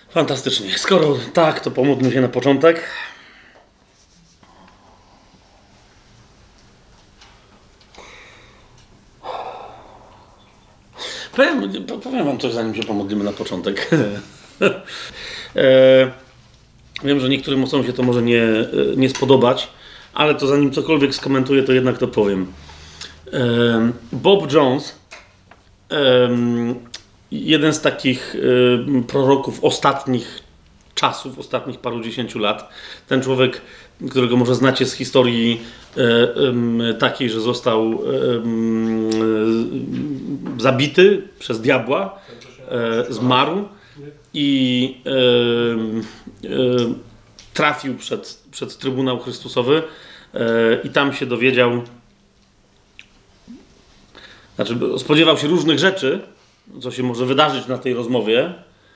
Fantastycznie. Skoro tak, to pomódlmy się na początek. Powiem wam coś, zanim się pomodlimy na początek. Wiem, że niektórym osobom się to może nie spodobać, ale to zanim cokolwiek skomentuję, to jednak to powiem. Bob Jones, jeden z takich proroków ostatnich czasów, ostatnich parudziesięciu lat. Ten człowiek, którego może znacie z historii takiej, że został zabity przez diabła, zmarł i trafił przed Trybunał Chrystusowy i tam się dowiedział, znaczy spodziewał się różnych rzeczy, co się może wydarzyć na tej rozmowie,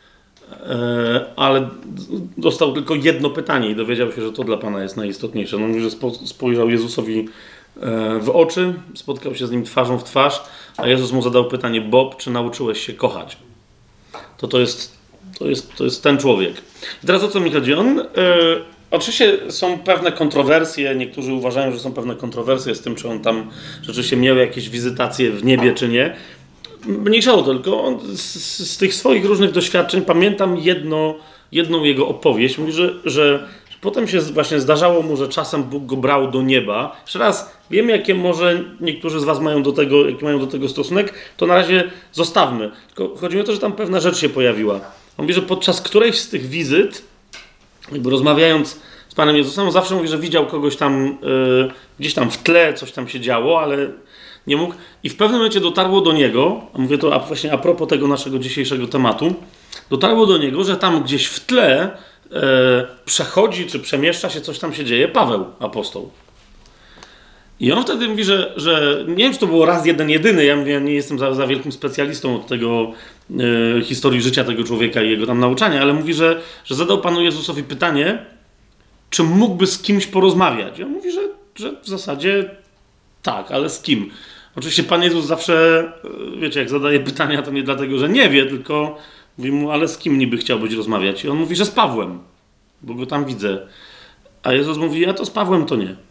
ale dostał tylko jedno pytanie i dowiedział się, że to dla Pana jest najistotniejsze. On mówi, że spojrzał Jezusowi w oczy, spotkał się z Nim twarzą w twarz, a Jezus mu zadał pytanie: Bob, czy nauczyłeś się kochać? To jest ten człowiek. I teraz o co mi chodzi? Oczywiście są pewne kontrowersje, niektórzy uważają, że są pewne kontrowersje z tym, czy on tam rzeczywiście miał jakieś wizytacje w niebie, czy nie. Mniejsza o to, tylko on z tych swoich różnych doświadczeń pamiętam jedną jego opowieść. Mówi, że potem się właśnie zdarzało mu, że czasem Bóg go brał do nieba. Jeszcze raz, wiem, jakie może niektórzy z was mają do tego stosunek, to na razie zostawmy. Tylko chodzi mi o to, że tam pewna rzecz się pojawiła. On mówi, że podczas którejś z tych wizyt, jakby rozmawiając z Panem Jezusem, on zawsze mówi, że widział kogoś tam, gdzieś tam w tle, coś tam się działo, ale nie mógł. I w pewnym momencie dotarło do niego, a mówię to właśnie a propos tego naszego dzisiejszego tematu, dotarło do niego, że tam gdzieś w tle przechodzi, czy przemieszcza się, coś tam się dzieje, Paweł, apostoł. I on wtedy mówi, że nie wiem, czy to było raz jedyny, ja mówię, nie jestem za wielkim specjalistą od tego historii życia tego człowieka i jego tam nauczania, ale mówi, że zadał Panu Jezusowi pytanie, czy mógłby z kimś porozmawiać. I on mówi, że w zasadzie tak, ale z kim? Oczywiście Pan Jezus zawsze, wiecie, jak zadaje pytania, to nie dlatego, że nie wie, tylko mówi mu, ale z kim niby chciałbyś rozmawiać? I on mówi, że z Pawłem, bo go tam widzę. A Jezus mówi, a to z Pawłem to nie.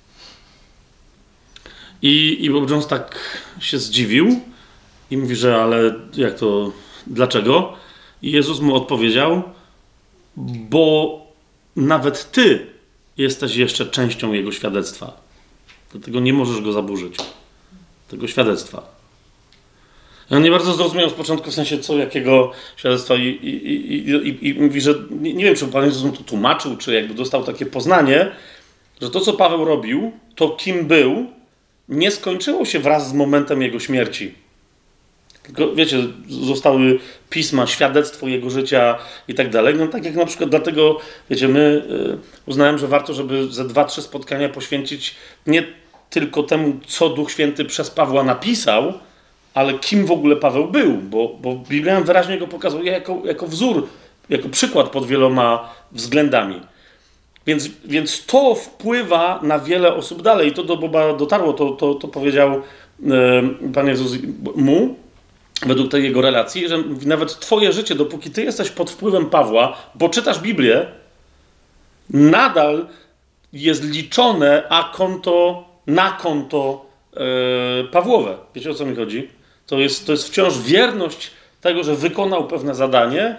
I Bob Jones tak się zdziwił i mówi, że ale jak to, dlaczego? I Jezus mu odpowiedział, bo nawet ty jesteś jeszcze częścią jego świadectwa. Dlatego nie możesz go zaburzyć. Tego świadectwa. I on nie bardzo zrozumiał z początku, w sensie co, jakiego świadectwa i mówi, że nie wiem, czy Pan Jezus mu to tłumaczył, czy jakby dostał takie poznanie, że to, co Paweł robił, to kim był, nie skończyło się wraz z momentem jego śmierci. Tylko, wiecie, zostały pisma, świadectwo jego życia i tak dalej. No tak jak na przykład dlatego, wiecie, my uznałem, że warto, żeby ze 2-3 spotkania poświęcić nie tylko temu, co Duch Święty przez Pawła napisał, ale kim w ogóle Paweł był, bo Biblia wyraźnie go pokazuje jako wzór, jako przykład pod wieloma względami. Więc to wpływa na wiele osób dalej. I to do Boba dotarło, to powiedział Pan Jezus mu, według tej jego relacji, że nawet twoje życie, dopóki ty jesteś pod wpływem Pawła, bo czytasz Biblię, nadal jest liczone na konto Pawłowe. Wiecie, o co mi chodzi? To jest wciąż wierność tego, że wykonał pewne zadanie,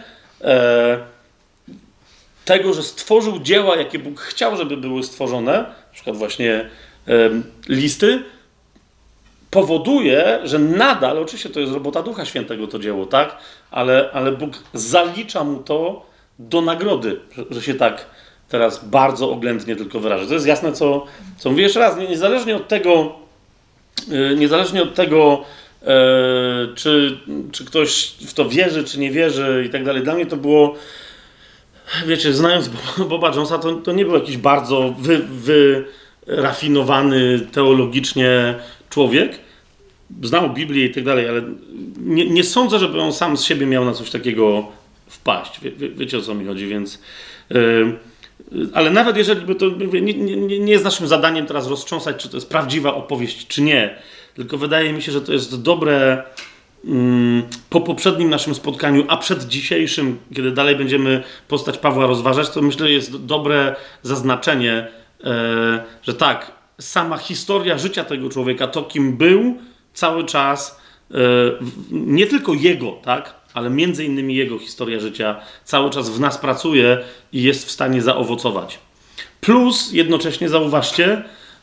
tego, że stworzył dzieła, jakie Bóg chciał, żeby były stworzone, na przykład właśnie listy, powoduje, że nadal, oczywiście to jest robota Ducha Świętego to dzieło, tak? Ale Bóg zalicza mu to do nagrody, że się tak teraz bardzo oględnie tylko wyrażę. To jest jasne, co mówię jeszcze raz, niezależnie od tego, czy ktoś w to wierzy, czy nie wierzy i tak dalej. Dla mnie to było, wiecie, znając Boba Jonesa, to nie był jakiś bardzo wyrafinowany teologicznie człowiek. Znał Biblię i tak dalej, ale nie sądzę, żeby on sam z siebie miał na coś takiego wpaść. Wiecie, o co mi chodzi, więc... ale nawet jeżeli by to... Nie jest naszym zadaniem teraz roztrząsać, czy to jest prawdziwa opowieść, czy nie. Tylko wydaje mi się, że to jest dobre po poprzednim naszym spotkaniu, a przed dzisiejszym, kiedy dalej będziemy postać Pawła rozważać, to myślę, że jest dobre zaznaczenie, że tak, sama historia życia tego człowieka, to kim był cały czas, nie tylko jego, tak, ale między innymi jego historia życia cały czas w nas pracuje i jest w stanie zaowocować. Plus jednocześnie zauważcie,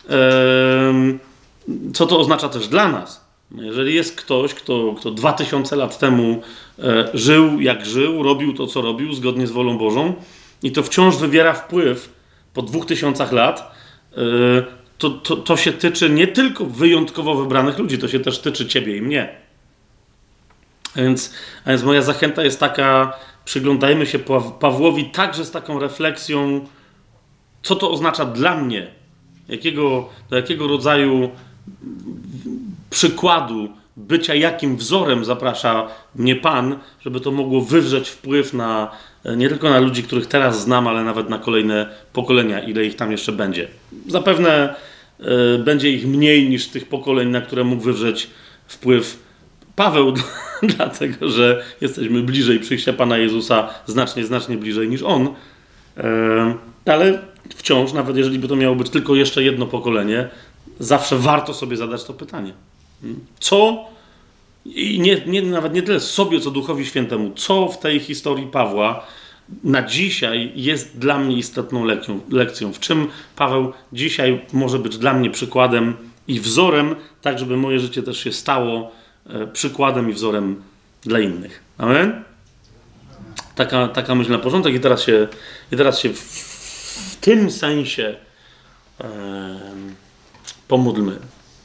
co to oznacza też dla nas. Jeżeli jest ktoś, kto 2000 lat temu żył jak żył, robił to, co robił, zgodnie z wolą Bożą i to wciąż wywiera wpływ po 2000 lat, to się tyczy nie tylko wyjątkowo wybranych ludzi, to się też tyczy ciebie i mnie. A więc moja zachęta jest taka, przyglądajmy się Pawłowi także z taką refleksją, co to oznacza dla mnie, do jakiego rodzaju przykładu bycia, jakim wzorem zaprasza mnie Pan, żeby to mogło wywrzeć wpływ na nie tylko na ludzi, których teraz znam, ale nawet na kolejne pokolenia, ile ich tam jeszcze będzie. Zapewne będzie ich mniej niż tych pokoleń, na które mógł wywrzeć wpływ Paweł, dlatego że jesteśmy bliżej przyjścia Pana Jezusa, znacznie bliżej niż On. Ale wciąż, nawet jeżeli by to miało być tylko jeszcze jedno pokolenie, zawsze warto sobie zadać to pytanie. Co, i nawet nie tyle sobie, co Duchowi Świętemu, co w tej historii Pawła na dzisiaj jest dla mnie istotną lekcją? W czym Paweł dzisiaj może być dla mnie przykładem i wzorem, tak żeby moje życie też się stało przykładem i wzorem dla innych. Amen? Taka myśl na początek i teraz się w tym sensie pomódlmy.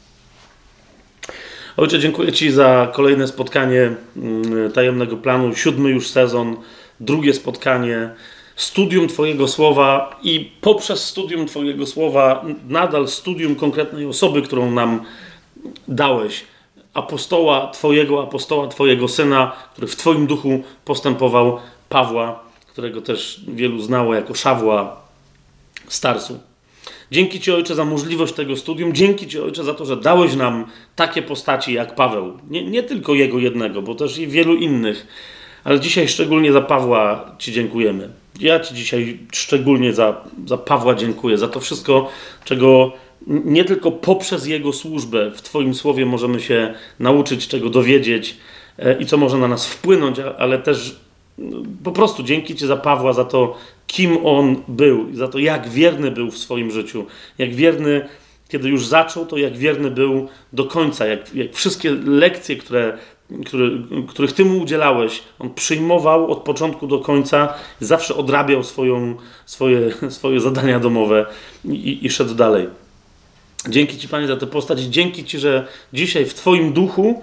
Ojcze, dziękuję Ci za kolejne spotkanie Tajemnego Planu, 7. już sezon, drugie spotkanie, studium Twojego Słowa i poprzez studium Twojego Słowa nadal studium konkretnej osoby, którą nam dałeś, apostoła Twojego Syna, który w Twoim duchu postępował, Pawła, którego też wielu znało jako Szawła z Tarsu. Dzięki Ci, Ojcze, za możliwość tego studium. Dzięki Ci, Ojcze, za to, że dałeś nam takie postaci jak Paweł. Nie tylko jego jednego, bo też i wielu innych. Ale dzisiaj szczególnie za Pawła Ci dziękujemy. Ja Ci dzisiaj szczególnie za Pawła dziękuję. Za to wszystko, czego nie tylko poprzez jego służbę w Twoim Słowie możemy się nauczyć, czego dowiedzieć i co może na nas wpłynąć, ale też po prostu dzięki Ci za Pawła, za to, kim on był, za to, jak wierny był w swoim życiu, jak wierny, kiedy już zaczął, to jak wierny był do końca, jak wszystkie lekcje, których Ty mu udzielałeś, on przyjmował od początku do końca, zawsze odrabiał swoje zadania domowe i szedł dalej. Dzięki Ci, Panie, za tę postać. Dzięki Ci, że dzisiaj w Twoim duchu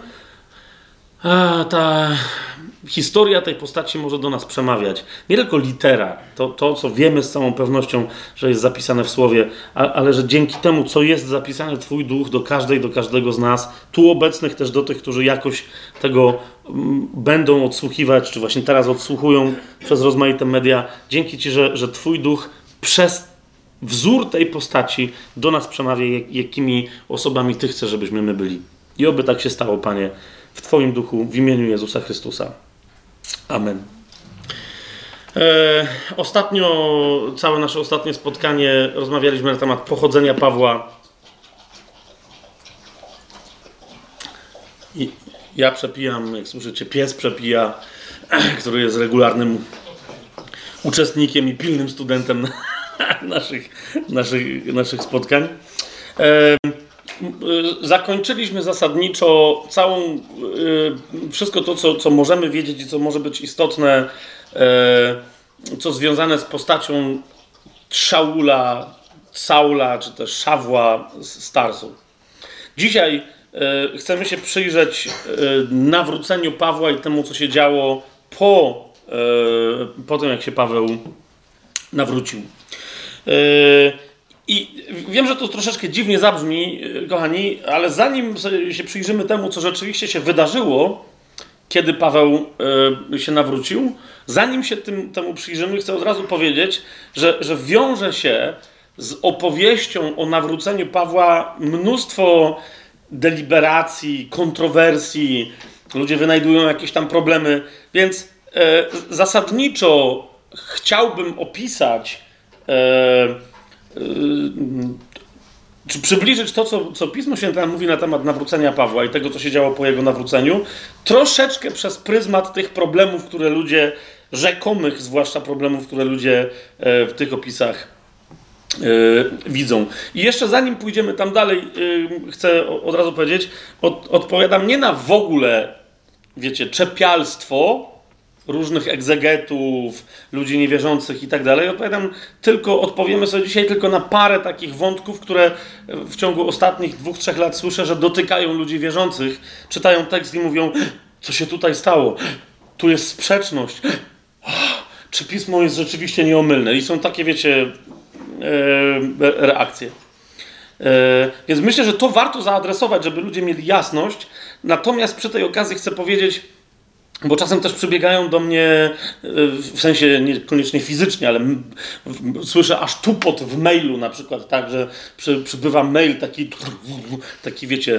ta historia tej postaci może do nas przemawiać. Nie tylko litera, to co wiemy z całą pewnością, że jest zapisane w Słowie, ale że dzięki temu, co jest zapisane, Twój duch do każdego z nas, tu obecnych też do tych, którzy jakoś tego będą odsłuchiwać, czy właśnie teraz odsłuchują przez rozmaite media. Dzięki Ci, że Twój duch przez wzór tej postaci do nas przemawia, jakimi osobami Ty chcesz, żebyśmy my byli. I oby tak się stało, Panie, w Twoim duchu, w imieniu Jezusa Chrystusa. Amen. Ostatnio, całe nasze ostatnie spotkanie rozmawialiśmy na temat pochodzenia Pawła. I ja przepijam, jak słyszycie, pies przepija, który jest regularnym uczestnikiem i pilnym studentem naszych spotkań. Zakończyliśmy zasadniczo wszystko to, co możemy wiedzieć i co może być istotne, co związane z postacią Saula, czy też Szawła z Tarsu. Dzisiaj chcemy się przyjrzeć nawróceniu Pawła i temu, co się działo po tym, jak się Paweł nawrócił. I wiem, że to troszeczkę dziwnie zabrzmi, kochani, ale zanim się przyjrzymy temu, co rzeczywiście się wydarzyło, kiedy Paweł się nawrócił, zanim się temu przyjrzymy, chcę od razu powiedzieć, że wiąże się z opowieścią o nawróceniu Pawła mnóstwo deliberacji, kontrowersji, ludzie wynajdują jakieś tam problemy, więc zasadniczo chciałbym opisać czy przybliżyć to, co Pismo Święte mówi na temat nawrócenia Pawła i tego, co się działo po jego nawróceniu, troszeczkę przez pryzmat tych problemów, które ludzie, rzekomych zwłaszcza problemów, które ludzie w tych opisach widzą. I jeszcze zanim pójdziemy tam dalej, chcę od razu powiedzieć, odpowiadam nie na w ogóle, wiecie, czepialstwo różnych egzegetów, ludzi niewierzących i tak dalej. Odpowiemy sobie dzisiaj tylko na parę takich wątków, które w ciągu ostatnich 2-3 lat słyszę, że dotykają ludzi wierzących. Czytają tekst i mówią, co się tutaj stało? Tu jest sprzeczność. Czy Pismo jest rzeczywiście nieomylne? I są takie, wiecie, reakcje. Więc myślę, że to warto zaadresować, żeby ludzie mieli jasność. Natomiast przy tej okazji chcę powiedzieć, bo czasem też przybiegają do mnie, w sensie niekoniecznie fizycznie, ale słyszę aż tupot w mailu na przykład, tak, że przybywa mail taki wiecie,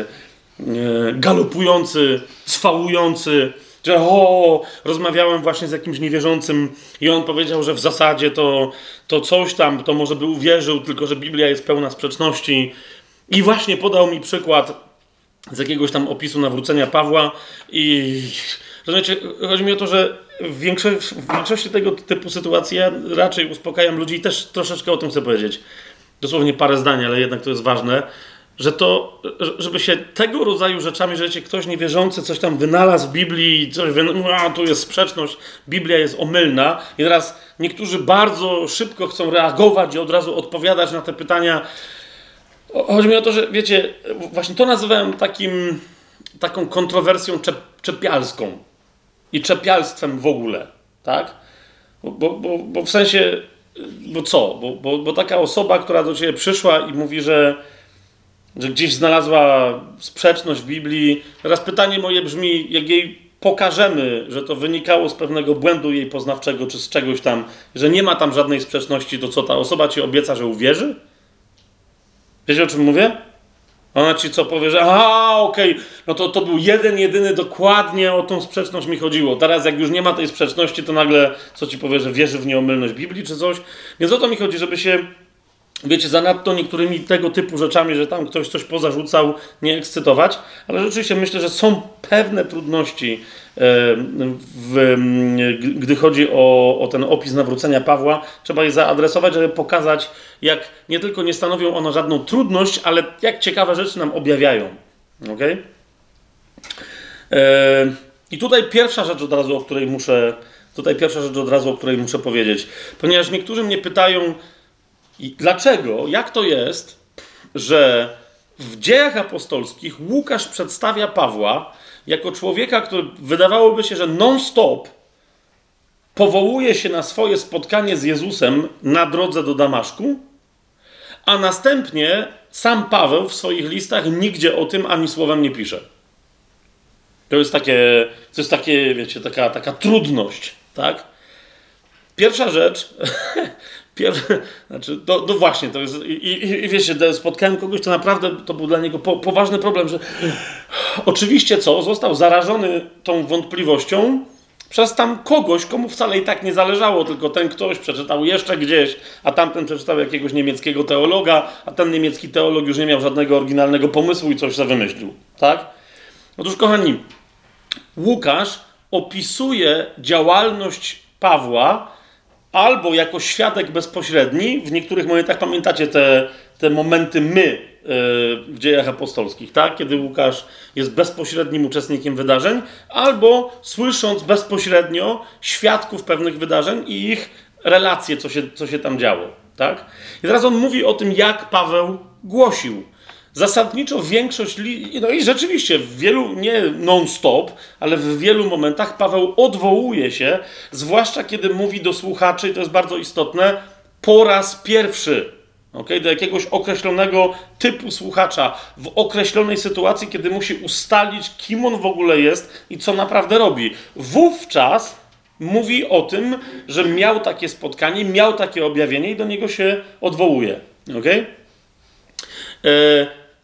galopujący, cwałujący, że rozmawiałem właśnie z jakimś niewierzącym i on powiedział, że w zasadzie to coś tam, to może by uwierzył, tylko że Biblia jest pełna sprzeczności. I właśnie podał mi przykład z jakiegoś tam opisu nawrócenia Pawła i rozumiecie, chodzi mi o to, że w większości tego typu sytuacji ja raczej uspokajam ludzi i też troszeczkę o tym chcę powiedzieć. Dosłownie parę zdań, ale jednak to jest ważne, że to, żeby się tego rodzaju rzeczami, że wiecie, ktoś niewierzący coś tam wynalazł w Biblii, tu jest sprzeczność, Biblia jest omylna i teraz niektórzy bardzo szybko chcą reagować i od razu odpowiadać na te pytania. Chodzi mi o to, że wiecie, właśnie to nazywałem taką kontrowersją czepialską i czepialstwem w ogóle, tak? Bo w sensie, bo taka osoba, która do ciebie przyszła i mówi, że gdzieś znalazła sprzeczność w Biblii, teraz pytanie moje brzmi, jak jej pokażemy, że to wynikało z pewnego błędu jej poznawczego, czy z czegoś tam, że nie ma tam żadnej sprzeczności, to co, ta osoba ci obieca, że uwierzy? Wiecie, o czym mówię? Ona ci co powie, że okej, no to był jedyny, dokładnie o tą sprzeczność mi chodziło. Teraz jak już nie ma tej sprzeczności, to nagle co ci powie, że wierzy w nieomylność Biblii czy coś. Więc o to mi chodzi, żeby się, wiecie, zanadto niektórymi tego typu rzeczami, że tam ktoś coś pozarzucał, nie ekscytować. Ale rzeczywiście myślę, że są pewne trudności, gdy chodzi o ten opis nawrócenia Pawła. Trzeba je zaadresować, żeby pokazać, jak nie tylko nie stanowią one żadną trudność, ale jak ciekawe rzeczy nam objawiają. Okay? I tutaj pierwsza rzecz od razu, o której muszę powiedzieć. Ponieważ niektórzy mnie pytają, dlaczego, jak to jest, że w Dziejach Apostolskich Łukasz przedstawia Pawła jako człowieka, który wydawałoby się, że non-stop powołuje się na swoje spotkanie z Jezusem na drodze do Damaszku, a następnie sam Paweł w swoich listach nigdzie o tym ani słowem nie pisze. To jest takie, wiecie, taka trudność, tak? Pierwsza rzecz, znaczy, właśnie, to jest, i wiecie, spotkałem kogoś, to naprawdę, to był dla niego poważny problem, że oczywiście został zarażony tą wątpliwością przez tam kogoś, komu wcale i tak nie zależało, tylko ten ktoś przeczytał jeszcze gdzieś, a tamten przeczytał jakiegoś niemieckiego teologa, a ten niemiecki teolog już nie miał żadnego oryginalnego pomysłu i coś sobie wymyślił, tak? Otóż, kochani, Łukasz opisuje działalność Pawła albo jako świadek bezpośredni, w niektórych momentach pamiętacie te momenty w Dziejach Apostolskich, tak? Kiedy Łukasz jest bezpośrednim uczestnikiem wydarzeń, albo słysząc bezpośrednio świadków pewnych wydarzeń i ich relacje, co się tam działo, tak? I teraz on mówi o tym, jak Paweł głosił. Zasadniczo większość, no i rzeczywiście w wielu, nie non-stop, ale w wielu momentach Paweł odwołuje się, zwłaszcza kiedy mówi do słuchaczy, i to jest bardzo istotne, po raz pierwszy, okay? Do jakiegoś określonego typu słuchacza, w określonej sytuacji, kiedy musi ustalić, kim on w ogóle jest i co naprawdę robi. Wówczas mówi o tym, że miał takie spotkanie, miał takie objawienie i do niego się odwołuje. Okay?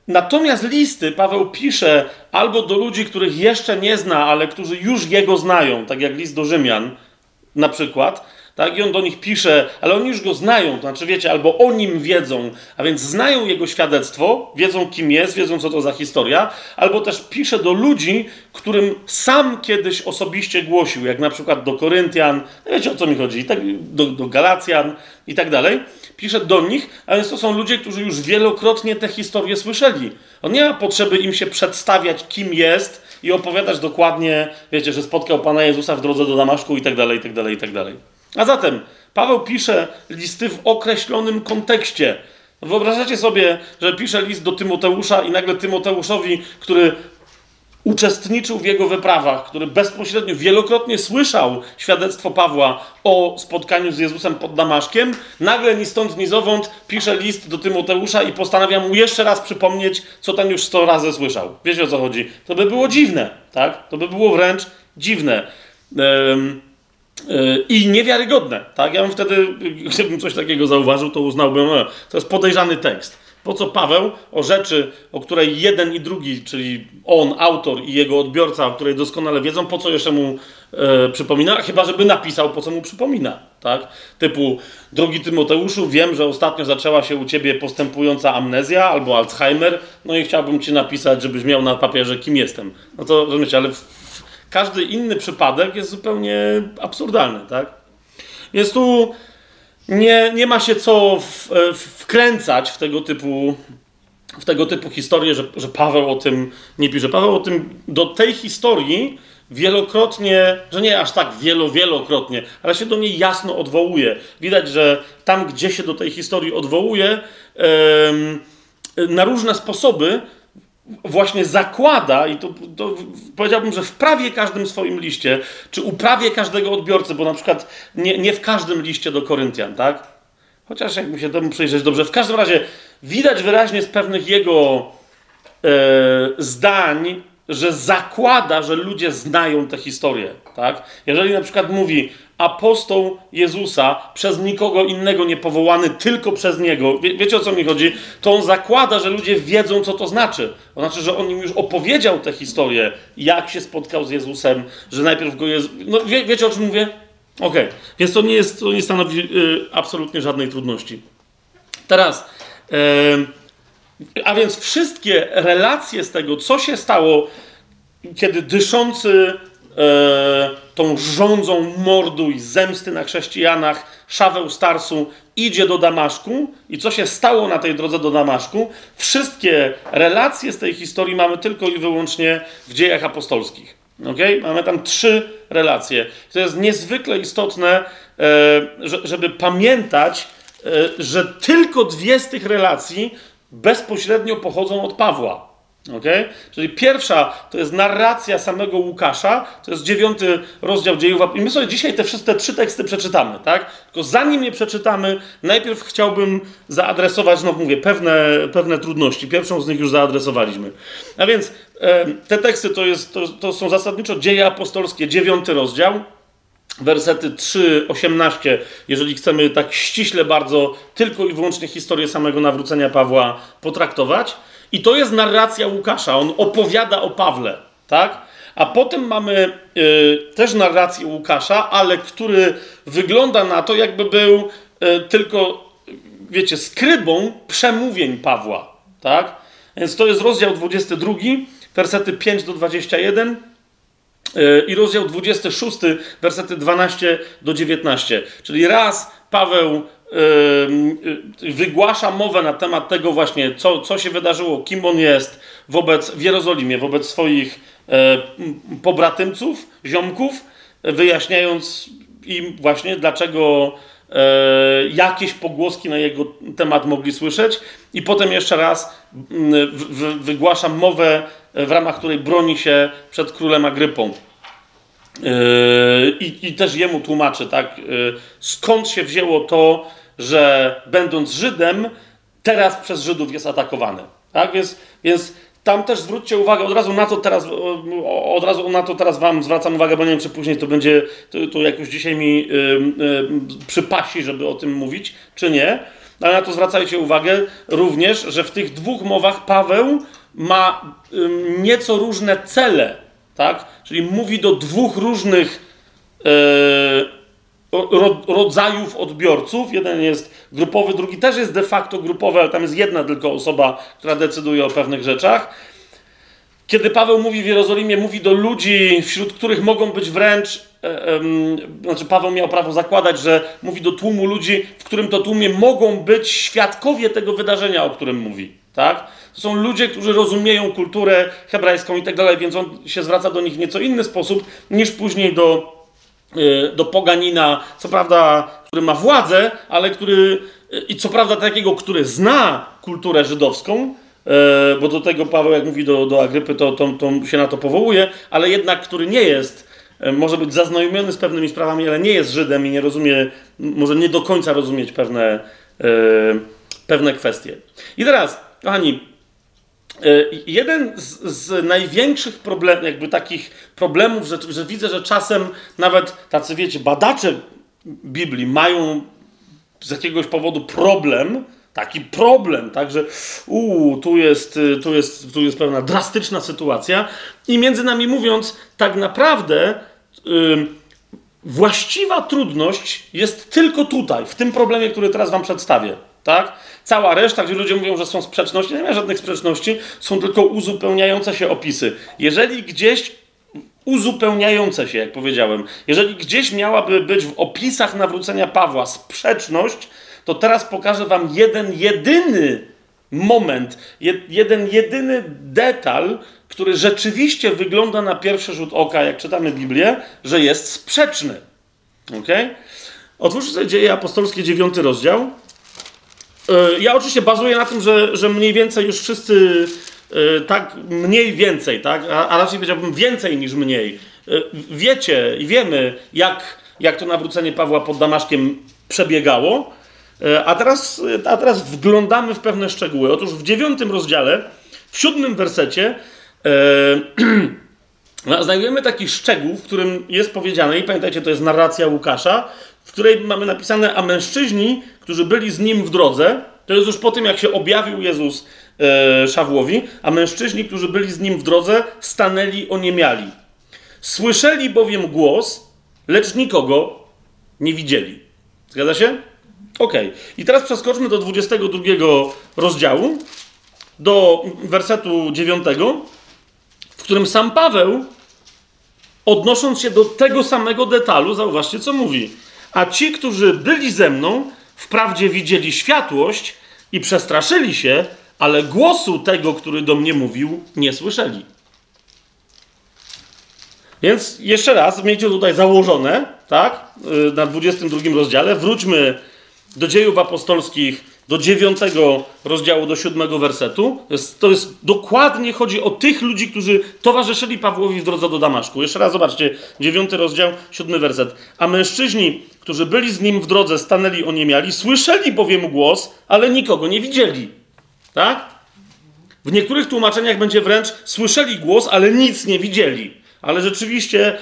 Natomiast listy Paweł pisze albo do ludzi, których jeszcze nie zna, ale którzy już jego znają, tak jak list do Rzymian na przykład, tak? I on do nich pisze, ale oni już go znają, to znaczy wiecie, albo o nim wiedzą, a więc znają jego świadectwo, wiedzą kim jest, wiedzą co to za historia, albo też pisze do ludzi, którym sam kiedyś osobiście głosił, jak na przykład do Koryntian, wiecie o co mi chodzi, tak, do Galacjan i tak dalej. Pisze do nich, a więc to są ludzie, którzy już wielokrotnie te historie słyszeli. On nie ma potrzeby im się przedstawiać, kim jest i opowiadać dokładnie, wiecie, że spotkał Pana Jezusa w drodze do Damaszku i tak dalej, i tak dalej, i tak dalej. A zatem Paweł pisze listy w określonym kontekście. Wyobrażacie sobie, że pisze list do Tymoteusza i nagle Tymoteuszowi, który uczestniczył w jego wyprawach, który bezpośrednio, wielokrotnie słyszał świadectwo Pawła o spotkaniu z Jezusem pod Damaszkiem, nagle ni stąd, ni zowąd pisze list do Tymoteusza i postanawia mu jeszcze raz przypomnieć, co ten już 100 razy słyszał. Wiecie o co chodzi? To by było dziwne, tak? To by było wręcz dziwne. I niewiarygodne, tak? Ja bym wtedy, gdybym coś takiego zauważył, to uznałbym, to jest podejrzany tekst. Po co Paweł o rzeczy, o której jeden i drugi, czyli on, autor i jego odbiorca, o której doskonale wiedzą, po co jeszcze mu przypomina? Chyba, żeby napisał, po co mu przypomina, tak? Typu, drogi Tymoteuszu, wiem, że ostatnio zaczęła się u ciebie postępująca amnezja albo Alzheimer, no i chciałbym ci napisać, żebyś miał na papierze, kim jestem. No to rozumiecie, ale każdy inny przypadek jest zupełnie absurdalny, tak? Więc tu nie ma się co wkręcać w tego typu historie, że Paweł o tym nie pisze. Paweł o tym do tej historii wielokrotnie, że nie aż tak wielokrotnie, ale się do niej jasno odwołuje. Widać, że tam, gdzie się do tej historii odwołuje, na różne sposoby właśnie zakłada, i to powiedziałbym, że w prawie każdym swoim liście, czy u prawie każdego odbiorcy, bo na przykład nie w każdym liście do Koryntian, tak? Chociaż jakby się temu przyjrzeć dobrze. W każdym razie widać wyraźnie z pewnych jego zdań, że zakłada, że ludzie znają tę historię, tak? Jeżeli na przykład mówi apostoł Jezusa, przez nikogo innego nie powołany, tylko przez Niego, wiecie o co mi chodzi? To on zakłada, że ludzie wiedzą, co to znaczy. To znaczy, że on im już opowiedział tę historię, jak się spotkał z Jezusem, że najpierw go Jezus... No wiecie o czym mówię? Okej. Więc to nie stanowi absolutnie żadnej trudności. Teraz, a więc wszystkie relacje z tego, co się stało, kiedy dyszący tą żądzą mordu i zemsty na chrześcijanach Szaweł z Tarsu idzie do Damaszku i co się stało na tej drodze do Damaszku, wszystkie relacje z tej historii mamy tylko i wyłącznie w Dziejach Apostolskich. Okay? Mamy tam 3 relacje. To jest niezwykle istotne, żeby pamiętać, że tylko 2 z tych relacji bezpośrednio pochodzą od Pawła. Okay? Czyli pierwsza to jest narracja samego Łukasza, to jest 9 rozdział Dziejów. I my sobie dzisiaj te 3 teksty przeczytamy, tak? Tylko zanim je przeczytamy, najpierw chciałbym zaadresować, no mówię, pewne trudności. Pierwszą z nich już zaadresowaliśmy. A więc te teksty to są zasadniczo Dzieje Apostolskie, 9 rozdział, wersety 3-18, jeżeli chcemy tak ściśle bardzo tylko i wyłącznie historię samego nawrócenia Pawła potraktować. I to jest narracja Łukasza, on opowiada o Pawle, tak? A potem mamy też narrację Łukasza, ale który wygląda na to, jakby był tylko, wiecie, skrybą przemówień Pawła, tak? Więc to jest rozdział 22, wersety 5-21 i rozdział 26, wersety 12-19. Czyli raz Paweł wygłasza mowę na temat tego właśnie, co się wydarzyło, kim on jest w Jerozolimie, wobec swoich pobratymców, ziomków, wyjaśniając im właśnie, dlaczego jakieś pogłoski na jego temat mogli słyszeć. I potem jeszcze raz wygłasza mowę, w ramach której broni się przed królem Agrypą. I też jemu tłumaczy, tak, skąd się wzięło to, że będąc Żydem, teraz przez Żydów jest atakowany. Tak? Więc tam też zwróćcie uwagę, od razu na to teraz wam zwracam uwagę, bo nie wiem, czy później to będzie, to jakoś dzisiaj mi przypasi, żeby o tym mówić, czy nie. Ale na to zwracajcie uwagę również, że w tych dwóch mowach Paweł ma nieco różne cele, tak? Czyli mówi do dwóch różnych rodzajów odbiorców. Jeden jest grupowy, drugi też jest de facto grupowy, ale tam jest jedna tylko osoba, która decyduje o pewnych rzeczach. Kiedy Paweł mówi w Jerozolimie, mówi do ludzi, wśród których mogą być wręcz, znaczy Paweł miał prawo zakładać, że mówi do tłumu ludzi, w którym to tłumie mogą być świadkowie tego wydarzenia, o którym mówi, tak? To są ludzie, którzy rozumieją kulturę hebrajską i tak dalej, więc on się zwraca do nich w nieco inny sposób niż później do poganina, co prawda, który ma władzę, ale który, i co prawda takiego, który zna kulturę żydowską, bo do tego Paweł, jak mówi do Agrypy, to się na to powołuje, ale jednak, który nie jest, może być zaznajomiony z pewnymi sprawami, ale nie jest Żydem i nie rozumie, może nie do końca rozumieć pewne kwestie. I teraz, kochani, jeden z największych problemów, jakby takich problemów, że widzę, że czasem nawet tacy, wiecie, badacze Biblii mają z jakiegoś powodu problem, taki problem, tak, że tu jest pewna drastyczna sytuacja i między nami mówiąc, tak naprawdę właściwa trudność jest tylko tutaj, w tym problemie, który teraz wam przedstawię, tak? Cała reszta, gdzie ludzie mówią, że są sprzeczności, nie ma żadnych sprzeczności, są tylko uzupełniające się opisy. Jeżeli gdzieś uzupełniające się, jak powiedziałem, jeżeli gdzieś miałaby być w opisach nawrócenia Pawła sprzeczność, to teraz pokażę wam jeden jedyny moment, jeden jedyny detal, który rzeczywiście wygląda na pierwszy rzut oka, jak czytamy Biblię, że jest sprzeczny. Okay? Otwórzcie sobie Dzieje Apostolskie, 9 rozdział. Ja oczywiście bazuję na tym, że mniej więcej już wszyscy, tak, mniej więcej, tak, a raczej powiedziałbym więcej niż mniej, wiecie i wiemy, jak to nawrócenie Pawła pod Damaszkiem przebiegało, a teraz wglądamy w pewne szczegóły. Otóż w 9 rozdziale, w 7 wersecie znajdujemy taki szczegół, w którym jest powiedziane, i pamiętajcie, to jest narracja Łukasza, w której mamy napisane, a mężczyźni, którzy byli z nim w drodze, to jest już po tym, jak się objawił Jezus Szawłowi, a mężczyźni, którzy byli z nim w drodze, stanęli oniemiali. Słyszeli bowiem głos, lecz nikogo nie widzieli. Zgadza się? Okej. I teraz przeskoczmy do 22 rozdziału, do wersetu 9, w którym sam Paweł, odnosząc się do tego samego detalu, zauważcie, co mówi. A ci, którzy byli ze mną, wprawdzie widzieli światłość i przestraszyli się, ale głosu tego, który do mnie mówił, nie słyszeli. Więc jeszcze raz, miejcie tutaj założone, tak, na 22 rozdziale, wróćmy do Dziejów Apostolskich, do 9 rozdziału, do 7 wersetu. To jest dokładnie, chodzi o tych ludzi, którzy towarzyszyli Pawłowi w drodze do Damaszku. Jeszcze raz zobaczcie, 9 rozdział, 7 werset. A mężczyźni, którzy byli z nim w drodze, stanęli oniemiali, słyszeli bowiem głos, ale nikogo nie widzieli. Tak? W niektórych tłumaczeniach będzie wręcz słyszeli głos, ale nic nie widzieli. Ale rzeczywiście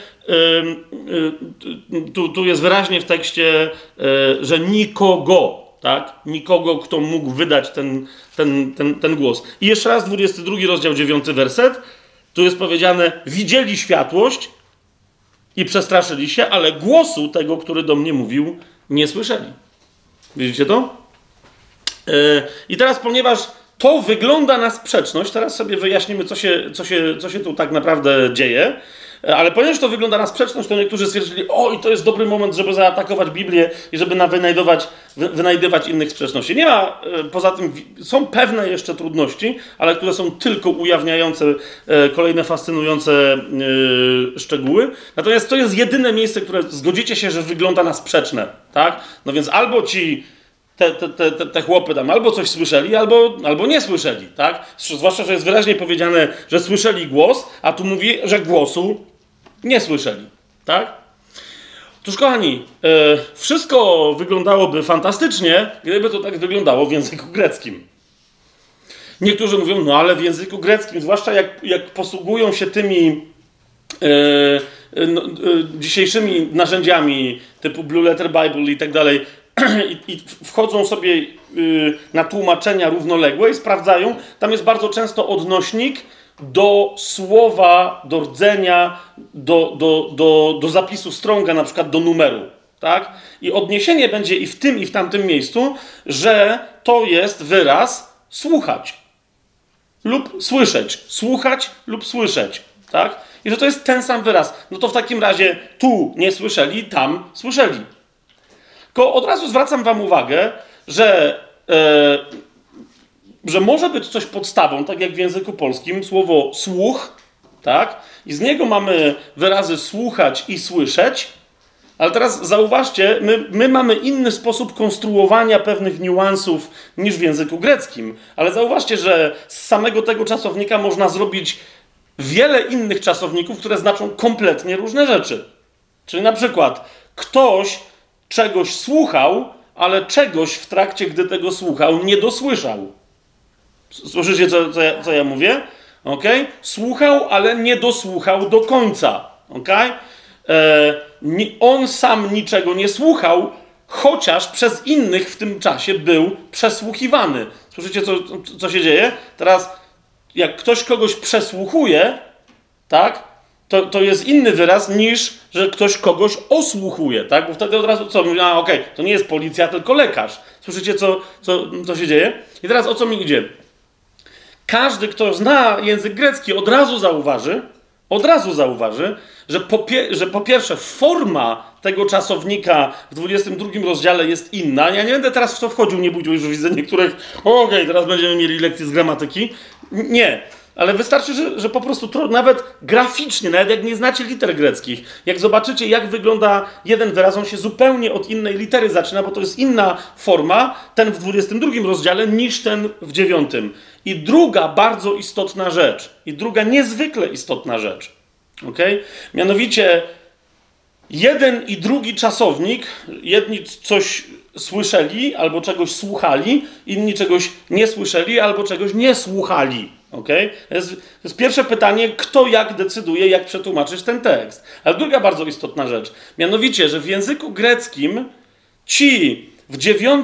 tu jest wyraźnie w tekście, że nikogo, tak? Nikogo, kto mógł wydać ten głos. I jeszcze raz 22 rozdział, 9 werset. Tu jest powiedziane, widzieli światłość i przestraszyli się, ale głosu tego, który do mnie mówił, nie słyszeli. Widzicie to? I teraz, ponieważ to wygląda na sprzeczność, teraz sobie wyjaśnimy, co się tu tak naprawdę dzieje, ale ponieważ to wygląda na sprzeczność, to niektórzy stwierdzili, i to jest dobry moment, żeby zaatakować Biblię i żeby wynajdywać innych sprzeczności. Nie ma, poza tym są pewne jeszcze trudności, ale które są tylko ujawniające kolejne fascynujące szczegóły. Natomiast to jest jedyne miejsce, które zgodzicie się, że wygląda na sprzeczne, tak? No więc albo ci te chłopy tam albo coś słyszeli, albo nie słyszeli, tak? Zwłaszcza, że jest wyraźnie powiedziane, że słyszeli głos, a tu mówi, że głosu nie słyszeli, tak? Otóż, kochani, wszystko wyglądałoby fantastycznie, gdyby to tak wyglądało w języku greckim. Niektórzy mówią, ale w języku greckim, zwłaszcza jak posługują się tymi dzisiejszymi narzędziami typu Blue Letter Bible i tak dalej, i wchodzą sobie na tłumaczenia równoległe i sprawdzają, tam jest bardzo często odnośnik do słowa, do rdzenia, do zapisu Stronga, na przykład do numeru. Tak? I odniesienie będzie i w tym, i w tamtym miejscu, że to jest wyraz słuchać lub słyszeć. Słuchać lub słyszeć. Tak? I że to jest ten sam wyraz. No to w takim razie tu nie słyszeli, tam słyszeli. Tylko od razu zwracam wam uwagę, że może być coś podstawą, tak jak w języku polskim, słowo słuch, tak? I z niego mamy wyrazy słuchać i słyszeć, ale teraz zauważcie, my mamy inny sposób konstruowania pewnych niuansów niż w języku greckim, ale zauważcie, że z samego tego czasownika można zrobić wiele innych czasowników, które znaczą kompletnie różne rzeczy. Czyli na przykład ktoś czegoś słuchał, ale czegoś w trakcie, gdy tego słuchał, nie dosłyszał. Słyszycie, co ja mówię? Okay? Słuchał, ale nie dosłuchał do końca. Okay? On sam niczego nie słuchał, chociaż przez innych w tym czasie był przesłuchiwany. Słyszycie, co się dzieje? Teraz, jak ktoś kogoś przesłuchuje, tak, to jest inny wyraz niż, że ktoś kogoś osłuchuje, tak? Bo wtedy od razu co? Mówi, to nie jest policja, tylko lekarz. Słyszycie, co się dzieje? I teraz o co mi idzie? Każdy, kto zna język grecki, od razu zauważy, że po pierwsze forma tego czasownika w 22 rozdziale jest inna. Ja nie będę teraz w to wchodził, nie budź, już widzę niektórych, teraz będziemy mieli lekcję z gramatyki. Nie, ale wystarczy, że po prostu nawet graficznie, nawet jak nie znacie liter greckich, jak zobaczycie, jak wygląda jeden wyraz, on się zupełnie od innej litery zaczyna, bo to jest inna forma, ten w 22 rozdziale, niż ten w 9. I druga bardzo istotna rzecz, i druga niezwykle istotna rzecz, okay? Mianowicie jeden i drugi czasownik, jedni coś słyszeli albo czegoś słuchali, inni czegoś nie słyszeli albo czegoś nie słuchali. Okay? To jest pierwsze pytanie, kto jak decyduje, jak przetłumaczyć ten tekst. Ale druga bardzo istotna rzecz, mianowicie, że w języku greckim ci w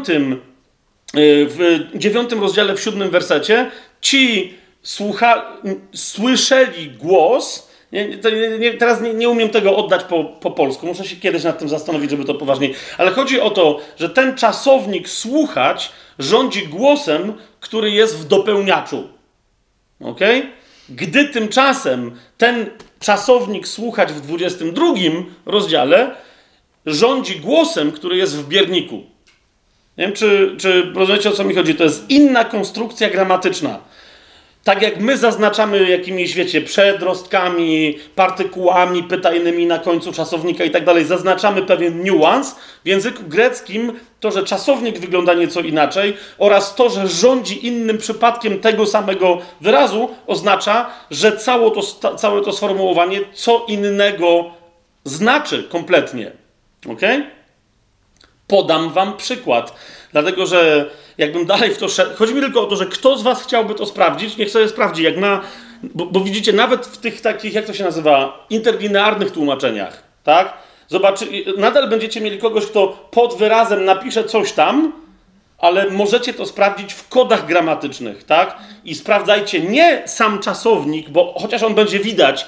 9 rozdziale, w 7 wersecie, ci słyszeli głos. Teraz nie umiem tego oddać po polsku, muszę się kiedyś nad tym zastanowić, żeby to poważniej. Ale chodzi o to, że ten czasownik słuchać rządzi głosem, który jest w dopełniaczu. Okay? Gdy tymczasem ten czasownik słuchać w 22 rozdziale rządzi głosem, który jest w bierniku. Nie wiem, czy rozumiecie, o co mi chodzi. To jest inna konstrukcja gramatyczna. Tak jak my zaznaczamy jakimiś, wiecie, przedrostkami, partykułami pytajnymi na końcu czasownika i tak dalej, zaznaczamy pewien niuans, w języku greckim to, że czasownik wygląda nieco inaczej oraz to, że rządzi innym przypadkiem tego samego wyrazu, oznacza, że całe to sformułowanie co innego znaczy kompletnie. Okay? Podam wam przykład, dlatego że jakbym dalej w to szedł, chodzi mi tylko o to, że kto z was chciałby to sprawdzić, niech sobie sprawdzi, jak bo widzicie, nawet w tych takich, jak to się nazywa, interlinearnych tłumaczeniach, tak? Nadal będziecie mieli kogoś, kto pod wyrazem napisze coś tam, ale możecie to sprawdzić w kodach gramatycznych, tak? I sprawdzajcie nie sam czasownik, bo chociaż on będzie widać,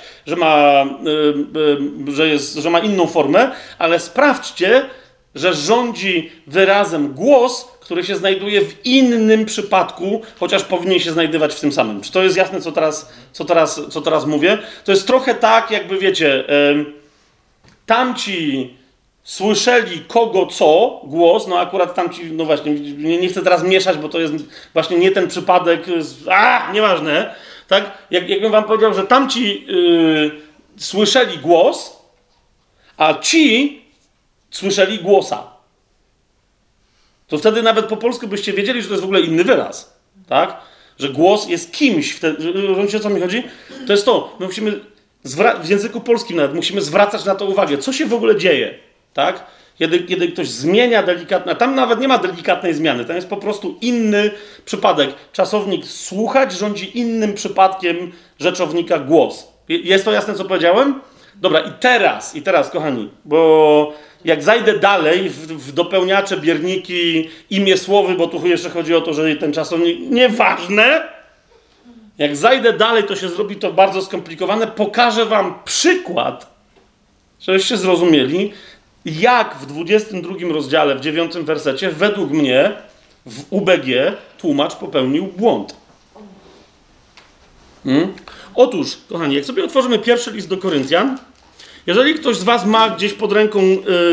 że ma inną formę, ale sprawdźcie, że rządzi wyrazem głos, który się znajduje w innym przypadku, chociaż powinien się znajdować w tym samym. Czy to jest jasne, co teraz mówię? To jest trochę tak, jakby wiecie, tamci słyszeli kogo co, głos, no akurat tamci, no właśnie, nie chcę teraz mieszać, bo to jest właśnie nie ten przypadek, nieważne, tak? Jakbym wam powiedział, że tamci słyszeli głos, a ci słyszeli głosa. To wtedy nawet po polsku byście wiedzieli, że to jest w ogóle inny wyraz. Tak? Że głos jest kimś. Rozumiecie, o co mi chodzi? To jest to. My musimy w języku polskim nawet musimy zwracać na to uwagę. Co się w ogóle dzieje? Tak? Kiedy ktoś zmienia delikatnie, a tam nawet nie ma delikatnej zmiany. Tam jest po prostu inny przypadek. Czasownik słuchać rządzi innym przypadkiem rzeczownika głos. Jest to jasne, co powiedziałem? Dobra, i teraz, kochani, bo jak zajdę dalej w dopełniacze, bierniki, imię słowy, bo tu jeszcze chodzi o to, że ten czasownik, nieważne. Jak zajdę dalej, to się zrobi to bardzo skomplikowane. Pokażę wam przykład, żebyście zrozumieli, jak w 22 rozdziale, w 9 wersecie, według mnie, w UBG tłumacz popełnił błąd. Otóż, kochani, jak sobie otworzymy pierwszy list do Koryntian, jeżeli ktoś z was ma gdzieś pod ręką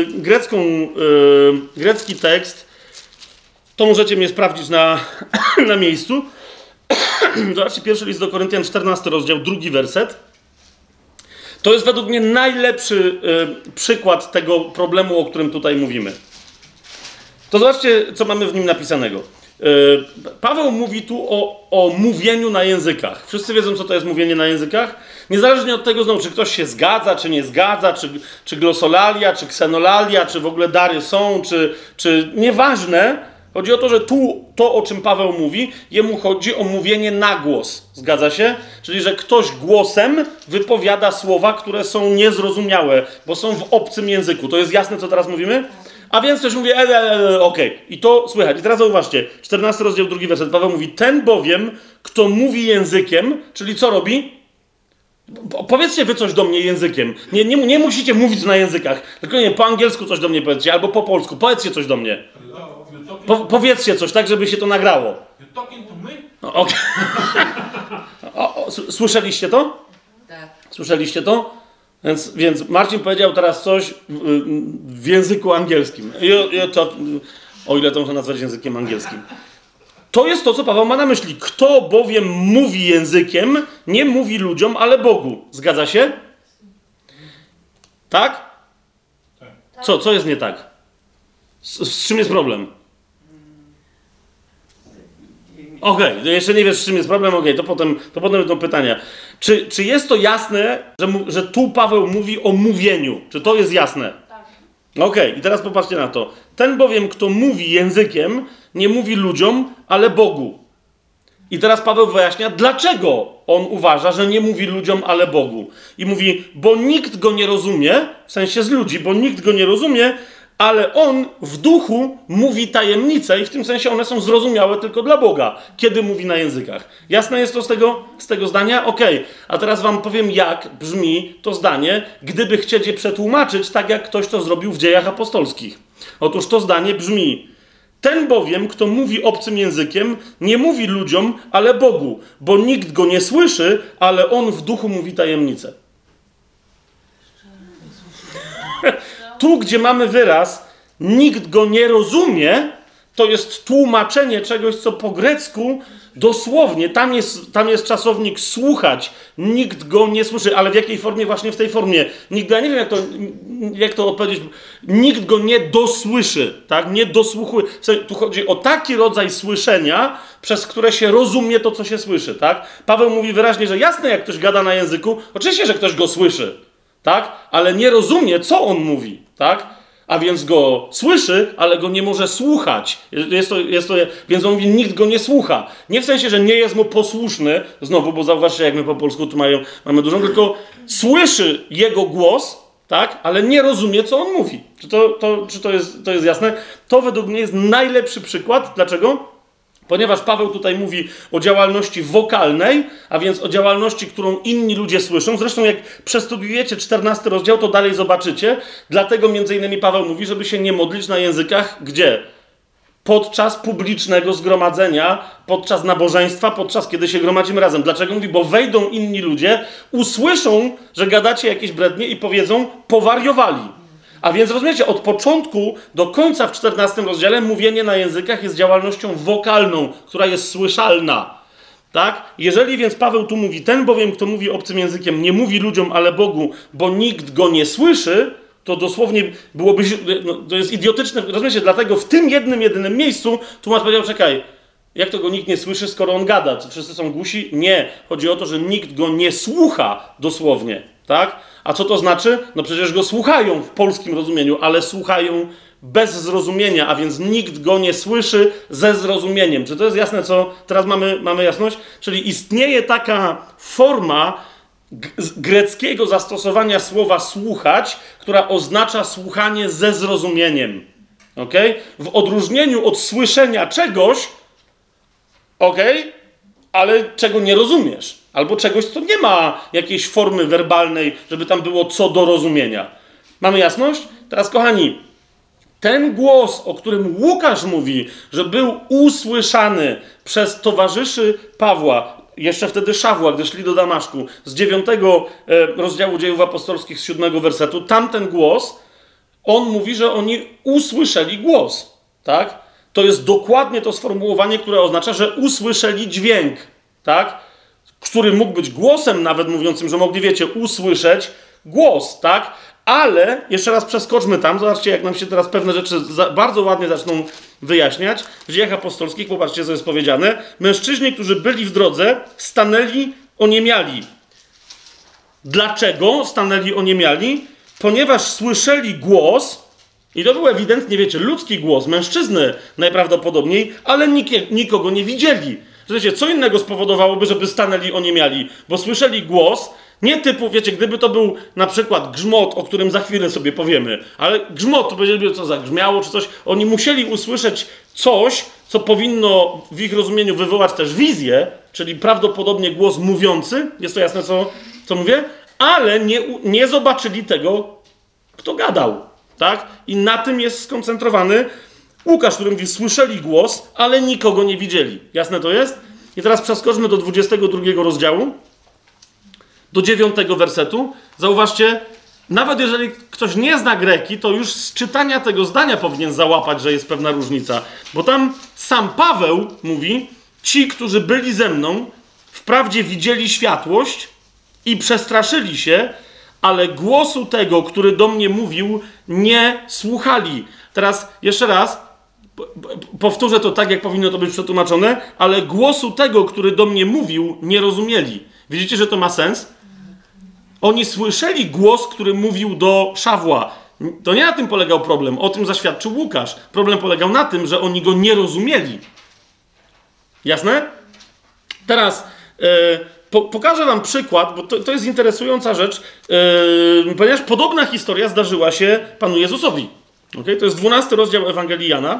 grecki tekst, to możecie mnie sprawdzić na miejscu. Zobaczcie, pierwszy list do Koryntian, 14 rozdział, 2 werset. To jest według mnie najlepszy przykład tego problemu, o którym tutaj mówimy. To zobaczcie, co mamy w nim napisanego. Paweł mówi tu o mówieniu na językach. Wszyscy wiedzą, co to jest mówienie na językach? Niezależnie od tego, znowu, czy ktoś się zgadza, czy nie zgadza, czy glosolalia, czy ksenolalia, czy w ogóle dary są, czy nieważne. Chodzi o to, że tu to, o czym Paweł mówi, jemu chodzi o mówienie na głos. Zgadza się? Czyli, że ktoś głosem wypowiada słowa, które są niezrozumiałe, bo są w obcym języku. To jest jasne, co teraz mówimy? A więc ktoś mówi, okej. I to słychać. I teraz zauważcie, 14 rozdział, 2 werset. Paweł mówi, ten bowiem, kto mówi językiem, czyli co robi? Powiedzcie wy coś do mnie językiem. Nie musicie mówić na językach. Tylko nie, po angielsku coś do mnie powiedzcie, albo po polsku. Powiedzcie coś do mnie. Powiedzcie coś, tak, żeby się to nagrało. Okay. Słyszeliście to? Tak. Słyszeliście to? Więc Marcin powiedział teraz coś w języku angielskim. O ile to można nazwać językiem angielskim. To jest to, co Paweł ma na myśli. Kto bowiem mówi językiem, nie mówi ludziom, ale Bogu. Zgadza się? Tak? Co jest nie tak? Z czym jest problem? Okej, jeszcze nie wiesz, z czym jest problem, to potem będą pytania. Czy jest to jasne, że tu Paweł mówi o mówieniu? Czy to jest jasne? Tak. I teraz popatrzcie na to. Ten bowiem, kto mówi językiem, nie mówi ludziom, ale Bogu. I teraz Paweł wyjaśnia, dlaczego on uważa, że nie mówi ludziom, ale Bogu. I mówi, bo nikt go nie rozumie, w sensie z ludzi, bo nikt go nie rozumie, ale on w duchu mówi tajemnice i w tym sensie one są zrozumiałe tylko dla Boga, kiedy mówi na językach. Jasne jest to z tego zdania? A teraz wam powiem, jak brzmi to zdanie, gdyby chcieć je przetłumaczyć, tak jak ktoś to zrobił w Dziejach Apostolskich. Otóż to zdanie brzmi, ten bowiem, kto mówi obcym językiem, nie mówi ludziom, ale Bogu, bo nikt go nie słyszy, ale on w duchu mówi tajemnice. Tu, gdzie mamy wyraz, nikt go nie rozumie, to jest tłumaczenie czegoś, co po grecku dosłownie, tam jest czasownik słuchać, nikt go nie słyszy, ale w jakiej formie? Właśnie w tej formie. Ja nie wiem, jak to odpowiedzieć, nikt go nie dosłyszy, tak? Nie dosłuchuje. Tu chodzi o taki rodzaj słyszenia, przez które się rozumie to, co się słyszy, tak? Paweł mówi wyraźnie, że jasne, jak ktoś gada na języku, oczywiście, że ktoś go słyszy, tak? Ale nie rozumie, co on mówi, tak? A więc go słyszy, ale go nie może słuchać. Więc on mówi, nikt go nie słucha. Nie w sensie, że nie jest mu posłuszny, znowu, bo zauważcie, jak my po polsku tu mamy dużo, tylko słyszy jego głos, tak? Ale nie rozumie, co on mówi. Czy to jest jasne? To według mnie jest najlepszy przykład. Dlaczego? Ponieważ Paweł tutaj mówi o działalności wokalnej, a więc o działalności, którą inni ludzie słyszą. Zresztą jak przestudiujecie 14 rozdział, to dalej zobaczycie. Dlatego między innymi Paweł mówi, żeby się nie modlić na językach, gdzie? Podczas publicznego zgromadzenia, podczas nabożeństwa, podczas kiedy się gromadzimy razem. Dlaczego mówi? Bo wejdą inni ludzie, usłyszą, że gadacie jakieś brednie i powiedzą, powariowali. A więc rozumiecie, od początku do końca w 14 rozdziale mówienie na językach jest działalnością wokalną, która jest słyszalna. Tak? Jeżeli więc Paweł tu mówi, ten bowiem, kto mówi obcym językiem, nie mówi ludziom, ale Bogu, bo nikt go nie słyszy, to dosłownie byłoby, to jest idiotyczne, rozumiecie, dlatego w tym jedynym miejscu tłumacz powiedział, czekaj, jak to go nikt nie słyszy, skoro on gada? Czy wszyscy są głusi? Nie. Chodzi o to, że nikt go nie słucha dosłownie, tak? A co to znaczy? No przecież go słuchają w polskim rozumieniu, ale słuchają bez zrozumienia, a więc nikt go nie słyszy ze zrozumieniem. Czy to jest jasne, co teraz mamy jasność? Czyli istnieje taka forma z greckiego zastosowania słowa słuchać, która oznacza słuchanie ze zrozumieniem. Okay? W odróżnieniu od słyszenia czegoś, ale czego nie rozumiesz. Albo czegoś, co nie ma jakiejś formy werbalnej, żeby tam było co do rozumienia. Mamy jasność? Teraz, kochani, ten głos, o którym Łukasz mówi, że był usłyszany przez towarzyszy Pawła, jeszcze wtedy Szawła, gdy szli do Damaszku, z 9 rozdziału Dziejów Apostolskich, z 7 wersetu, tamten głos, on mówi, że oni usłyszeli głos. Tak? To jest dokładnie to sformułowanie, które oznacza, że usłyszeli dźwięk. Tak? Który mógł być głosem nawet mówiącym, że mogli, wiecie, usłyszeć głos. Tak? Ale, jeszcze raz przeskoczmy tam, zobaczcie, jak nam się teraz pewne rzeczy bardzo ładnie zaczną wyjaśniać. W Dziejach Apostolskich, popatrzcie, co jest powiedziane. Mężczyźni, którzy byli w drodze, stanęli oniemiali. Dlaczego stanęli oniemiali? Ponieważ słyszeli głos, i to był ewidentnie, wiecie, ludzki głos, mężczyzny najprawdopodobniej, ale nikogo nie widzieli. Wiecie, co innego spowodowałoby, żeby stanęli oniemiali? Bo słyszeli głos, nie typu, wiecie, gdyby to był na przykład grzmot, o którym za chwilę sobie powiemy, ale grzmot, to powiedzieliby, co zagrzmiało czy coś, oni musieli usłyszeć coś, co powinno w ich rozumieniu wywołać też wizję, czyli prawdopodobnie głos mówiący, jest to jasne, co mówię? Ale nie zobaczyli tego, kto gadał, tak? I na tym jest skoncentrowany Łukasz, który mówi, słyszeli głos, ale nikogo nie widzieli. Jasne to jest? I teraz przeskoczmy do 22 rozdziału, do 9 wersetu. Zauważcie, nawet jeżeli ktoś nie zna greki, to już z czytania tego zdania powinien załapać, że jest pewna różnica. Bo tam sam Paweł mówi, ci, którzy byli ze mną, wprawdzie widzieli światłość i przestraszyli się, ale głosu tego, który do mnie mówił, nie słuchali. Teraz jeszcze raz powtórzę to tak, jak powinno to być przetłumaczone, ale głosu tego, który do mnie mówił, nie rozumieli. Widzicie, że to ma sens? Oni słyszeli głos, który mówił do Szawła. To nie na tym polegał problem, o tym zaświadczył Łukasz. Problem polegał na tym, że oni go nie rozumieli. Jasne? Teraz pokażę wam przykład, bo to jest interesująca rzecz, ponieważ podobna historia zdarzyła się Panu Jezusowi. Okay? To jest 12 rozdział Ewangelii Jana.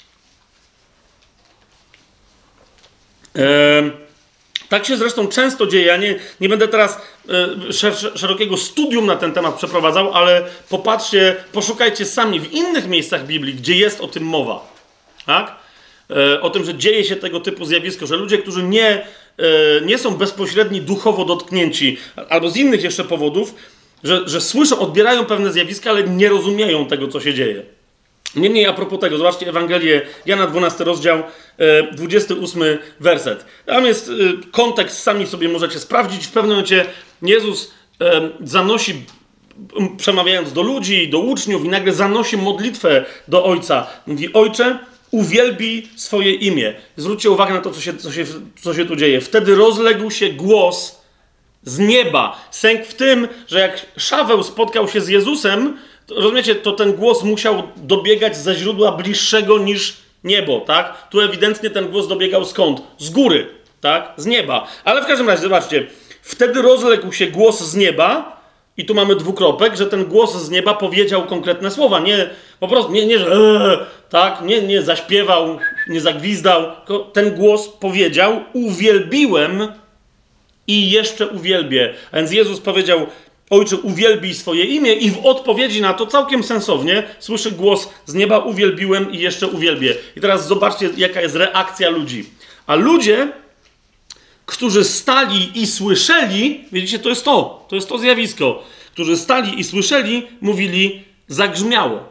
Tak się zresztą często dzieje. Ja nie będę teraz szerokiego studium na ten temat przeprowadzał, ale popatrzcie, poszukajcie sami w innych miejscach Biblii, gdzie jest o tym mowa. Tak? O tym, że dzieje się tego typu zjawisko, że ludzie, którzy nie są bezpośredni duchowo dotknięci, albo z innych jeszcze powodów, że słyszą, odbierają pewne zjawiska, ale nie rozumieją tego, co się dzieje. Niemniej a propos tego, zobaczcie Ewangelię Jana 12 rozdział, 28 werset. Tam jest kontekst, sami sobie możecie sprawdzić. W pewnym momencie Jezus zanosi, przemawiając do ludzi, do uczniów, i nagle zanosi modlitwę do Ojca. Mówi, Ojcze, uwielbij swoje imię. Zwróćcie uwagę na to, co się tu dzieje. Wtedy rozległ się głos z nieba. Sęk w tym, że jak Szaweł spotkał się z Jezusem, rozumiecie, to ten głos musiał dobiegać ze źródła bliższego niż niebo, tak? Tu ewidentnie ten głos dobiegał skąd? Z góry, tak? Z nieba. Ale w każdym razie, zobaczcie, wtedy rozległ się głos z nieba i tu mamy dwukropek, że ten głos z nieba powiedział konkretne słowa. Nie, po prostu, nie że tak? Nie zaśpiewał, nie zagwizdał, tylko ten głos powiedział, uwielbiłem i jeszcze uwielbię. A więc Jezus powiedział, Ojcze, uwielbij swoje imię, i w odpowiedzi na to całkiem sensownie słyszy głos z nieba, uwielbiłem i jeszcze uwielbię. I teraz zobaczcie, jaka jest reakcja ludzi. A ludzie, którzy stali i słyszeli, widzicie, to jest to zjawisko, którzy stali i słyszeli, mówili, zagrzmiało.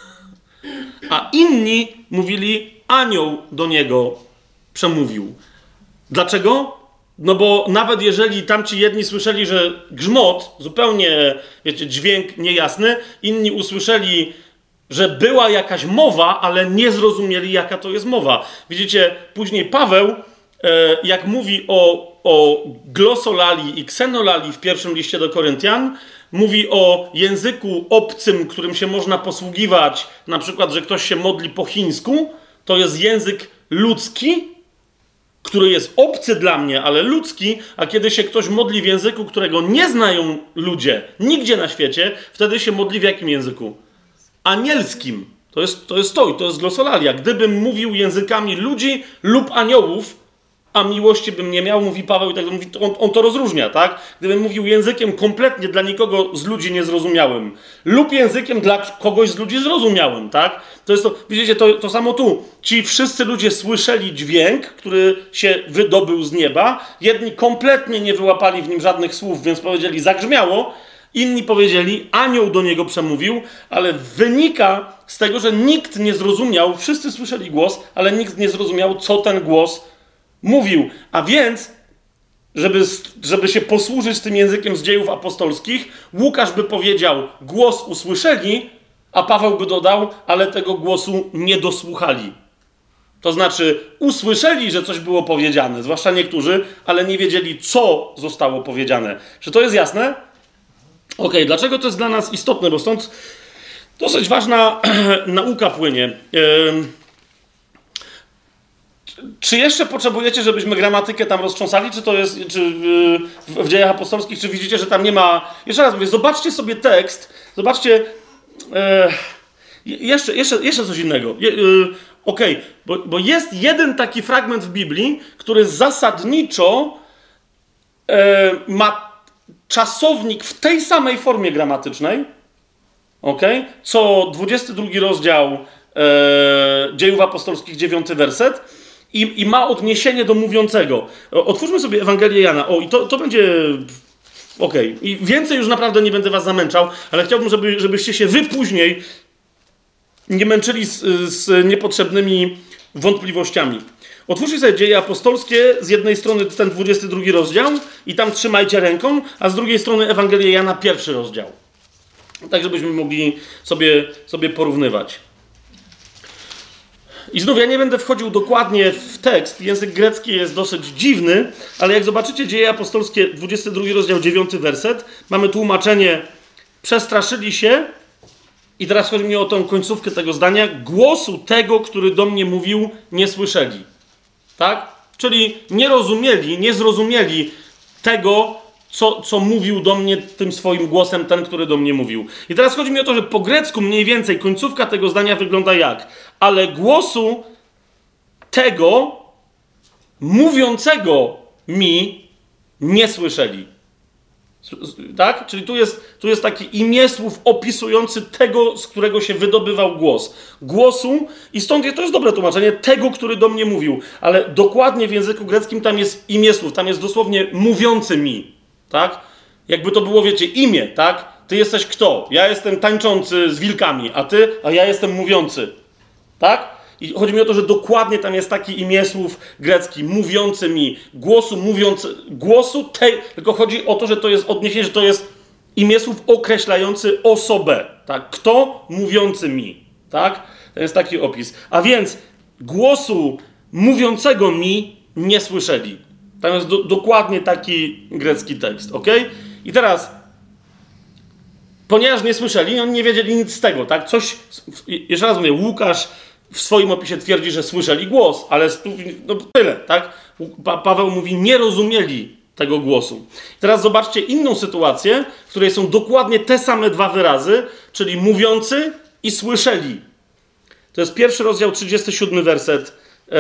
A inni mówili, anioł do niego przemówił. Dlaczego? No bo nawet jeżeli tamci jedni słyszeli, że grzmot, zupełnie, wiecie, dźwięk niejasny, inni usłyszeli, że była jakaś mowa, ale nie zrozumieli, jaka to jest mowa. Widzicie, później Paweł, jak mówi o glosolali i ksenolali w pierwszym liście do Koryntian, mówi o języku obcym, którym się można posługiwać, na przykład, że ktoś się modli po chińsku, to jest język ludzki, który jest obcy dla mnie, ale ludzki, a kiedy się ktoś modli w języku, którego nie znają ludzie nigdzie na świecie, wtedy się modli w jakim języku? Anielskim. To jest glosolalia. Gdybym mówił językami ludzi lub aniołów, a miłości bym nie miał, mówi Paweł i tak mówi, on to rozróżnia, tak? Gdybym mówił językiem kompletnie dla nikogo z ludzi niezrozumiałym lub językiem dla kogoś z ludzi zrozumiałym, tak? Widzicie, to samo tu. Ci wszyscy ludzie słyszeli dźwięk, który się wydobył z nieba. Jedni kompletnie nie wyłapali w nim żadnych słów, więc powiedzieli, zagrzmiało. Inni powiedzieli, anioł do niego przemówił, ale wynika z tego, że nikt nie zrozumiał, wszyscy słyszeli głos, ale nikt nie zrozumiał, co ten głos mówił. A więc, żeby się posłużyć tym językiem z dziejów apostolskich, Łukasz by powiedział, głos usłyszeli, a Paweł by dodał, ale tego głosu nie dosłuchali. To znaczy, usłyszeli, że coś było powiedziane, zwłaszcza niektórzy, ale nie wiedzieli, co zostało powiedziane. Czy to jest jasne? Okej, dlaczego to jest dla nas istotne? Bo stąd dosyć ważna nauka płynie. Czy jeszcze potrzebujecie, żebyśmy gramatykę tam roztrząsali? Czy to jest w dziejach apostolskich? Czy widzicie, że tam nie ma... Jeszcze raz mówię, zobaczcie sobie tekst. Zobaczcie... Jeszcze coś innego. Bo jest jeden taki fragment w Biblii, który zasadniczo ma czasownik w tej samej formie gramatycznej, co 22 rozdział Dziejów Apostolskich, 9 werset i ma odniesienie do mówiącego. Otwórzmy sobie Ewangelię Jana. I to będzie... I więcej już naprawdę nie będę was zamęczał, ale chciałbym, żebyście się wy później nie męczyli z niepotrzebnymi wątpliwościami. Otwórzcie sobie Dzieje Apostolskie, z jednej strony ten 22 rozdział i tam trzymajcie ręką, a z drugiej strony Ewangelię Jana, 1 rozdział. Tak, żebyśmy mogli sobie porównywać. I znów ja nie będę wchodził dokładnie w tekst. Język grecki jest dosyć dziwny, ale jak zobaczycie Dzieje Apostolskie, 22 rozdział, 9 werset, mamy tłumaczenie przestraszyli się i teraz chodzi mi o tą końcówkę tego zdania. Głosu tego, który do mnie mówił, nie słyszeli. Tak? Czyli nie zrozumieli tego, co mówił do mnie tym swoim głosem ten, który do mnie mówił. I teraz chodzi mi o to, że po grecku mniej więcej końcówka tego zdania wygląda jak? Ale głosu tego mówiącego mi nie słyszeli. Tak? Czyli tu jest taki imiesłów opisujący tego, z którego się wydobywał głos. Głosu, i stąd to jest dobre tłumaczenie, tego, który do mnie mówił. Ale dokładnie w języku greckim tam jest imiesłów, tam jest dosłownie mówiący mi. Tak? Jakby to było, wiecie, imię, tak? Ty jesteś kto? Ja jestem tańczący z wilkami, a ja jestem mówiący. Tak? I chodzi mi o to, że dokładnie tam jest taki imiesłów grecki, mówiący mi, tylko chodzi o to, że to jest odniesienie, że to jest imiesłów określający osobę, tak? Kto mówiący mi, tak? To jest taki opis. A więc głosu mówiącego mi nie słyszeli. Tam jest dokładnie taki grecki tekst, ok? I teraz, ponieważ nie słyszeli, oni nie wiedzieli nic z tego, tak? Jeszcze raz mówię, Łukasz w swoim opisie twierdzi, że słyszeli głos, ale tyle, tak? Paweł mówi, nie rozumieli tego głosu. Teraz zobaczcie inną sytuację, w której są dokładnie te same dwa wyrazy, czyli mówiący i słyszeli. To jest 1 rozdział, 37 werset,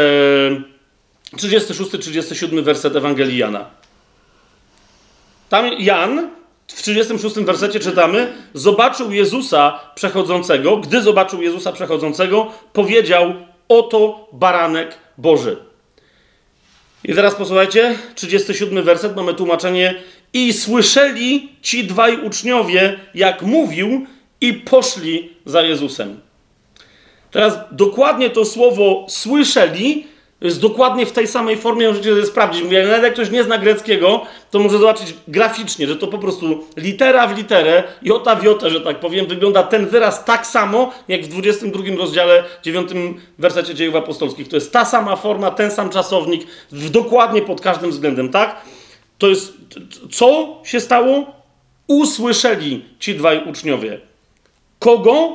36-37 werset Ewangelii Jana. Tam Jan, w 36 wersecie czytamy, zobaczył Jezusa przechodzącego, gdy zobaczył Jezusa przechodzącego, powiedział, oto baranek Boży. I teraz posłuchajcie, 37 werset, mamy tłumaczenie, i słyszeli ci dwaj uczniowie, jak mówił, i poszli za Jezusem. Teraz dokładnie to słowo słyszeli jest dokładnie w tej samej formie, możecie to sprawdzić. Mówię, nawet jak ktoś nie zna greckiego, to może zobaczyć graficznie, że to po prostu litera w literę, jota w jotę, że tak powiem, wygląda ten wyraz tak samo, jak w 22 rozdziale, 9 wersecie Dziejów Apostolskich. To jest ta sama forma, ten sam czasownik, dokładnie pod każdym względem, tak? To jest, co się stało? Usłyszeli ci dwaj uczniowie. Kogo?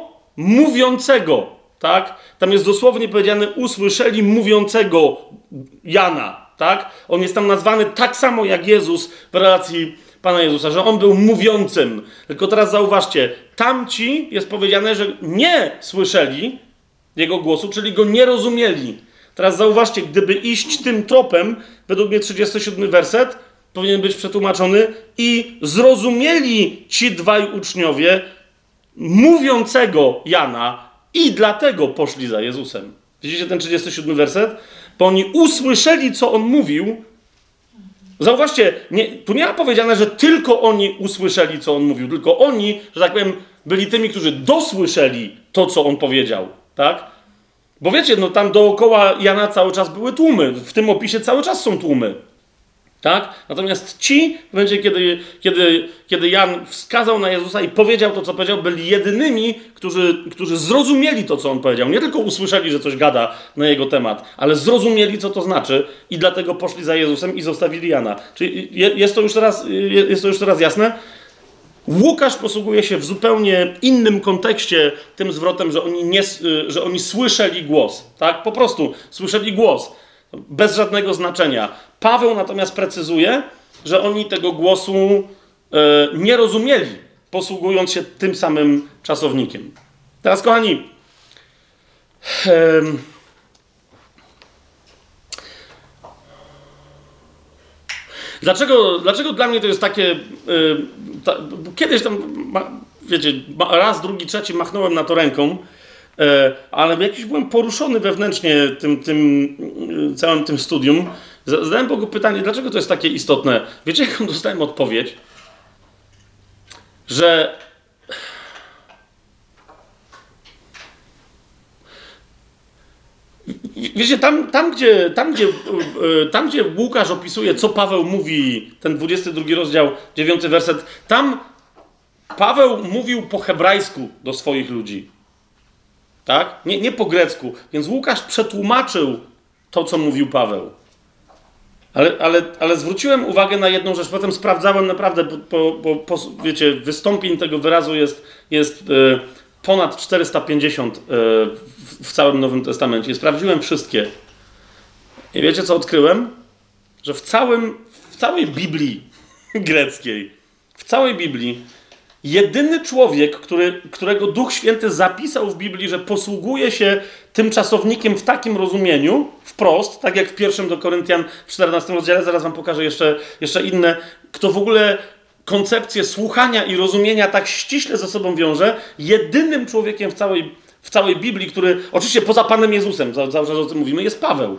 Mówiącego. Tak? Tam jest dosłownie powiedziane, usłyszeli mówiącego Jana. tak? On jest tam nazwany tak samo jak Jezus w relacji Pana Jezusa, że on był mówiącym. Tylko teraz zauważcie, tamci jest powiedziane, że nie słyszeli jego głosu, czyli go nie rozumieli. Teraz zauważcie, gdyby iść tym tropem, według mnie 37 werset powinien być przetłumaczony i zrozumieli ci dwaj uczniowie mówiącego Jana i dlatego poszli za Jezusem. Widzicie ten 37 werset? Bo oni usłyszeli, co on mówił. Zauważcie, tu nie ma powiedziane, że tylko oni usłyszeli, co on mówił, tylko oni, że tak powiem, byli tymi, którzy dosłyszeli to, co on powiedział, tak? Bo wiecie, no tam dookoła Jana cały czas były tłumy, w tym opisie cały czas są tłumy, tak? Natomiast ci, w momencie, kiedy Jan wskazał na Jezusa i powiedział to, co powiedział, byli jedynymi, którzy zrozumieli to, co on powiedział. Nie tylko usłyszeli, że coś gada na jego temat, ale zrozumieli, co to znaczy i dlatego poszli za Jezusem i zostawili Jana. Czyli jest to już teraz jasne? Łukasz posługuje się w zupełnie innym kontekście tym zwrotem, że oni słyszeli głos. Tak? Po prostu słyszeli głos. Bez żadnego znaczenia. Paweł natomiast precyzuje, że oni tego głosu nie rozumieli, posługując się tym samym czasownikiem. Teraz, kochani, dlaczego dla mnie to jest takie... kiedyś tam, wiecie, raz, drugi, trzeci machnąłem na to ręką, ale jakiś byłem poruszony wewnętrznie całym tym studium. Zadałem Bogu pytanie, dlaczego to jest takie istotne. Wiecie, jaką dostałem odpowiedź? Że wiecie, tam, gdzie Łukasz opisuje, co Paweł mówi, ten 22 rozdział, 9 werset, tam Paweł mówił po hebrajsku do swoich ludzi. Tak? Nie po grecku. Więc Łukasz przetłumaczył to, co mówił Paweł. Ale zwróciłem uwagę na jedną rzecz. Potem sprawdzałem naprawdę, wiecie, wystąpień tego wyrazu jest ponad 450 w całym Nowym Testamencie. Sprawdziłem wszystkie. I wiecie, co odkryłem? Że w całej Biblii greckiej, w całej Biblii, jedyny człowiek, którego Duch Święty zapisał w Biblii, że posługuje się tym czasownikiem w takim rozumieniu, wprost, tak jak w 1 do Koryntian w 14 rozdziale, zaraz wam pokażę jeszcze inne, kto w ogóle koncepcję słuchania i rozumienia tak ściśle ze sobą wiąże, jedynym człowiekiem w całej Biblii, który, oczywiście poza Panem Jezusem, cały czas o tym mówimy, jest Paweł.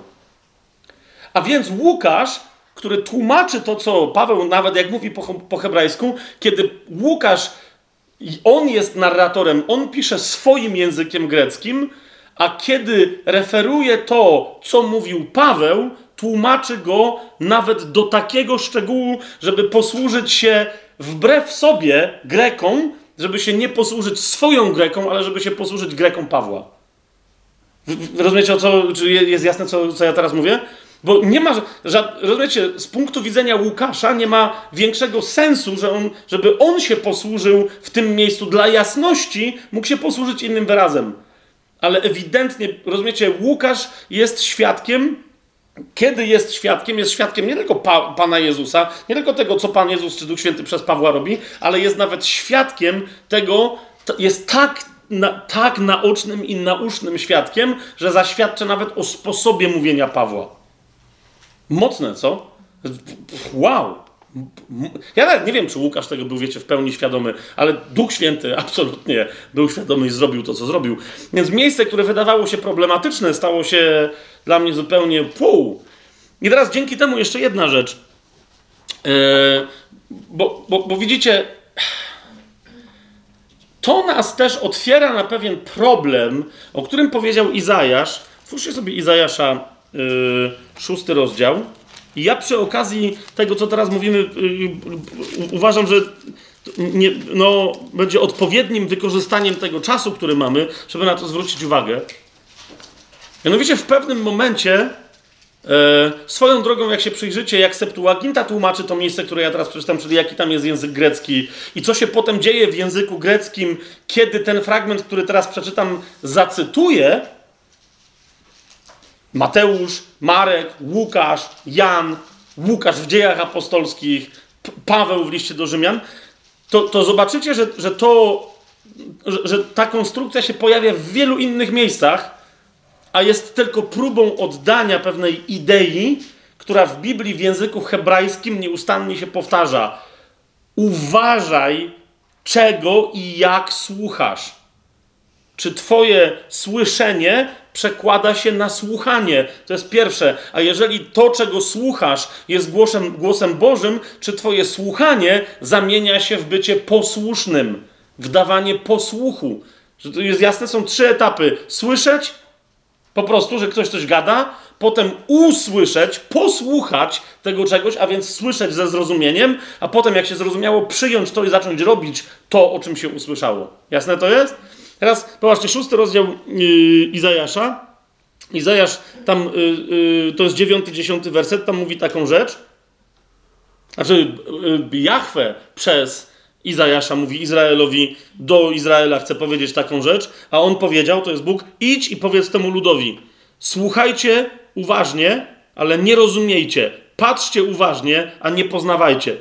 A więc Łukasz, który tłumaczy to, co Paweł, nawet jak mówi po hebrajsku, kiedy Łukasz, on jest narratorem, on pisze swoim językiem greckim, a kiedy referuje to, co mówił Paweł, tłumaczy go nawet do takiego szczegółu, żeby posłużyć się wbrew sobie Grekom, żeby się nie posłużyć swoją Greką, ale żeby się posłużyć Grekom Pawła. Rozumiecie, czy jest jasne, co ja teraz mówię? Bo nie ma, rozumiecie, z punktu widzenia Łukasza nie ma większego sensu, żeby on się posłużył w tym miejscu dla jasności, mógł się posłużyć innym wyrazem. Ale ewidentnie, rozumiecie, Łukasz jest świadkiem, kiedy jest świadkiem nie tylko Pana Jezusa, nie tylko tego, co Pan Jezus czy Duch Święty przez Pawła robi, ale jest nawet świadkiem tego, jest tak naocznym i naucznym świadkiem, że zaświadcza nawet o sposobie mówienia Pawła. Mocne, co? Wow! Ja nawet nie wiem, czy Łukasz tego był, wiecie, w pełni świadomy, ale Duch Święty absolutnie był świadomy i zrobił to, co zrobił. Więc miejsce, które wydawało się problematyczne, stało się dla mnie zupełnie pół. I teraz dzięki temu jeszcze jedna rzecz. Bo widzicie, to nas też otwiera na pewien problem, o którym powiedział Izajasz. Twórzcie sobie Izajasza 6 rozdział. I ja przy okazji tego, co teraz mówimy, uważam, że będzie odpowiednim wykorzystaniem tego czasu, który mamy, żeby na to zwrócić uwagę. Mianowicie w pewnym momencie, swoją drogą, jak się przyjrzycie, jak Septuaginta tłumaczy to miejsce, które ja teraz przeczytam, czyli jaki tam jest język grecki i co się potem dzieje w języku greckim, kiedy ten fragment, który teraz przeczytam, zacytuję, Mateusz, Marek, Łukasz, Jan, Łukasz w Dziejach Apostolskich, Paweł w liście do Rzymian, to zobaczycie, że ta konstrukcja się pojawia w wielu innych miejscach, a jest tylko próbą oddania pewnej idei, która w Biblii w języku hebrajskim nieustannie się powtarza. Uważaj, czego i jak słuchasz. Czy twoje słyszenie przekłada się na słuchanie? To jest pierwsze. A jeżeli to, czego słuchasz, jest głosem Bożym, czy twoje słuchanie zamienia się w bycie posłusznym, w dawanie posłuchu? Że to jest jasne, są 3 etapy. Słyszeć, po prostu, że ktoś coś gada, potem usłyszeć, posłuchać tego czegoś, a więc słyszeć ze zrozumieniem, a potem, jak się zrozumiało, przyjąć to i zacząć robić to, o czym się usłyszało. Jasne to jest? Teraz, popatrzcie, 6 rozdział Izajasza. Izajasz, tam, to jest 9-10 werset, tam mówi taką rzecz. Znaczy, Jahwe przez Izajasza mówi Izraelowi, do Izraela chce powiedzieć taką rzecz, a on powiedział, to jest Bóg, idź i powiedz temu ludowi, słuchajcie uważnie, ale nie rozumiejcie, patrzcie uważnie, a nie poznawajcie.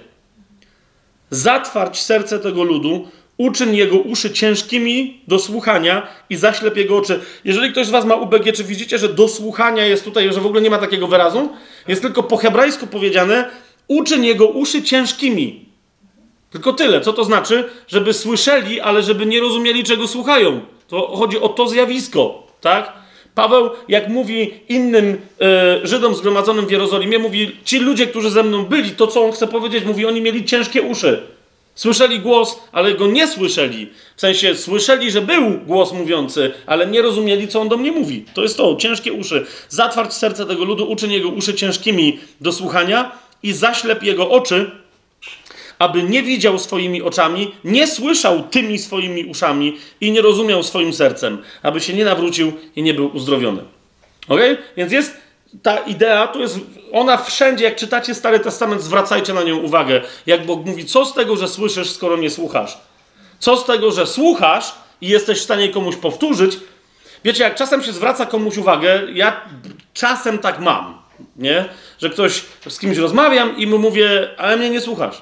Zatwarć serce tego ludu, uczyń jego uszy ciężkimi do słuchania i zaślep jego oczy. Jeżeli ktoś z was ma UBG, czy widzicie, że do słuchania jest tutaj, że w ogóle nie ma takiego wyrazu? Jest tylko po hebrajsku powiedziane, uczyń jego uszy ciężkimi. Tylko tyle. Co to znaczy? Żeby słyszeli, ale żeby nie rozumieli, czego słuchają. To chodzi o to zjawisko, tak? Paweł, jak mówi innym Żydom zgromadzonym w Jerozolimie, mówi, ci ludzie, którzy ze mną byli, to co on chce powiedzieć, mówi, oni mieli ciężkie uszy. Słyszeli głos, ale go nie słyszeli. W sensie słyszeli, że był głos mówiący, ale nie rozumieli, co on do mnie mówi. To jest to, ciężkie uszy. Zatwarć serce tego ludu, uczyń jego uszy ciężkimi do słuchania i zaślep jego oczy, aby nie widział swoimi oczami, nie słyszał tymi swoimi uszami i nie rozumiał swoim sercem, aby się nie nawrócił i nie był uzdrowiony. Okej? Więc jest ta idea, to jest ona wszędzie, jak czytacie Stary Testament, zwracajcie na nią uwagę. Jak Bóg mówi, co z tego, że słyszysz, skoro nie słuchasz? Co z tego, że słuchasz i jesteś w stanie komuś powtórzyć? Wiecie, jak czasem się zwraca komuś uwagę, ja czasem tak mam, nie? Że ktoś z kimś rozmawiam i mu mówię, ale mnie nie słuchasz.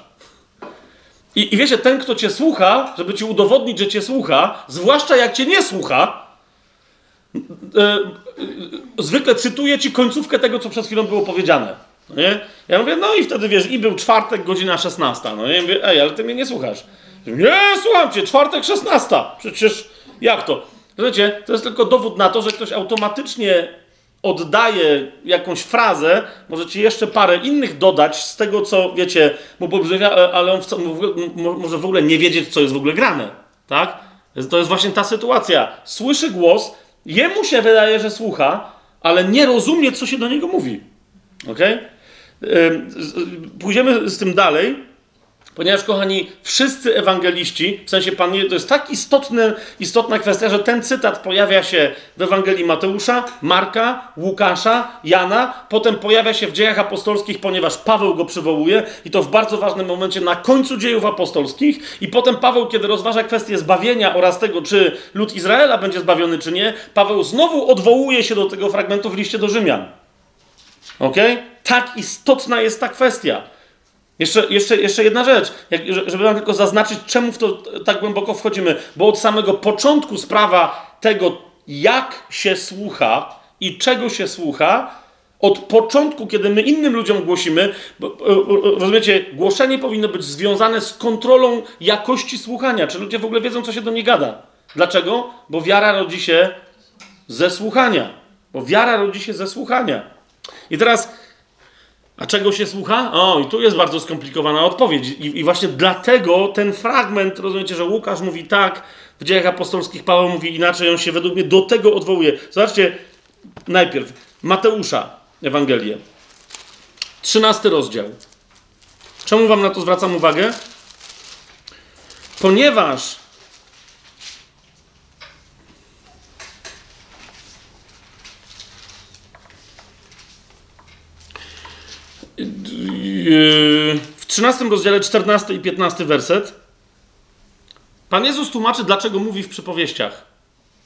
I wiecie, ten, kto cię słucha, żeby ci udowodnić, że cię słucha, zwłaszcza jak cię nie słucha, zwykle cytuję ci końcówkę tego, co przed chwilą było powiedziane. No nie? Ja mówię, no i wtedy wiesz, i był czwartek, godzina 16. No nie? Ja mówię, ej, ale ty mnie nie słuchasz. Nie, słucham cię, czwartek 16. Przecież jak to? Wiecie, to jest tylko dowód na to, że ktoś automatycznie oddaje jakąś frazę, możecie jeszcze parę innych dodać z tego, co wiecie, mu pobrzmia, ale on może w ogóle nie wiedzieć, co jest w ogóle grane. Tak? To jest właśnie ta sytuacja. Słyszy głos, jemu się wydaje, że słucha, ale nie rozumie, co się do niego mówi. Okej? Pójdziemy z tym dalej, ponieważ, kochani, wszyscy ewangeliści, w sensie Pan, to jest tak istotna kwestia, że ten cytat pojawia się w Ewangelii Mateusza, Marka, Łukasza, Jana, potem pojawia się w Dziejach Apostolskich, ponieważ Paweł go przywołuje i to w bardzo ważnym momencie na końcu Dziejów Apostolskich i potem Paweł, kiedy rozważa kwestię zbawienia oraz tego, czy lud Izraela będzie zbawiony, czy nie, Paweł znowu odwołuje się do tego fragmentu w liście do Rzymian. Okej? Tak istotna jest ta kwestia. Jeszcze jedna rzecz, żeby wam tylko zaznaczyć, czemu w to tak głęboko wchodzimy. Bo od samego początku sprawa tego, jak się słucha i czego się słucha, od początku, kiedy my innym ludziom głosimy, rozumiecie, głoszenie powinno być związane z kontrolą jakości słuchania. Czy ludzie w ogóle wiedzą, co się do mnie gada? Dlaczego? Bo wiara rodzi się ze słuchania. I teraz... A czego się słucha? O, i tu jest bardzo skomplikowana odpowiedź. I właśnie dlatego ten fragment, rozumiecie, że Łukasz mówi tak, w Dziejach Apostolskich Paweł mówi inaczej, on się według mnie do tego odwołuje. Zobaczcie, najpierw Mateusza Ewangelię. 13 rozdział. Czemu wam na to zwracam uwagę? Ponieważ w 13 rozdziale 14 i 15 werset Pan Jezus tłumaczy, dlaczego mówi w przypowieściach.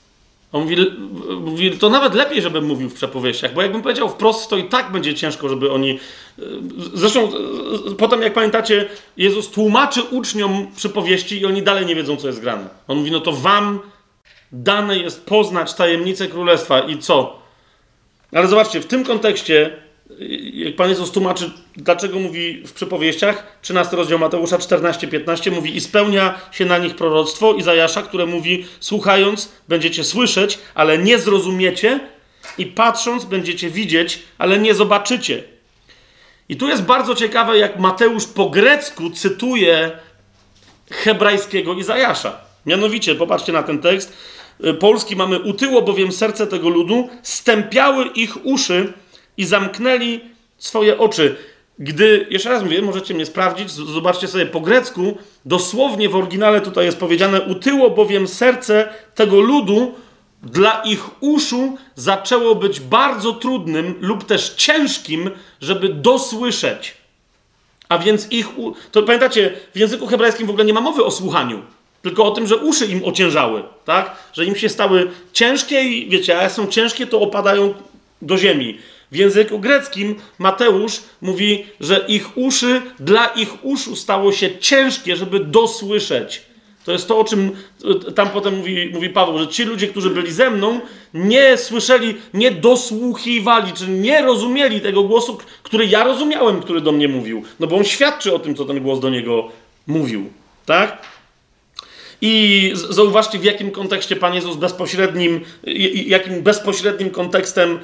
On mówi, to nawet lepiej, żebym mówił w przypowieściach, bo jakbym powiedział wprost, to i tak będzie ciężko, żeby oni... Zresztą potem, jak pamiętacie, Jezus tłumaczy uczniom przypowieści i oni dalej nie wiedzą, co jest grane. On mówi, no to wam dane jest poznać tajemnicę Królestwa i co? Ale zobaczcie, w tym kontekście, jak Pan Jezus tłumaczy, dlaczego mówi w przypowieściach, 13 rozdział Mateusza 14-15 mówi i spełnia się na nich proroctwo Izajasza, które mówi, słuchając będziecie słyszeć, ale nie zrozumiecie i patrząc będziecie widzieć, ale nie zobaczycie. I tu jest bardzo ciekawe, jak Mateusz po grecku cytuje hebrajskiego Izajasza. Mianowicie, popatrzcie na ten tekst, polski mamy, utyło bowiem serce tego ludu, stępiały ich uszy i zamknęli swoje oczy. Gdy, jeszcze raz mówię, możecie mnie sprawdzić, zobaczcie sobie po grecku, dosłownie w oryginale tutaj jest powiedziane, utyło bowiem serce tego ludu, dla ich uszu zaczęło być bardzo trudnym lub też ciężkim, żeby dosłyszeć. A więc to pamiętacie, w języku hebrajskim w ogóle nie ma mowy o słuchaniu, tylko o tym, że uszy im ociężały, tak? Że im się stały ciężkie i wiecie, a jak są ciężkie, to opadają do ziemi. W języku greckim Mateusz mówi, że dla ich uszu stało się ciężkie, żeby dosłyszeć. To jest to, o czym tam potem mówi Paweł, że ci ludzie, którzy byli ze mną, nie słyszeli, nie dosłuchiwali, czyli nie rozumieli tego głosu, który ja rozumiałem, który do mnie mówił. No bo on świadczy o tym, co ten głos do niego mówił. Tak? I zauważcie, w jakim kontekście Pan Jezus jakim bezpośrednim kontekstem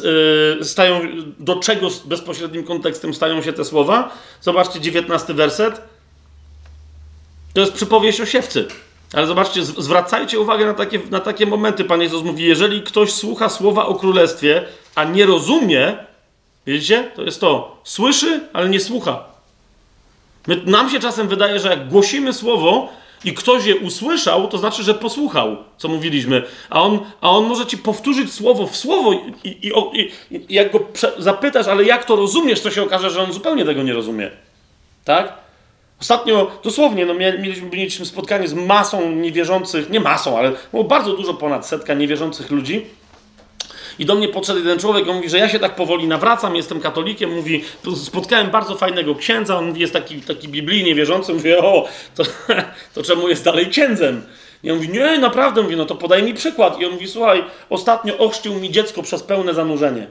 do czego bezpośrednim kontekstem stają się te słowa. Zobaczcie 19 werset. To jest przypowieść o siewcy. Ale zobaczcie, zwracajcie uwagę na takie momenty. Pan Jezus mówi, jeżeli ktoś słucha słowa o królestwie, a nie rozumie, widzicie, to jest to, słyszy, ale nie słucha. Nam się czasem wydaje, że jak głosimy słowo i ktoś je usłyszał, to znaczy, że posłuchał, co mówiliśmy. A on może ci powtórzyć słowo w słowo i jak go zapytasz, ale jak to rozumiesz, to się okaże, że on zupełnie tego nie rozumie. Tak? Ostatnio, dosłownie, mieliśmy spotkanie z masą niewierzących, nie masą, ale było bardzo dużo, ponad 100 niewierzących ludzi. I do mnie podszedł jeden człowiek, on mówi, że ja się tak powoli nawracam, jestem katolikiem, mówi, spotkałem bardzo fajnego księdza, on jest taki biblijnie wierzący, mówi, to czemu jest dalej księdzem? I on mówi, nie, naprawdę, mówi, no to podaj mi przykład. I on mówi, słuchaj, ostatnio ochrzcił mi dziecko przez pełne zanurzenie.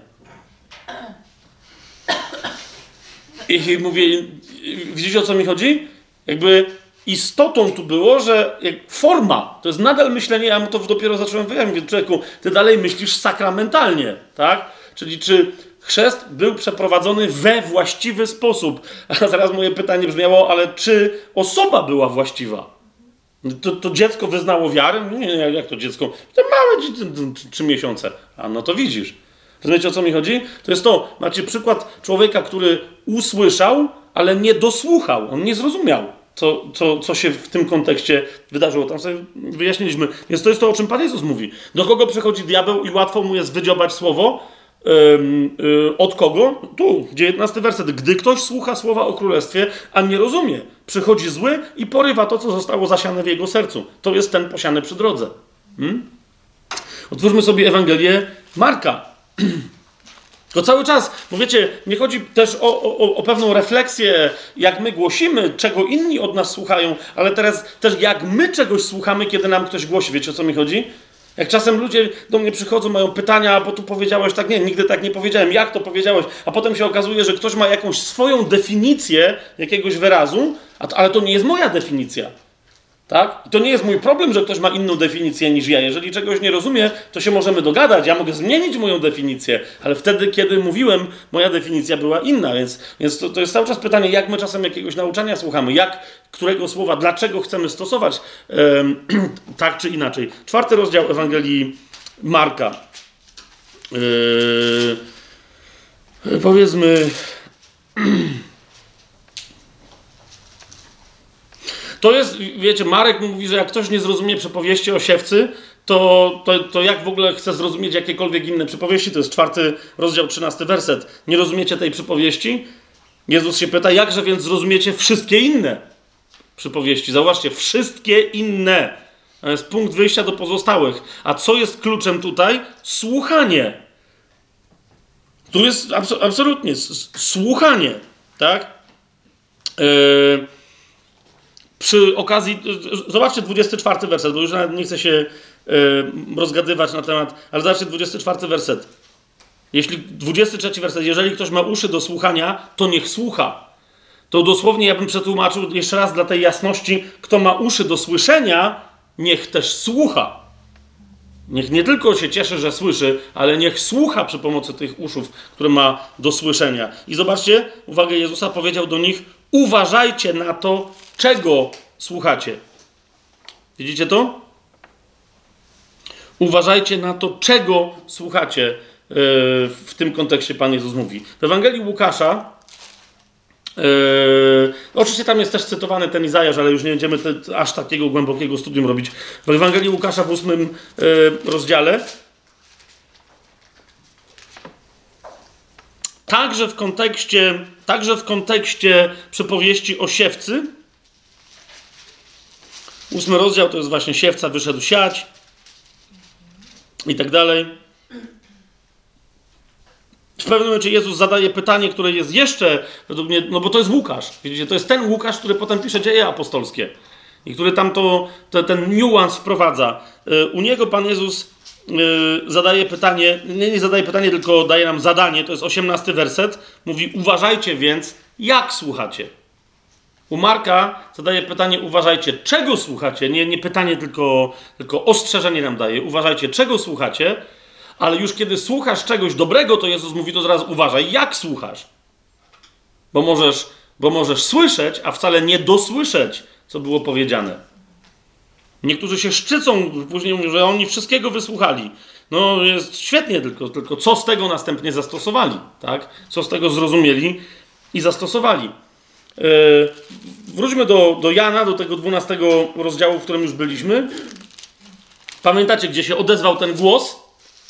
I mówię, widzicie, o co mi chodzi? Jakby istotą tu było, że forma, to jest nadal myślenie, ja mu to dopiero zacząłem wyjaśnić, mówię, człowieku, ty dalej myślisz sakramentalnie, tak? Czyli czy chrzest był przeprowadzony we właściwy sposób? A zaraz moje pytanie brzmiało, ale czy osoba była właściwa? To dziecko wyznało wiarę? Nie, jak to dziecko? To małe, 3 miesiące. A no to widzisz. Rozumiecie, o co mi chodzi? To jest to, macie przykład człowieka, który usłyszał, ale nie dosłuchał. On nie zrozumiał, co się w tym kontekście wydarzyło. Tam sobie wyjaśniliśmy. Więc to jest to, o czym Pan Jezus mówi. Do kogo przychodzi diabeł i łatwo mu jest wydziobać słowo? Od kogo? Tu, 19 werset. Gdy ktoś słucha słowa o królestwie, a nie rozumie, przychodzi zły i porywa to, co zostało zasiane w jego sercu. To jest ten posiany przy drodze. Otwórzmy sobie Ewangelię Marka. To cały czas, bo wiecie, nie chodzi też o pewną refleksję, jak my głosimy, czego inni od nas słuchają, ale teraz też jak my czegoś słuchamy, kiedy nam ktoś głosi. Wiecie, o co mi chodzi? Jak czasem ludzie do mnie przychodzą, mają pytania, bo tu powiedziałeś tak, nie, nigdy tak nie powiedziałem, jak to powiedziałeś, a potem się okazuje, że ktoś ma jakąś swoją definicję jakiegoś wyrazu, ale to nie jest moja definicja. Tak? I to nie jest mój problem, że ktoś ma inną definicję niż ja. Jeżeli czegoś nie rozumie, to się możemy dogadać. Ja mogę zmienić moją definicję, ale wtedy, kiedy mówiłem, moja definicja była inna. Więc to jest cały czas pytanie, jak my czasem jakiegoś nauczania słuchamy, którego słowa, dlaczego chcemy stosować tak czy inaczej. 4 rozdział Ewangelii Marka. Powiedzmy... To jest, wiecie, Marek mówi, że jak ktoś nie zrozumie przypowieści o siewcy, to jak w ogóle chce zrozumieć jakiekolwiek inne przypowieści? To jest 4 rozdział, 13 werset. Nie rozumiecie tej przypowieści? Jezus się pyta, jakże więc zrozumiecie wszystkie inne przypowieści? Zauważcie, wszystkie inne. To jest punkt wyjścia do pozostałych. A co jest kluczem tutaj? Słuchanie. Tu jest absolutnie słuchanie, tak? Przy okazji, zobaczcie 24 werset, bo już nawet nie chcę się rozgadywać na temat, ale zobaczcie 24 werset. 23 werset, jeżeli ktoś ma uszy do słuchania, to niech słucha. To dosłownie ja bym przetłumaczył jeszcze raz dla tej jasności, kto ma uszy do słyszenia, niech też słucha. Niech nie tylko się cieszy, że słyszy, ale niech słucha przy pomocy tych uszów, które ma do słyszenia. I zobaczcie, uwagę Jezusa powiedział do nich, uważajcie na to, czego słuchacie. Widzicie to? Uważajcie na to, czego słuchacie. W tym kontekście Pan Jezus mówi. W Ewangelii Łukasza, oczywiście tam jest też cytowany ten Izajasz, ale już nie będziemy aż takiego głębokiego studium robić. W Ewangelii Łukasza w 8 rozdziale, także w kontekście przypowieści o siewcy, 8 rozdział to jest właśnie siewca wyszedł siać i tak dalej. W pewnym momencie Jezus zadaje pytanie, które jest jeszcze, według mnie, no bo to jest Łukasz. Widzicie, to jest ten Łukasz, który potem pisze Dzieje apostolskie i który tam ten niuans wprowadza. U niego Pan Jezus zadaje pytanie, nie zadaje pytanie, tylko daje nam zadanie, to jest 18 werset. Mówi, uważajcie więc, jak słuchacie. U Marka zadaje pytanie, uważajcie, czego słuchacie. Nie pytanie, tylko ostrzeżenie nam daje. Uważajcie, czego słuchacie. Ale już kiedy słuchasz czegoś dobrego, to Jezus mówi, to zaraz uważaj, jak słuchasz. Bo możesz słyszeć, a wcale nie dosłyszeć, co było powiedziane. Niektórzy się szczycą, później mówią, że oni wszystkiego wysłuchali. No jest świetnie, tylko co z tego następnie zastosowali, tak? Co z tego zrozumieli i zastosowali. Wróćmy do Jana, do tego 12 rozdziału, w którym już byliśmy. Pamiętacie, gdzie się odezwał ten głos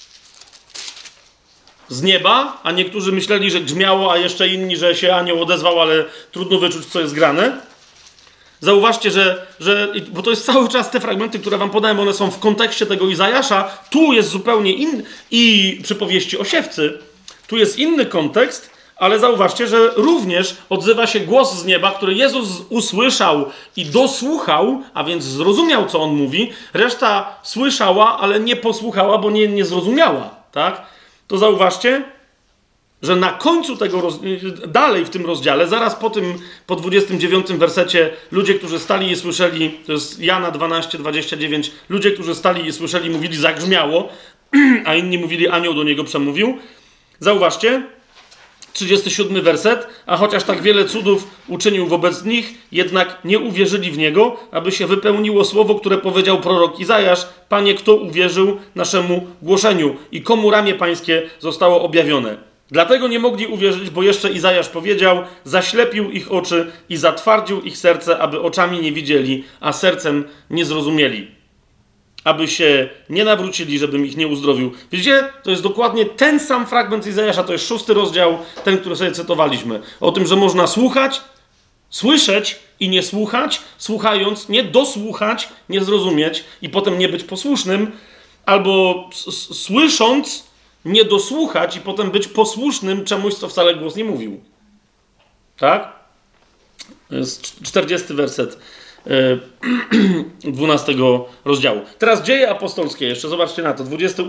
z nieba, a niektórzy myśleli, że grzmiało, a jeszcze inni, że się anioł odezwał, ale trudno wyczuć, co jest grane. Zauważcie, bo to jest cały czas te fragmenty, które wam podałem, one są w kontekście tego Izajasza. Tu jest zupełnie inny i przypowieści o siewcy. Tu jest inny kontekst, ale zauważcie, że również odzywa się głos z nieba, który Jezus usłyszał i dosłuchał, a więc zrozumiał, co on mówi. Reszta słyszała, ale nie posłuchała, bo nie zrozumiała, tak? To zauważcie, że na końcu tego, dalej w tym rozdziale, zaraz po 29 wersecie, ludzie, którzy stali i słyszeli, to jest Jana 12:29, ludzie, którzy stali i słyszeli, mówili, zagrzmiało, a inni mówili, anioł do niego przemówił. Zauważcie, 37 werset, a chociaż tak wiele cudów uczynił wobec nich, jednak nie uwierzyli w niego, aby się wypełniło słowo, które powiedział prorok Izajasz, Panie, kto uwierzył naszemu głoszeniu i komu ramię pańskie zostało objawione. Dlatego nie mogli uwierzyć, bo jeszcze Izajasz powiedział, zaślepił ich oczy i zatwardził ich serce, aby oczami nie widzieli, a sercem nie zrozumieli. Aby się nie nawrócili, żebym ich nie uzdrowił. Widzicie? To jest dokładnie ten sam fragment Izajasza, to jest 6 rozdział, ten, który sobie cytowaliśmy. O tym, że można słuchać, słyszeć i nie słuchać, słuchając, nie dosłuchać, nie zrozumieć i potem nie być posłusznym, albo słysząc, nie dosłuchać i potem być posłusznym czemuś, co wcale głos nie mówił. Tak? To jest 40 werset 12 rozdziału. Teraz Dzieje apostolskie, jeszcze zobaczcie na to,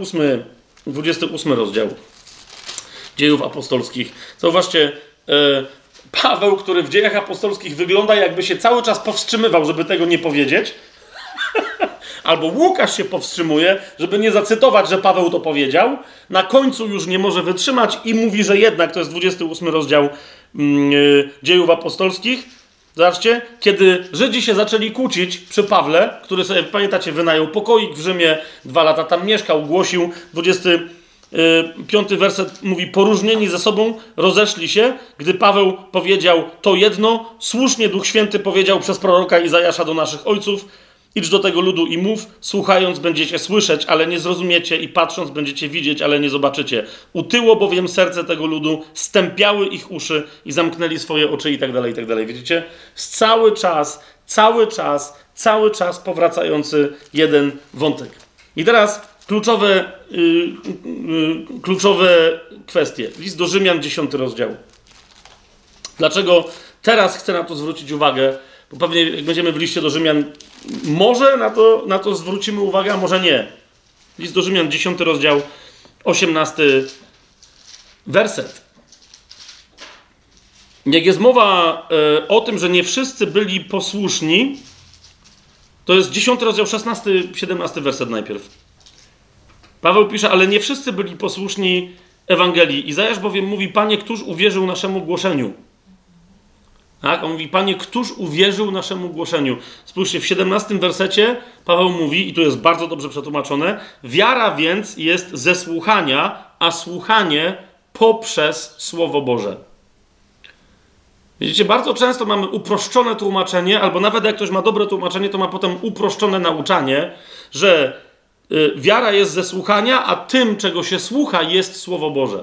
28 rozdział Dziejów apostolskich. Zauważcie, Paweł, który w Dziejach apostolskich wygląda, jakby się cały czas powstrzymywał, żeby tego nie powiedzieć, albo Łukasz się powstrzymuje, żeby nie zacytować, że Paweł to powiedział, na końcu już nie może wytrzymać i mówi, że jednak, to jest 28 rozdział Dziejów apostolskich. Zobaczcie, kiedy Żydzi się zaczęli kłócić przy Pawle, który sobie, pamiętacie, wynajął pokoik w Rzymie, 2 lata tam mieszkał, głosił, 25 werset mówi, poróżnieni ze sobą rozeszli się, gdy Paweł powiedział to jedno, słusznie Duch Święty powiedział przez proroka Izajasza do naszych ojców, idź do tego ludu i mów, słuchając będziecie słyszeć, ale nie zrozumiecie i patrząc będziecie widzieć, ale nie zobaczycie. Utyło bowiem serce tego ludu, stępiały ich uszy i zamknęli swoje oczy i tak dalej, i tak dalej. Widzicie? Cały czas cały czas powracający jeden wątek. I teraz kluczowe kwestie. List do Rzymian, 10 rozdział. Dlaczego teraz chcę na to zwrócić uwagę? Bo pewnie jak będziemy w liście do Rzymian, może na to zwrócimy uwagę, a może nie. List do Rzymian, 10 rozdział, 18 werset. Jak jest mowa o tym, że nie wszyscy byli posłuszni, to jest 10 rozdział, 16-17 werset najpierw. Paweł pisze, ale nie wszyscy byli posłuszni Ewangelii. Izajasz bowiem mówi, Panie, któż uwierzył naszemu głoszeniu? Tak? On mówi, Panie, któż uwierzył naszemu głoszeniu? Spójrzcie, w 17 wersecie Paweł mówi, i tu jest bardzo dobrze przetłumaczone, wiara więc jest ze słuchania, a słuchanie poprzez Słowo Boże. Widzicie, bardzo często mamy uproszczone tłumaczenie, albo nawet jak ktoś ma dobre tłumaczenie, to ma potem uproszczone nauczanie, że wiara jest ze słuchania, a tym, czego się słucha, jest Słowo Boże.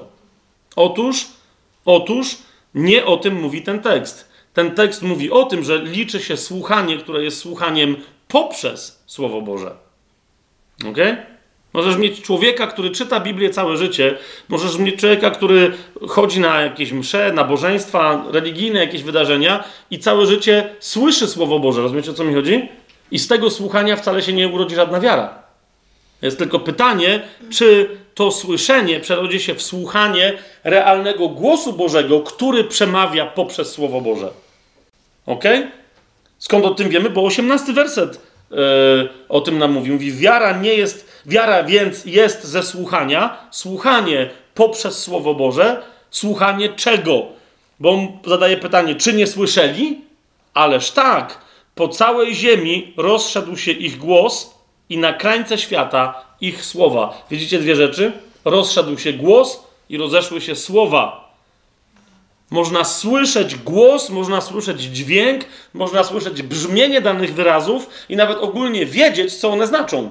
Otóż nie o tym mówi ten tekst. Ten tekst mówi o tym, że liczy się słuchanie, które jest słuchaniem poprzez Słowo Boże. Okej? Możesz mieć człowieka, który czyta Biblię całe życie. Możesz mieć człowieka, który chodzi na jakieś msze, nabożeństwa, religijne jakieś wydarzenia i całe życie słyszy Słowo Boże. Rozumiecie, o co mi chodzi? I z tego słuchania wcale się nie urodzi żadna wiara. Jest tylko pytanie, czy to słyszenie przerodzi się w słuchanie realnego głosu Bożego, który przemawia poprzez Słowo Boże. Okej? Skąd o tym wiemy? Bo 18 werset o tym nam mówi. Mówi, wiara więc jest ze słuchania, słuchanie poprzez Słowo Boże, słuchanie czego? Bo on zadaje pytanie, czy nie słyszeli? Ależ tak, po całej ziemi rozszedł się ich głos i na krańce świata ich słowa. Widzicie dwie rzeczy? Rozszedł się głos i rozeszły się słowa. Można słyszeć głos, można słyszeć dźwięk, można słyszeć brzmienie danych wyrazów i nawet ogólnie wiedzieć, co one znaczą.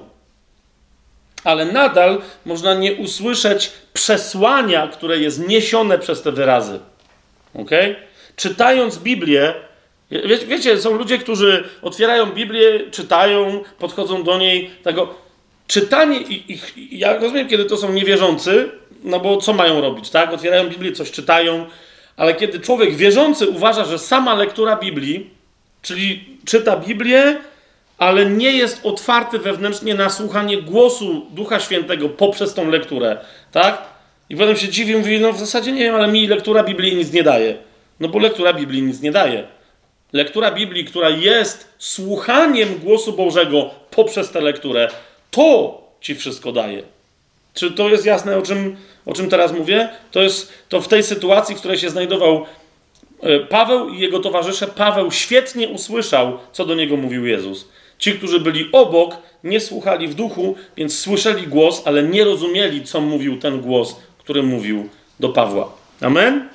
Ale nadal można nie usłyszeć przesłania, które jest niesione przez te wyrazy. Okay? Czytając Biblię, wiecie, są ludzie, którzy otwierają Biblię, czytają, podchodzą do niej, tego czytanie ja rozumiem, kiedy to są niewierzący, no bo co mają robić, tak? Otwierają Biblię, coś czytają, ale kiedy człowiek wierzący uważa, że sama lektura Biblii, czyli czyta Biblię, ale nie jest otwarty wewnętrznie na słuchanie głosu Ducha Świętego poprzez tą lekturę, tak? I potem się dziwi, mówi, no w zasadzie nie wiem, ale mi lektura Biblii nic nie daje. No bo lektura Biblii nic nie daje. Lektura Biblii, która jest słuchaniem głosu Bożego poprzez tę lekturę, to ci wszystko daje. Czy to jest jasne, o czym teraz mówię? To w tej sytuacji, w której się znajdował Paweł i jego towarzysze, Paweł świetnie usłyszał, co do niego mówił Jezus. Ci, którzy byli obok, nie słuchali w duchu, więc słyszeli głos, ale nie rozumieli, co mówił ten głos, który mówił do Pawła. Amen?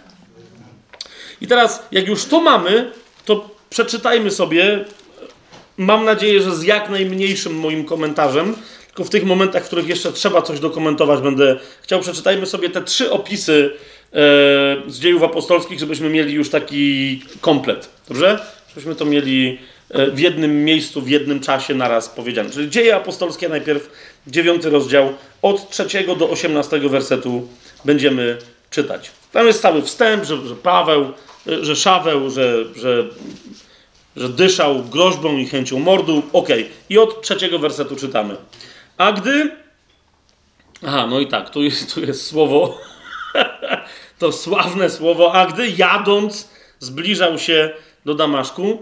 I teraz, jak już to mamy, to przeczytajmy sobie, mam nadzieję, że z jak najmniejszym moim komentarzem, tylko w tych momentach, w których jeszcze trzeba coś dokumentować, będę chciał, przeczytajmy sobie te 3 opisy z dziejów apostolskich, żebyśmy mieli już taki komplet. Dobrze? Żebyśmy to mieli w jednym miejscu, w jednym czasie naraz powiedziane. Czyli Dzieje apostolskie najpierw, 9 rozdział, od 3 do 18 wersetu będziemy czytać. Tam jest cały wstęp, że Paweł, że Szaweł, że dyszał groźbą i chęcią mordu. Okej. I od 3 wersetu czytamy. A gdy... Aha, no i tak, tu jest słowo, to sławne słowo, a gdy jadąc zbliżał się do Damaszku,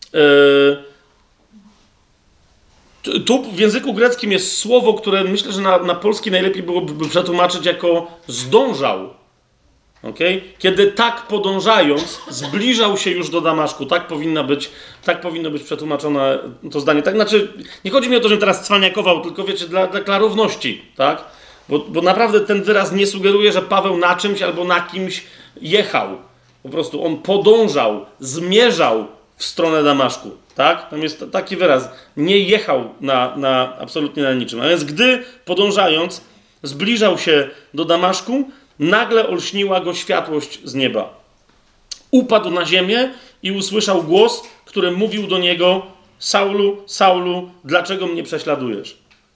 tu w języku greckim jest słowo, które myślę, że na polski najlepiej byłoby przetłumaczyć jako zdążał. Okay? Kiedy tak podążając, zbliżał się już do Damaszku. Tak powinno być przetłumaczone to zdanie. Tak, znaczy, nie chodzi mi o to, że teraz cwaniakował, tylko wiecie, dla klarowności, tak? Bo naprawdę ten wyraz nie sugeruje, że Paweł na czymś albo na kimś jechał. Po prostu on podążał, zmierzał w stronę Damaszku, tak? Tam jest taki wyraz. Nie jechał absolutnie na niczym. A więc gdy podążając, zbliżał się do Damaszku, nagle olśniła go światłość z nieba. Upadł na ziemię i usłyszał głos, który mówił do niego: Saulu, Saulu, dlaczego mnie prześladujesz?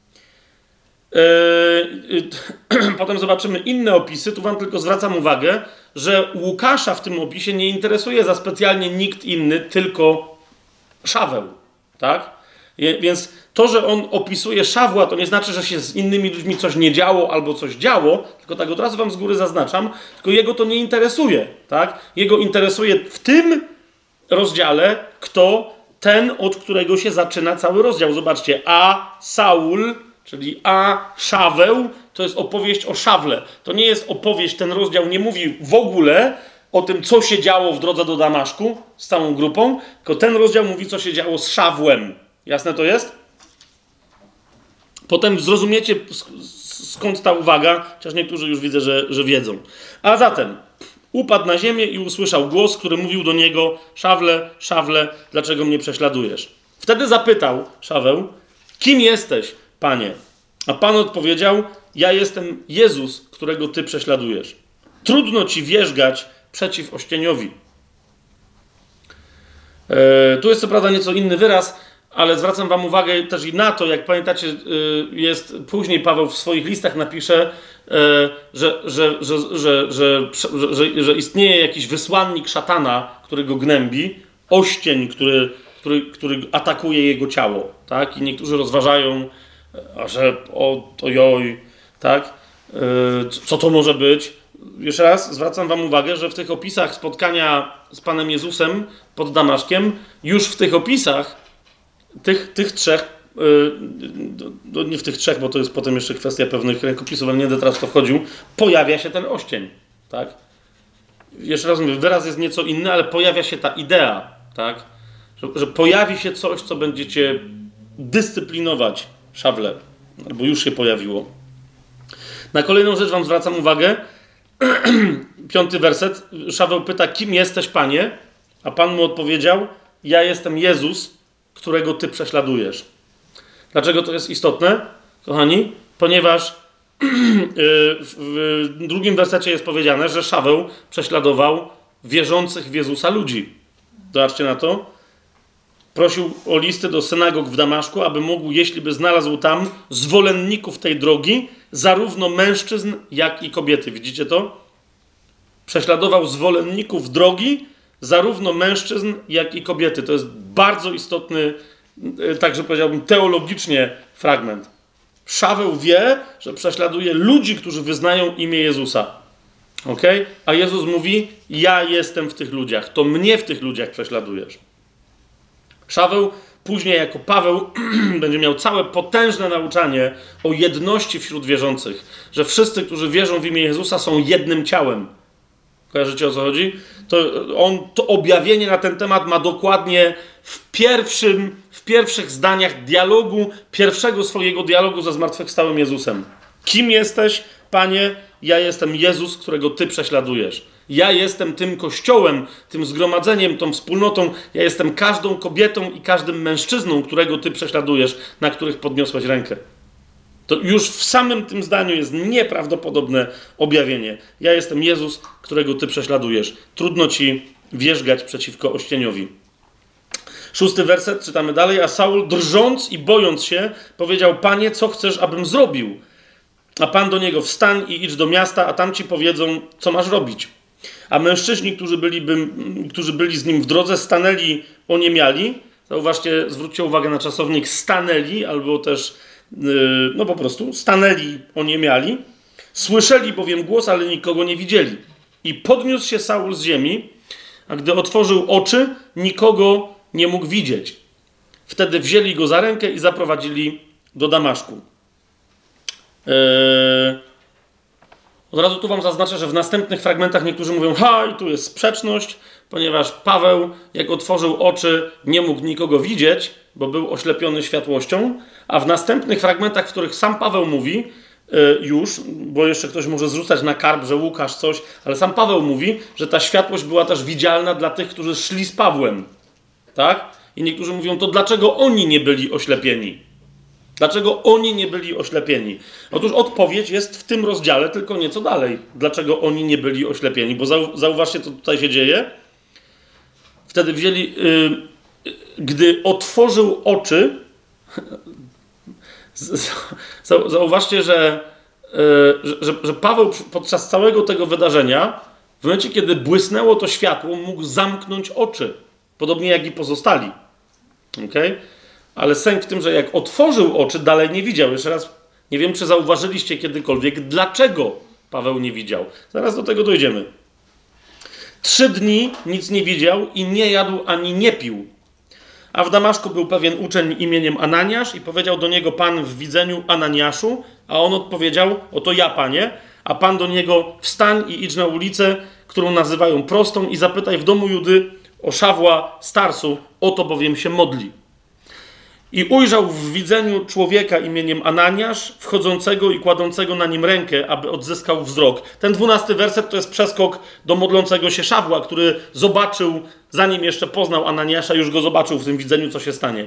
Potem zobaczymy inne opisy. Tu wam tylko zwracam uwagę, że Łukasza w tym opisie nie interesuje za specjalnie nikt inny, tylko Szaweł. Tak? Więc to, że on opisuje Szawła, to nie znaczy, że się z innymi ludźmi coś nie działo albo coś działo, tylko tak od razu wam z góry zaznaczam, tylko jego to nie interesuje. Tak? Jego interesuje w tym rozdziale kto? Ten, od którego się zaczyna cały rozdział. Zobaczcie, a Saul, czyli a Szaweł, to jest opowieść o Szawle. To nie jest opowieść, ten rozdział nie mówi w ogóle o tym, co się działo w drodze do Damaszku z całą grupą, tylko ten rozdział mówi, co się działo z Szawłem. Jasne to jest? Potem zrozumiecie, skąd ta uwaga, chociaż niektórzy już widzę, że wiedzą. A zatem upadł na ziemię i usłyszał głos, który mówił do niego: Szawle, Szawle, dlaczego mnie prześladujesz? Wtedy zapytał Szaweł: kim jesteś, Panie? A Pan odpowiedział: ja jestem Jezus, którego ty prześladujesz. Trudno ci wierzgać przeciw ościeniowi. Tu jest co prawda nieco inny wyraz, ale zwracam wam uwagę też i na to, jak pamiętacie, jest później Paweł w swoich listach napisze, że istnieje jakiś wysłannik szatana, który go gnębi, oścień, który atakuje jego ciało. Tak? I niektórzy rozważają, że ojoj, tak? Co to może być? Jeszcze raz zwracam wam uwagę, że w tych opisach spotkania z Panem Jezusem pod Damaszkiem, już w tych opisach tych trzech, nie w tych trzech, bo to jest potem jeszcze kwestia pewnych rękopisów, ale nie będę teraz w to wchodził, pojawia się ten oścień. Tak? Jeszcze raz mówię, wyraz jest nieco inny, ale pojawia się ta idea, tak? Że pojawi się coś, co będziecie dyscyplinować Szawle, albo już się pojawiło. Na kolejną rzecz wam zwracam uwagę. 5 werset. Szaweł pyta: kim jesteś, Panie? A Pan mu odpowiedział: ja jestem Jezus, którego ty prześladujesz. Dlaczego to jest istotne, kochani? Ponieważ w 2 wersecie jest powiedziane, że Szaweł prześladował wierzących w Jezusa ludzi. Zobaczcie na to. Prosił o listy do synagog w Damaszku, aby mógł, jeśli by znalazł tam zwolenników tej drogi, zarówno mężczyzn, jak i kobiety. Widzicie to? Prześladował zwolenników drogi, zarówno mężczyzn, jak i kobiety. To jest bardzo istotny, także powiedziałbym teologicznie, fragment. Szaweł wie, że prześladuje ludzi, którzy wyznają imię Jezusa. Okay? A Jezus mówi: ja jestem w tych ludziach, to mnie w tych ludziach prześladujesz. Szaweł później jako Paweł będzie miał całe potężne nauczanie o jedności wśród wierzących. Że wszyscy, którzy wierzą w imię Jezusa, są jednym ciałem. Kojarzycie, o co chodzi? To objawienie na ten temat ma dokładnie w pierwszych zdaniach dialogu, pierwszego swojego dialogu ze zmartwychwstałym Jezusem. Kim jesteś, Panie? Ja jestem Jezus, którego ty prześladujesz. Ja jestem tym kościołem, tym zgromadzeniem, tą wspólnotą. Ja jestem każdą kobietą i każdym mężczyzną, którego ty prześladujesz, na których podniosłeś rękę. To już w samym tym zdaniu jest nieprawdopodobne objawienie. Ja jestem Jezus, którego ty prześladujesz. Trudno ci wierzgać przeciwko ościeniowi. 6 werset, czytamy dalej. A Saul, drżąc i bojąc się, powiedział: Panie, co chcesz, abym zrobił? A Pan do niego: wstań i idź do miasta, a tam ci powiedzą, co masz robić. A mężczyźni, którzy byli z nim w drodze, stanęli oniemiali. Zauważcie, zwróćcie uwagę na czasownik stanęli, albo też po prostu stanęli oniemiali. Słyszeli bowiem głos, ale nikogo nie widzieli. I podniósł się Saul z ziemi, a gdy otworzył oczy, nikogo nie mógł widzieć. Wtedy wzięli go za rękę i zaprowadzili do Damaszku. Od razu tu wam zaznaczę, że w następnych fragmentach niektórzy mówią: i tu jest sprzeczność, ponieważ Paweł, jak otworzył oczy, nie mógł nikogo widzieć, bo był oślepiony światłością, a w następnych fragmentach, w których sam Paweł mówi już, bo jeszcze ktoś może zrzucać na karb, że Łukasz coś, ale sam Paweł mówi, że ta światłość była też widzialna dla tych, którzy szli z Pawłem. Tak? I niektórzy mówią: to dlaczego oni nie byli oślepieni? Dlaczego oni nie byli oślepieni? Otóż odpowiedź jest w tym rozdziale, tylko nieco dalej. Dlaczego oni nie byli oślepieni? Bo zauważcie, co tutaj się dzieje. Wtedy wzięli... gdy otworzył oczy, zauważcie, że Paweł podczas całego tego wydarzenia, w momencie, kiedy błysnęło to światło, mógł zamknąć oczy. Podobnie jak i pozostali. Okay? Ale sęk w tym, że jak otworzył oczy, dalej nie widział. Jeszcze raz, nie wiem, czy zauważyliście kiedykolwiek, dlaczego Paweł nie widział. Zaraz do tego dojdziemy. 3 dni nic nie widział i nie jadł ani nie pił. A w Damaszku był pewien uczeń imieniem Ananiasz i powiedział do niego Pan w widzeniu: Ananiaszu, a on odpowiedział: oto ja, Panie. A Pan do niego: wstań i idź na ulicę, którą nazywają Prostą, i zapytaj w domu Judy o Szawła z Tarsu, oto bowiem się modli. I ujrzał w widzeniu człowieka imieniem Ananiasz, wchodzącego i kładącego na nim rękę, aby odzyskał wzrok. Ten 12 werset to jest przeskok do modlącego się Szawła, który zobaczył, zanim jeszcze poznał Ananiasza, już go zobaczył w tym widzeniu, co się stanie.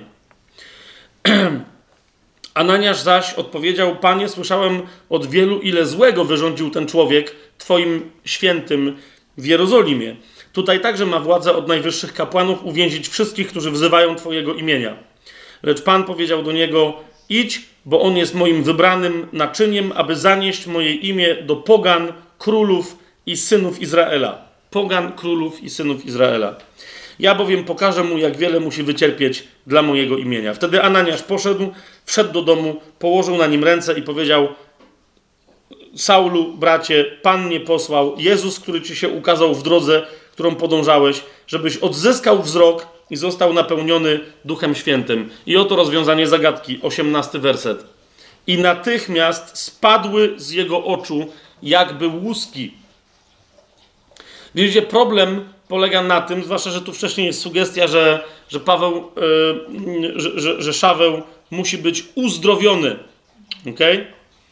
Ananiasz zaś odpowiedział: Panie, słyszałem od wielu, ile złego wyrządził ten człowiek Twoim świętym w Jerozolimie. Tutaj także ma władzę od najwyższych kapłanów uwięzić wszystkich, którzy wzywają Twojego imienia. Lecz Pan powiedział do niego: idź, bo on jest moim wybranym naczyniem, aby zanieść moje imię do pogan, królów i synów Izraela. Pogan, królów i synów Izraela. Ja bowiem pokażę mu, jak wiele musi wycierpieć dla mojego imienia. Wtedy Ananiasz poszedł, wszedł do domu, położył na nim ręce i powiedział: Saulu, bracie, Pan mnie posłał, Jezus, który ci się ukazał w drodze, którą podążałeś, żebyś odzyskał wzrok i został napełniony Duchem Świętym. I oto rozwiązanie zagadki, 18 werset. I natychmiast spadły z jego oczu jakby łuski. Widzicie, problem polega na tym, zwłaszcza, że tu wcześniej jest sugestia, że Paweł, że Szaweł musi być uzdrowiony. Okay?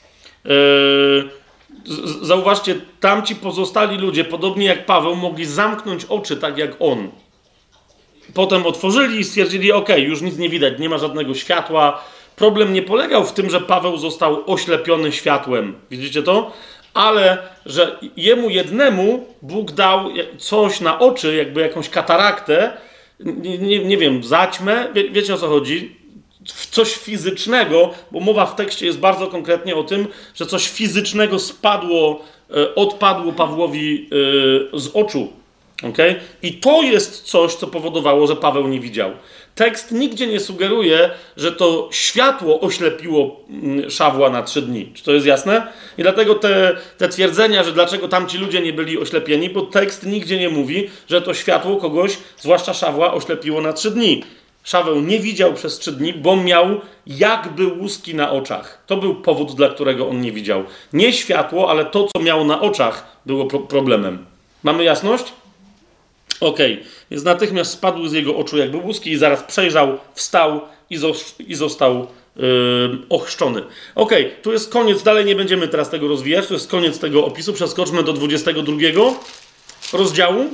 Zauważcie, tamci pozostali ludzie, podobnie jak Paweł, mogli zamknąć oczy tak jak on. Potem otworzyli i stwierdzili: już nic nie widać, nie ma żadnego światła. Problem nie polegał w tym, że Paweł został oślepiony światłem. Widzicie to? Ale że jemu jednemu Bóg dał coś na oczy, jakby jakąś kataraktę, nie wiem, zaćmę, wiecie o co chodzi? Coś fizycznego, bo mowa w tekście jest bardzo konkretnie o tym, że coś fizycznego odpadło Pawłowi z oczu. Okay? I to jest coś, co powodowało, że Paweł nie widział. Tekst nigdzie nie sugeruje, że to światło oślepiło Szawła na 3 dni. Czy to jest jasne? I dlatego te twierdzenia, że dlaczego tamci ludzie nie byli oślepieni, bo tekst nigdzie nie mówi, że to światło kogoś, zwłaszcza Szawła, oślepiło na 3 dni. Szaweł nie widział przez 3 dni, bo miał jakby łuski na oczach. To był powód, dla którego on nie widział. Nie światło, ale to, co miał na oczach, było problemem. Mamy jasność? Więc natychmiast spadły z jego oczu jakby łuski i zaraz przejrzał, wstał i został ochrzczony. Tu jest koniec, dalej nie będziemy teraz tego rozwijać, to jest koniec tego opisu. Przeskoczmy do 22 rozdziału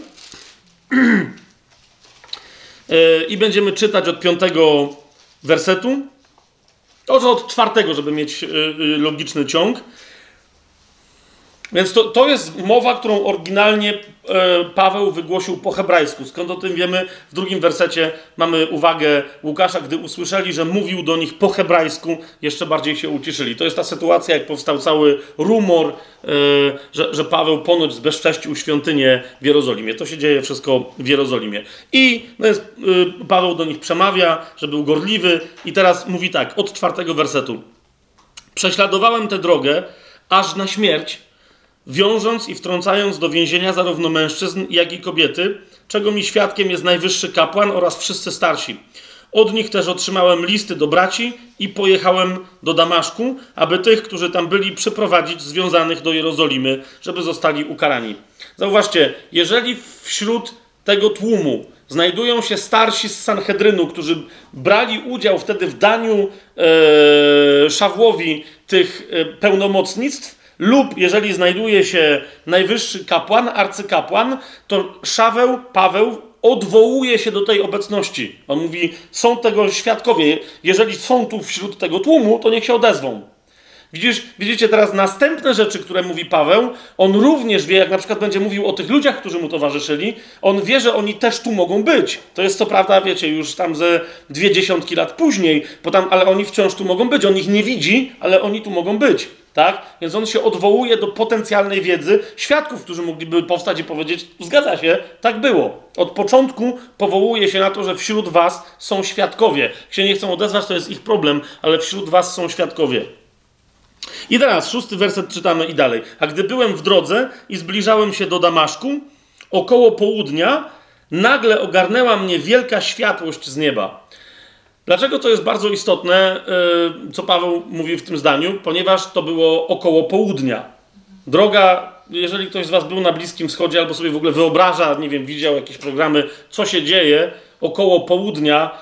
i będziemy czytać od 5 wersetu, od 4, żeby mieć logiczny ciąg. Więc to jest mowa, którą oryginalnie Paweł wygłosił po hebrajsku. Skąd o tym wiemy? W 2 wersecie mamy uwagę Łukasza: gdy usłyszeli, że mówił do nich po hebrajsku, jeszcze bardziej się ucieszyli. To jest ta sytuacja, jak powstał cały rumor, że Paweł ponoć zbezcześcił świątynię w Jerozolimie. To się dzieje wszystko w Jerozolimie. I Paweł do nich przemawia, że był gorliwy i teraz mówi tak, od 4 wersetu. Prześladowałem tę drogę aż na śmierć, wiążąc i wtrącając do więzienia zarówno mężczyzn, jak i kobiety, czego mi świadkiem jest najwyższy kapłan oraz wszyscy starsi. Od nich też otrzymałem listy do braci i pojechałem do Damaszku, aby tych, którzy tam byli, przyprowadzić związanych do Jerozolimy, żeby zostali ukarani. Zauważcie, jeżeli wśród tego tłumu znajdują się starsi z Sanhedrynu, którzy brali udział wtedy w daniu Szawłowi tych pełnomocnictw, lub jeżeli znajduje się najwyższy kapłan, arcykapłan, to Paweł odwołuje się do tej obecności. On mówi: są tego świadkowie, jeżeli są tu wśród tego tłumu, to niech się odezwą. Widzicie teraz następne rzeczy, które mówi Paweł. On również wie, jak na przykład będzie mówił o tych ludziach, którzy mu towarzyszyli, on wie, że oni też tu mogą być. To jest co prawda, wiecie, już tam ze 20 lat później, ale oni wciąż tu mogą być. On ich nie widzi, ale oni tu mogą być. Tak? Więc on się odwołuje do potencjalnej wiedzy świadków, którzy mogliby powstać i powiedzieć, zgadza się, tak było. Od początku powołuje się na to, że wśród was są świadkowie. Jak się nie chcą odezwać, to jest ich problem, ale wśród was są świadkowie. I teraz 6 werset czytamy i dalej. A gdy byłem w drodze i zbliżałem się do Damaszku, około południa, nagle ogarnęła mnie wielka światłość z nieba. Dlaczego to jest bardzo istotne, co Paweł mówi w tym zdaniu? Ponieważ to było około południa. Droga, jeżeli ktoś z was był na Bliskim Wschodzie albo sobie w ogóle wyobraża, nie wiem, widział jakieś programy, co się dzieje około południa,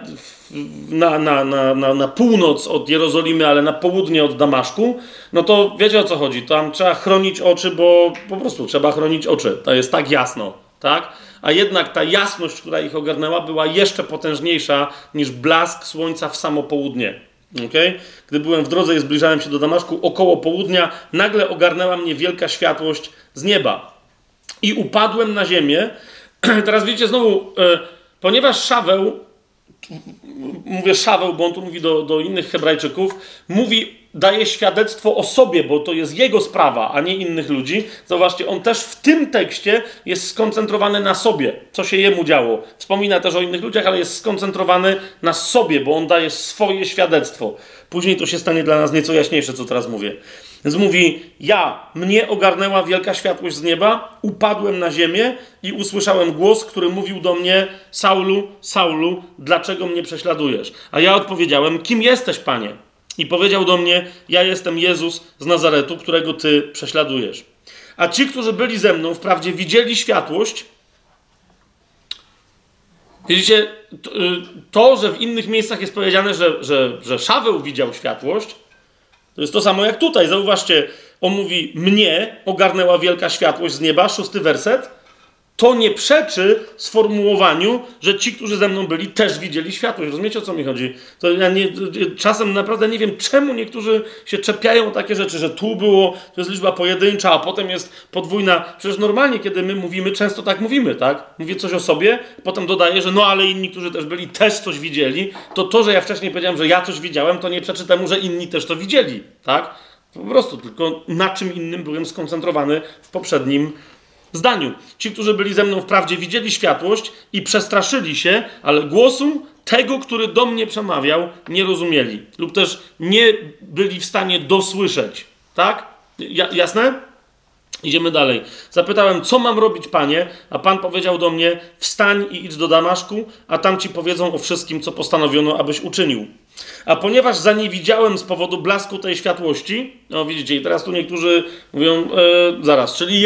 na północ od Jerozolimy, ale na południe od Damaszku, no to wiecie, o co chodzi. Tam trzeba chronić oczy, bo po prostu trzeba chronić oczy. To jest tak jasno, tak? A jednak ta jasność, która ich ogarnęła, była jeszcze potężniejsza niż blask słońca w samo południe. Okay? Gdy byłem w drodze i zbliżałem się do Damaszku, około południa, nagle ogarnęła mnie wielka światłość z nieba. I upadłem na ziemię. Teraz widzicie, znowu, ponieważ Szaweł, mówię Szaweł, bo on tu mówi do innych Hebrajczyków, daje świadectwo o sobie, bo to jest jego sprawa, a nie innych ludzi. Zauważcie, on też w tym tekście jest skoncentrowany na sobie, co się jemu działo. Wspomina też o innych ludziach, ale jest skoncentrowany na sobie, bo on daje swoje świadectwo. Później to się stanie dla nas nieco jaśniejsze, co teraz mówię. Więc mówi, mnie ogarnęła wielka światłość z nieba, upadłem na ziemię i usłyszałem głos, który mówił do mnie, Saulu, Saulu, dlaczego mnie prześladujesz? A ja odpowiedziałem, kim jesteś, Panie? I powiedział do mnie, ja jestem Jezus z Nazaretu, którego ty prześladujesz. A ci, którzy byli ze mną, wprawdzie widzieli światłość. Widzicie, to, że w innych miejscach jest powiedziane, że Szaweł widział światłość, to jest to samo jak tutaj. Zauważcie, on mówi, mnie ogarnęła wielka światłość z nieba, 6 werset. To nie przeczy sformułowaniu, że ci, którzy ze mną byli, też widzieli światłość. Rozumiecie, o co mi chodzi? To czasem naprawdę nie wiem, czemu niektórzy się czepiają o takie rzeczy, że tu było, to jest liczba pojedyncza, a potem jest podwójna. Przecież normalnie, kiedy my mówimy, często tak mówimy, tak? Mówię coś o sobie, potem dodaję, że ale inni, którzy też byli, też coś widzieli. To, że ja wcześniej powiedziałem, że ja coś widziałem, to nie przeczy temu, że inni też to widzieli, tak? Po prostu, tylko na czym innym byłem skoncentrowany w poprzednim zdaniu. Ci, którzy byli ze mną wprawdzie widzieli światłość i przestraszyli się, ale głosu tego, który do mnie przemawiał, nie rozumieli. Lub też nie byli w stanie dosłyszeć. Tak? Jasne? Idziemy dalej. Zapytałem, co mam robić, Panie? A Pan powiedział do mnie, wstań i idź do Damaszku, a tam ci powiedzą o wszystkim, co postanowiono, abyś uczynił. A ponieważ zaniewidziałem z powodu blasku tej światłości, no widzicie, i teraz tu niektórzy mówią, zaraz, czyli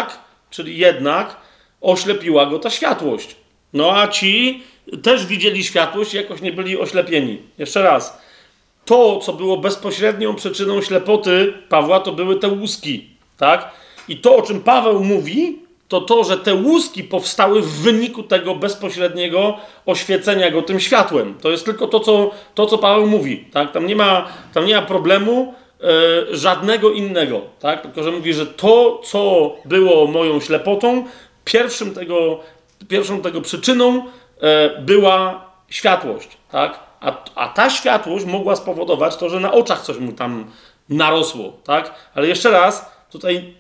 jednak oślepiła go ta światłość. No a ci też widzieli światłość i jakoś nie byli oślepieni. Jeszcze raz. To, co było bezpośrednią przyczyną ślepoty Pawła, to były te łuski. Tak? I to, o czym Paweł mówi, to, że te łuski powstały w wyniku tego bezpośredniego oświecenia go tym światłem. To jest tylko to, co Paweł mówi. Tak? Tam nie ma problemu żadnego innego, tak? Tylko że mówi, że to, co było moją ślepotą, pierwszą tego przyczyną była światłość, tak? A ta światłość mogła spowodować to, że na oczach coś mu tam narosło, tak? Ale jeszcze raz, tutaj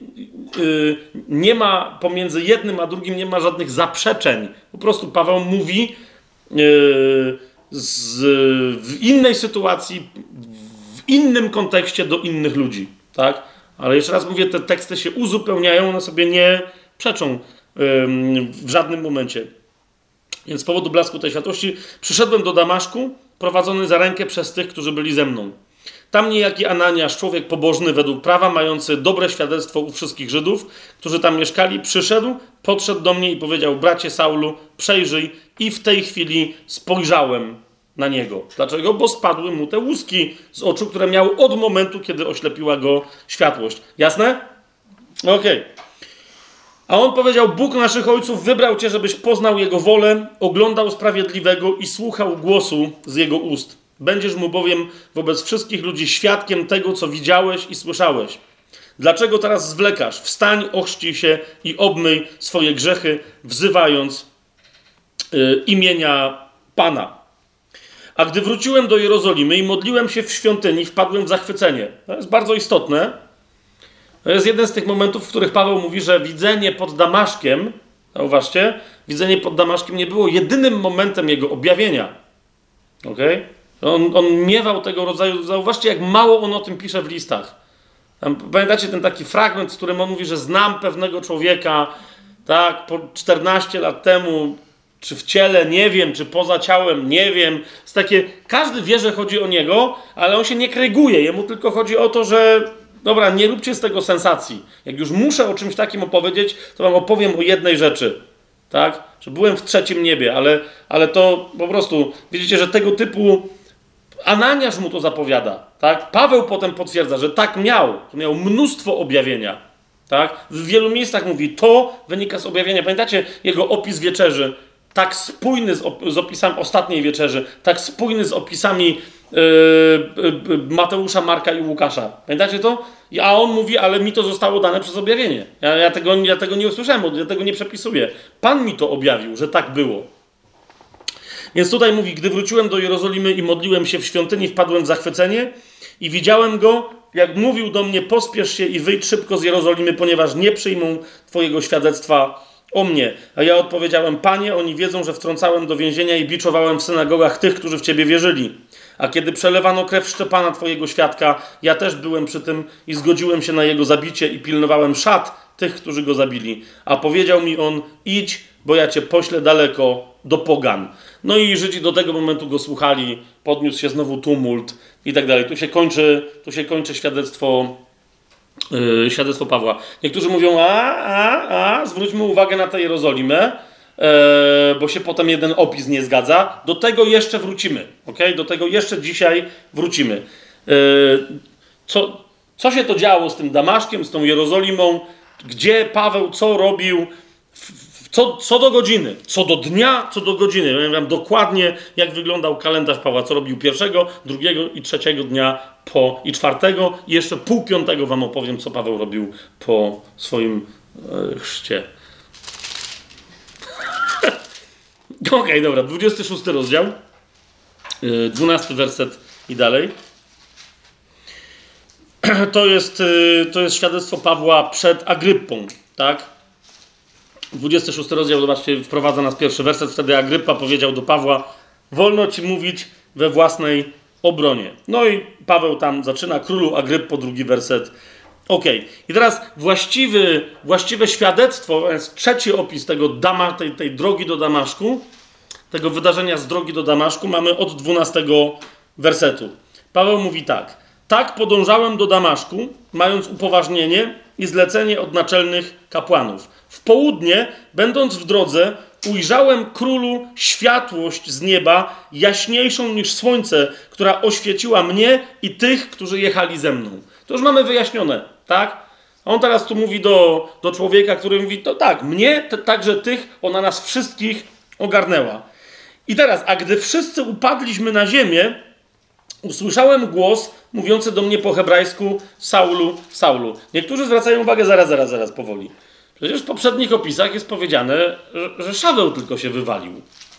nie ma pomiędzy jednym a drugim nie ma żadnych zaprzeczeń. Po prostu Paweł mówi w innej sytuacji, w innym kontekście do innych ludzi, tak? Ale jeszcze raz mówię, te teksty się uzupełniają, one sobie nie przeczą w żadnym momencie. Więc z powodu blasku tej światłości przyszedłem do Damaszku, prowadzony za rękę przez tych, którzy byli ze mną. Tam niejaki Ananiasz, człowiek pobożny według prawa, mający dobre świadectwo u wszystkich Żydów, którzy tam mieszkali, podszedł do mnie i powiedział, bracie Saulu, przejrzyj, i w tej chwili spojrzałem na niego. Dlaczego? Bo spadły mu te łuski z oczu, które miał od momentu, kiedy oślepiła go światłość. Jasne? Okej. A on powiedział, Bóg naszych ojców wybrał cię, żebyś poznał Jego wolę, oglądał Sprawiedliwego i słuchał głosu z Jego ust. Będziesz mu bowiem wobec wszystkich ludzi świadkiem tego, co widziałeś i słyszałeś. Dlaczego teraz zwlekasz? Wstań, ochrzcij się i obmyj swoje grzechy, wzywając imienia Pana. A gdy wróciłem do Jerozolimy i modliłem się w świątyni, wpadłem w zachwycenie. To jest bardzo istotne. To jest jeden z tych momentów, w których Paweł mówi, że widzenie pod Damaszkiem, zauważcie, widzenie pod Damaszkiem nie było jedynym momentem jego objawienia. Okay? On miewał tego rodzaju, zauważcie, jak mało on o tym pisze w listach. Pamiętacie ten taki fragment, w którym on mówi, że znam pewnego człowieka, tak, po 14 lat temu, czy w ciele, nie wiem, czy poza ciałem, nie wiem. Jest takie, każdy wie, że chodzi o niego, ale on się nie kręguje. Jemu tylko chodzi o to, że dobra, nie róbcie z tego sensacji. Jak już muszę o czymś takim opowiedzieć, to wam opowiem o jednej rzeczy. Tak? Że byłem w trzecim niebie, ale to po prostu, widzicie, że tego typu Ananiasz mu to zapowiada. Tak? Paweł potem potwierdza, że tak miał. Że miał mnóstwo objawienia. Tak? W wielu miejscach mówi, to wynika z objawienia. Pamiętacie jego opis wieczerzy? Tak spójny z opisami ostatniej wieczerzy, tak spójny z opisami Mateusza, Marka i Łukasza. Pamiętacie to? A on mówi, ale mi to zostało dane przez objawienie. Ja tego nie usłyszałem, ja tego nie przepisuję. Pan mi to objawił, że tak było. Więc tutaj mówi, gdy wróciłem do Jerozolimy i modliłem się w świątyni, wpadłem w zachwycenie i widziałem go, jak mówił do mnie, pospiesz się i wyjdź szybko z Jerozolimy, ponieważ nie przyjmą twojego świadectwa o mnie. A ja odpowiedziałem, Panie, oni wiedzą, że wtrącałem do więzienia i biczowałem w synagogach tych, którzy w Ciebie wierzyli. A kiedy przelewano krew Szczepana, Twojego świadka, ja też byłem przy tym i zgodziłem się na jego zabicie i pilnowałem szat tych, którzy go zabili. A powiedział mi on, idź, bo ja Cię poślę daleko do pogan. No i Żydzi do tego momentu go słuchali, podniósł się znowu tumult i tak dalej. Tu się kończy świadectwo Pawła. Niektórzy mówią, zwróćmy uwagę na tę Jerozolimę, bo się potem jeden opis nie zgadza. Do tego jeszcze wrócimy. Okay? Do tego jeszcze dzisiaj wrócimy. Co się to działo z tym Damaszkiem, z tą Jerozolimą? Gdzie Paweł co robił? Co do godziny, co do dnia, co do godziny. Ja wiem dokładnie, jak wyglądał kalendarz Pawła, co robił pierwszego, drugiego i trzeciego dnia i czwartego. I jeszcze pół piątego wam opowiem, co Paweł robił po swoim chrzcie. Okej, dobra, 26 rozdział, 12 werset i dalej. To jest świadectwo Pawła przed Agryppą, tak? 26 rozdział, zobaczcie, wprowadza nas pierwszy werset. Wtedy Agrypa powiedział do Pawła, wolno ci mówić we własnej obronie. No i Paweł tam zaczyna, królu Agryppo, drugi werset. I teraz właściwe świadectwo, to jest trzeci opis tej drogi do Damaszku, tego wydarzenia z drogi do Damaszku, mamy od 12 wersetu. Paweł mówi tak. Tak podążałem do Damaszku, mając upoważnienie i zlecenie od naczelnych kapłanów. W południe, będąc w drodze, ujrzałem królu światłość z nieba, jaśniejszą niż słońce, która oświeciła mnie i tych, którzy jechali ze mną. To już mamy wyjaśnione, tak? On teraz tu mówi do człowieka, który mówi, to tak, mnie, także tych, ona nas wszystkich ogarnęła. I teraz, a gdy wszyscy upadliśmy na ziemię, usłyszałem głos mówiący do mnie po hebrajsku, Saulu, Saulu. Niektórzy zwracają uwagę, zaraz, powoli. Przecież w poprzednich opisach jest powiedziane, że Szaweł tylko się wywalił.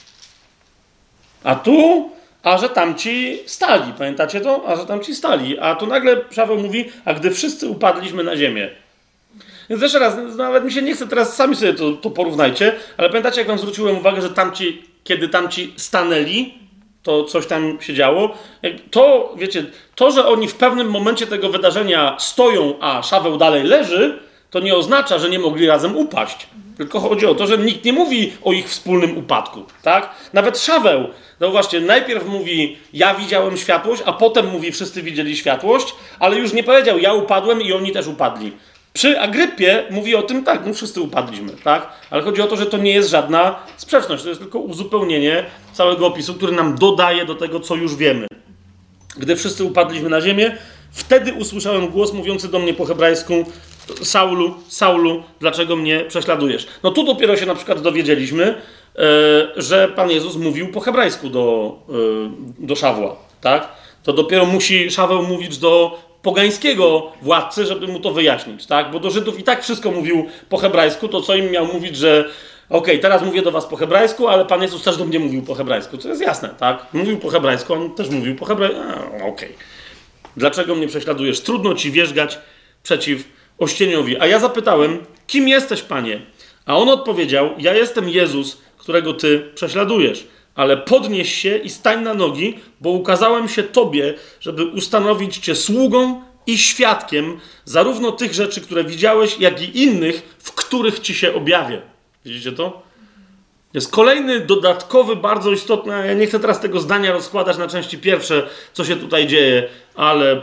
A że tamci stali. Pamiętacie to? A że tamci stali. A tu nagle Szaweł mówi, a gdy wszyscy upadliśmy na ziemię. Więc jeszcze raz, nawet mi się nie chce teraz, sami sobie to porównajcie, ale pamiętacie, jak wam zwróciłem uwagę, że kiedy tamci stanęli, to coś tam się działo. To, wiecie, to, że oni w pewnym momencie tego wydarzenia stoją, a Szaweł dalej leży, to nie oznacza, że nie mogli razem upaść. Tylko chodzi o to, że nikt nie mówi o ich wspólnym upadku. Tak? Nawet Szaweł, zauważcie, najpierw mówi, ja widziałem światłość, a potem mówi, wszyscy widzieli światłość, ale już nie powiedział, ja upadłem i oni też upadli. Przy Agrypie mówi o tym, tak, wszyscy upadliśmy, tak? Ale chodzi o to, że to nie jest żadna sprzeczność, to jest tylko uzupełnienie całego opisu, który nam dodaje do tego, co już wiemy. Gdy wszyscy upadliśmy na ziemię, wtedy usłyszałem głos mówiący do mnie po hebrajsku, Saulu, Saulu, dlaczego mnie prześladujesz? No tu dopiero się na przykład dowiedzieliśmy, że Pan Jezus mówił po hebrajsku do Szawła. tak? To dopiero musi Szaweł mówić do pogańskiego władcy, żeby mu to wyjaśnić, tak? Bo do Żydów i tak wszystko mówił po hebrajsku, to co im miał mówić, że okej, teraz mówię do was po hebrajsku, ale Pan Jezus też do mnie mówił po hebrajsku. To jest jasne, tak? Mówił po hebrajsku, on też mówił po hebrajsku. Okej. Dlaczego mnie prześladujesz? Trudno ci wierzgać przeciw ościeniowi. A ja zapytałem, kim jesteś, Panie? A on odpowiedział, ja jestem Jezus, którego ty prześladujesz. Ale podnieś się i stań na nogi, bo ukazałem się tobie, żeby ustanowić cię sługą i świadkiem zarówno tych rzeczy, które widziałeś, jak i innych, w których ci się objawię. Widzicie to? Jest kolejny, dodatkowy, bardzo istotny, ja nie chcę teraz tego zdania rozkładać na części pierwsze, co się tutaj dzieje, ale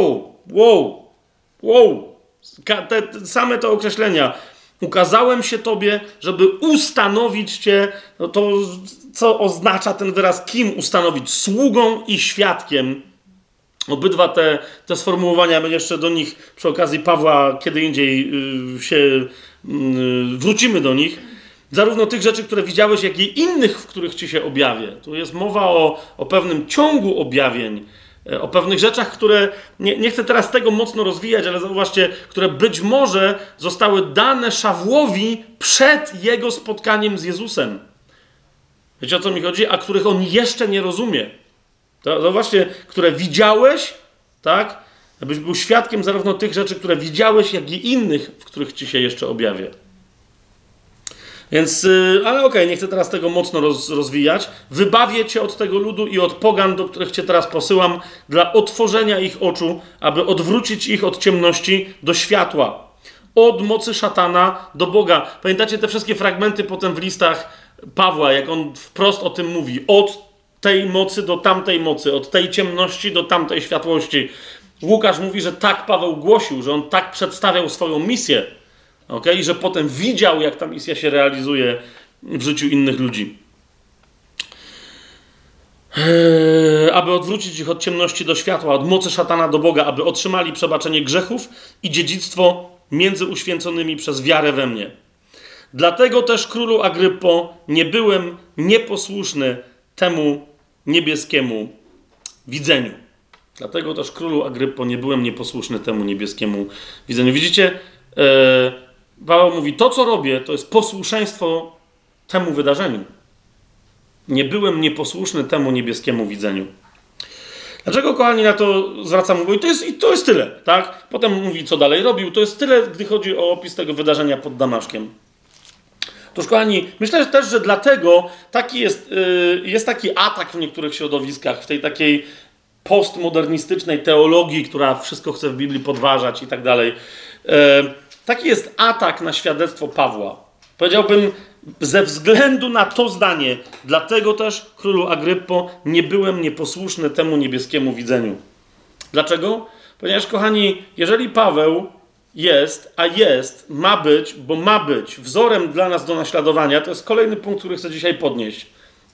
same te określenia. Ukazałem się tobie, żeby ustanowić cię, no to co oznacza ten wyraz, kim ustanowić? Sługą i świadkiem. Obydwa te sformułowania, my jeszcze do nich przy okazji Pawła kiedy indziej wrócimy do nich. Zarówno tych rzeczy, które widziałeś, jak i innych, w których ci się objawię. Tu jest mowa o pewnym ciągu objawień, o pewnych rzeczach, które, nie chcę teraz tego mocno rozwijać, ale zauważcie, które być może zostały dane Szawłowi przed jego spotkaniem z Jezusem. Wiecie, o co mi chodzi? A których on jeszcze nie rozumie. Zauważcie, które widziałeś, tak? Abyś był świadkiem zarówno tych rzeczy, które widziałeś, jak i innych, w których ci się jeszcze objawię. Więc, ale okej, nie chcę teraz tego mocno rozwijać. Wybawię cię od tego ludu i od pogan, do których cię teraz posyłam, dla otworzenia ich oczu, aby odwrócić ich od ciemności do światła. Od mocy szatana do Boga. Pamiętacie te wszystkie fragmenty potem w listach Pawła, jak on wprost o tym mówi. Od tej mocy do tamtej mocy, od tej ciemności do tamtej światłości. Łukasz mówi, że tak Paweł głosił, że on tak przedstawiał swoją misję. Okay? I że potem widział, jak ta misja się realizuje w życiu innych ludzi. Aby odwrócić ich od ciemności do światła, od mocy szatana do Boga, aby otrzymali przebaczenie grzechów i dziedzictwo między uświęconymi przez wiarę we mnie. Dlatego też, królu Agryppo, nie byłem nieposłuszny temu niebieskiemu widzeniu. Dlatego też, królu Agryppo, nie byłem nieposłuszny temu niebieskiemu widzeniu. Widzicie? Paweł mówi, to co robię, to jest posłuszeństwo temu wydarzeniu. Nie byłem nieposłuszny temu niebieskiemu widzeniu. Dlaczego, kochani, na to zwracam uwagę? I to jest tyle, tak? Potem mówi, co dalej robił. To jest tyle, gdy chodzi o opis tego wydarzenia pod Damaszkiem. Otóż, kochani, myślę też, że dlatego taki jest taki atak w niektórych środowiskach, w tej takiej postmodernistycznej teologii, która wszystko chce w Biblii podważać i tak dalej. Taki jest atak na świadectwo Pawła. Powiedziałbym, ze względu na to zdanie, dlatego też, królu Agryppo, nie byłem nieposłuszny temu niebieskiemu widzeniu. Dlaczego? Ponieważ, kochani, jeżeli Paweł ma być wzorem dla nas do naśladowania, to jest kolejny punkt, który chcę dzisiaj podnieść.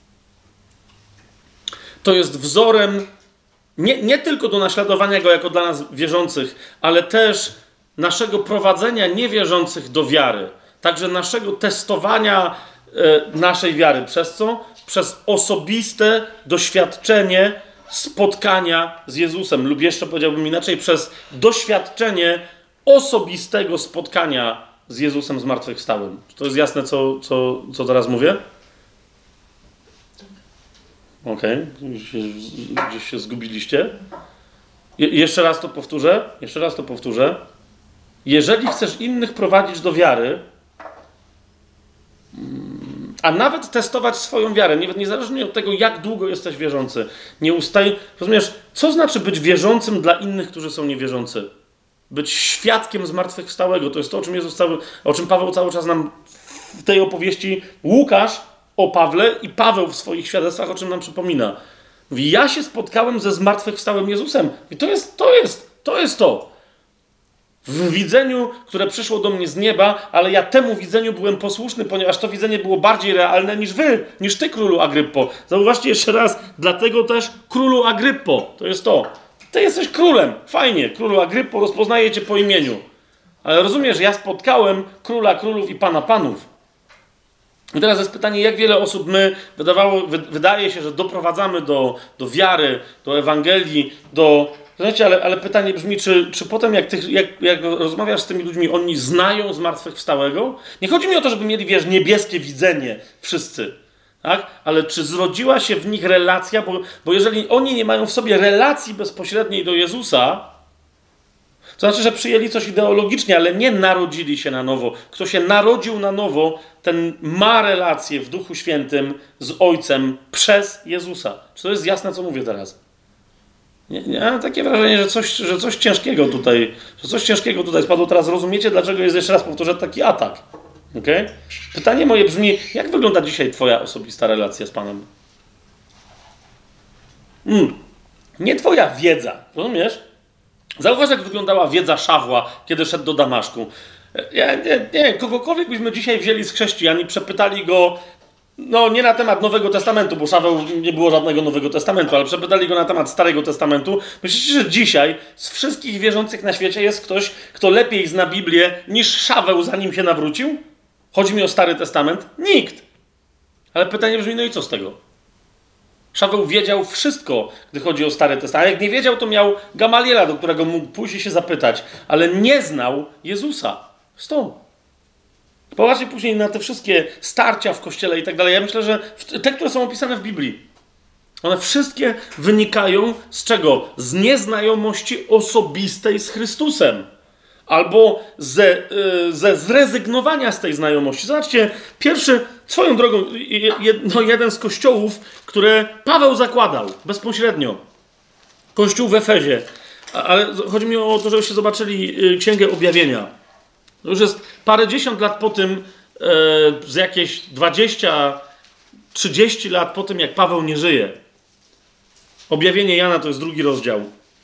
To jest wzorem nie tylko do naśladowania go jako dla nas wierzących, ale też naszego prowadzenia niewierzących do wiary. Także naszego testowania naszej wiary. Przez co? Przez osobiste doświadczenie spotkania z Jezusem. Lub jeszcze powiedziałbym inaczej, przez doświadczenie osobistego spotkania z Jezusem zmartwychwstałym. Czy to jest jasne, co teraz mówię? Okej. Gdzieś się zgubiliście. Jeszcze raz to powtórzę. Jeżeli chcesz innych prowadzić do wiary, a nawet testować swoją wiarę, niezależnie od tego, jak długo jesteś wierzący, rozumiesz, co znaczy być wierzącym dla innych, którzy są niewierzący? Być świadkiem zmartwychwstałego. To jest to, o czym Paweł cały czas nam w tej opowieści, Łukasz o Pawle i Paweł w swoich świadectwach, o czym nam przypomina. Mówi, ja się spotkałem ze zmartwychwstałym Jezusem. I to jest to. W widzeniu, które przyszło do mnie z nieba, ale ja temu widzeniu byłem posłuszny, ponieważ to widzenie było bardziej realne niż ty, królu Agryppo. Zauważcie jeszcze raz, dlatego też królu Agryppo. To jest to. Ty jesteś królem. Fajnie, królu Agryppo, rozpoznaję cię po imieniu. Ale rozumiesz, ja spotkałem króla królów i pana panów. I teraz jest pytanie, jak wiele osób wydaje się, że doprowadzamy do wiary, do Ewangelii, Znacie, ale pytanie brzmi, czy potem jak rozmawiasz z tymi ludźmi, oni znają zmartwychwstałego? Nie chodzi mi o to, żeby mieli, niebieskie widzenie wszyscy, tak? Ale czy zrodziła się w nich relacja? Bo jeżeli oni nie mają w sobie relacji bezpośredniej do Jezusa, to znaczy, że przyjęli coś ideologicznie, ale nie narodzili się na nowo. Kto się narodził na nowo, ten ma relację w Duchu Świętym z Ojcem przez Jezusa. Czy to jest jasne, co mówię teraz? Ja mam takie wrażenie, że coś ciężkiego tutaj spadło. Teraz rozumiecie, dlaczego jest, jeszcze raz powtórzę, taki atak. Okay? Pytanie moje brzmi, jak wygląda dzisiaj twoja osobista relacja z Panem? Nie twoja wiedza, rozumiesz? Zauważ, jak wyglądała wiedza Szawła, kiedy szedł do Damaszku. Kogokolwiek byśmy dzisiaj wzięli z chrześcijan i przepytali go, nie na temat Nowego Testamentu, bo Szaweł nie było żadnego Nowego Testamentu, ale przepytali go na temat Starego Testamentu. Myślicie, że dzisiaj z wszystkich wierzących na świecie jest ktoś, kto lepiej zna Biblię niż Szaweł, zanim się nawrócił? Chodzi mi o Stary Testament? Nikt. Ale pytanie brzmi, i co z tego? Szaweł wiedział wszystko, gdy chodzi o Stary Testament. A jak nie wiedział, to miał Gamaliela, do którego mógł pójść i się zapytać. Ale nie znał Jezusa. Stąd. Popatrzcie później na te wszystkie starcia w Kościele i tak dalej. Ja myślę, że te, które są opisane w Biblii, one wszystkie wynikają z czego? Z nieznajomości osobistej z Chrystusem. Albo ze zrezygnowania z tej znajomości. Zobaczcie, swoją drogą, jeden z kościołów, które Paweł zakładał bezpośrednio. Kościół w Efezie. Ale chodzi mi o to, żebyście zobaczyli Księgę Objawienia. To już jest parędziesiąt lat po tym, z jakieś 20-30 lat po tym, jak Paweł nie żyje. Objawienie Jana to jest 2 rozdział.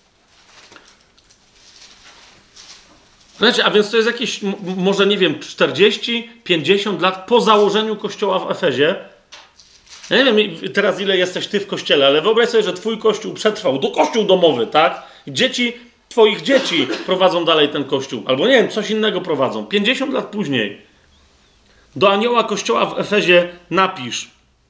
Znaczy, a więc to jest jakieś, może nie wiem, 40-50 lat po założeniu kościoła w Efezie. Ja nie wiem teraz, ile jesteś ty w kościele, ale wyobraź sobie, że twój kościół przetrwał, kościół domowy, tak? Twoich dzieci prowadzą dalej ten kościół. Albo nie wiem, coś innego prowadzą. 50 lat później. Do anioła kościoła w Efezie napisz.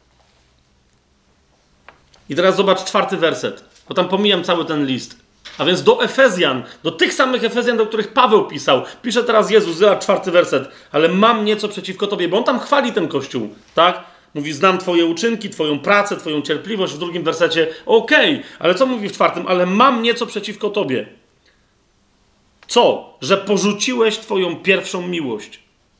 I teraz zobacz 4 werset. Bo tam pomijam cały ten list. A więc do Efezjan, do tych samych Efezjan, do których Paweł pisał. Pisze teraz Jezus, zobacz 4 werset. Ale mam nieco przeciwko tobie, bo on tam chwali ten kościół, tak? Mówi, znam twoje uczynki, twoją pracę, twoją cierpliwość. W 2 wersecie, okej, ale co mówi w 4? Ale mam nieco przeciwko tobie. Co? Że porzuciłeś twoją pierwszą miłość.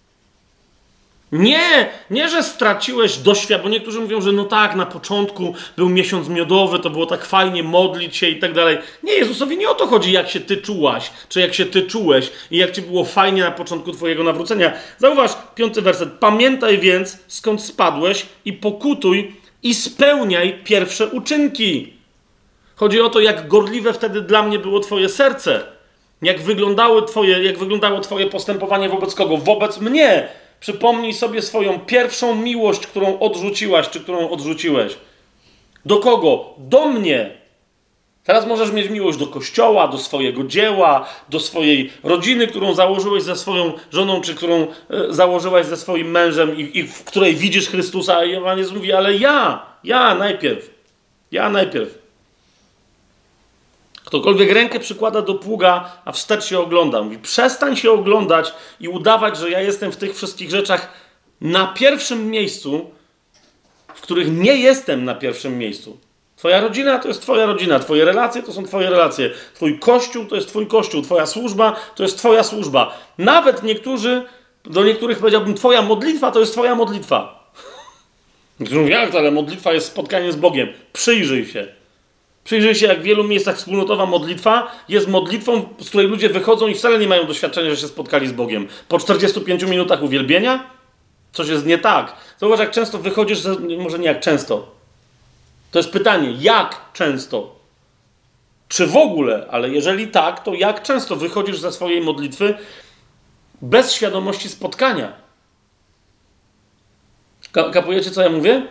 Nie, że straciłeś doświadczenie, bo niektórzy mówią, że na początku był miesiąc miodowy, to było tak fajnie modlić się i tak dalej. Nie, Jezusowi nie o to chodzi, jak się ty czułaś, czy jak się ty czułeś i jak ci było fajnie na początku twojego nawrócenia. Zauważ 5 werset. Pamiętaj więc, skąd spadłeś i pokutuj i spełniaj pierwsze uczynki. Chodzi o to, jak gorliwe wtedy dla mnie było twoje serce. Jak wyglądało twoje postępowanie wobec kogo? Wobec mnie. Przypomnij sobie swoją pierwszą miłość, którą odrzuciłaś, czy którą odrzuciłeś. Do kogo? Do mnie. Teraz możesz mieć miłość do Kościoła, do swojego dzieła, do swojej rodziny, którą założyłeś ze swoją żoną, czy którą założyłaś ze swoim mężem i w której widzisz Chrystusa. I Pan Jezus mówi, ale ja najpierw. Ktokolwiek rękę przykłada do pługa, a wstecz się ogląda. Mówi, przestań się oglądać i udawać, że ja jestem w tych wszystkich rzeczach na pierwszym miejscu, w których nie jestem na pierwszym miejscu. Twoja rodzina to jest twoja rodzina, twoje relacje to są twoje relacje, twój kościół to jest twój kościół, twoja służba to jest twoja służba. Nawet do niektórych powiedziałbym, twoja modlitwa to jest twoja modlitwa. Niektórzy mówią, jak to, ale modlitwa jest spotkaniem z Bogiem. Przyjrzyj się. Przyjrzyj się, jak w wielu miejscach wspólnotowa modlitwa jest modlitwą, z której ludzie wychodzą i wcale nie mają doświadczenia, że się spotkali z Bogiem. Po 45 minutach uwielbienia coś jest nie tak. Zobacz, jak często wychodzisz, może nie jak często. To jest pytanie, jak często? Czy w ogóle? Ale jeżeli tak, to jak często wychodzisz ze swojej modlitwy bez świadomości spotkania? Kapujecie, co ja mówię?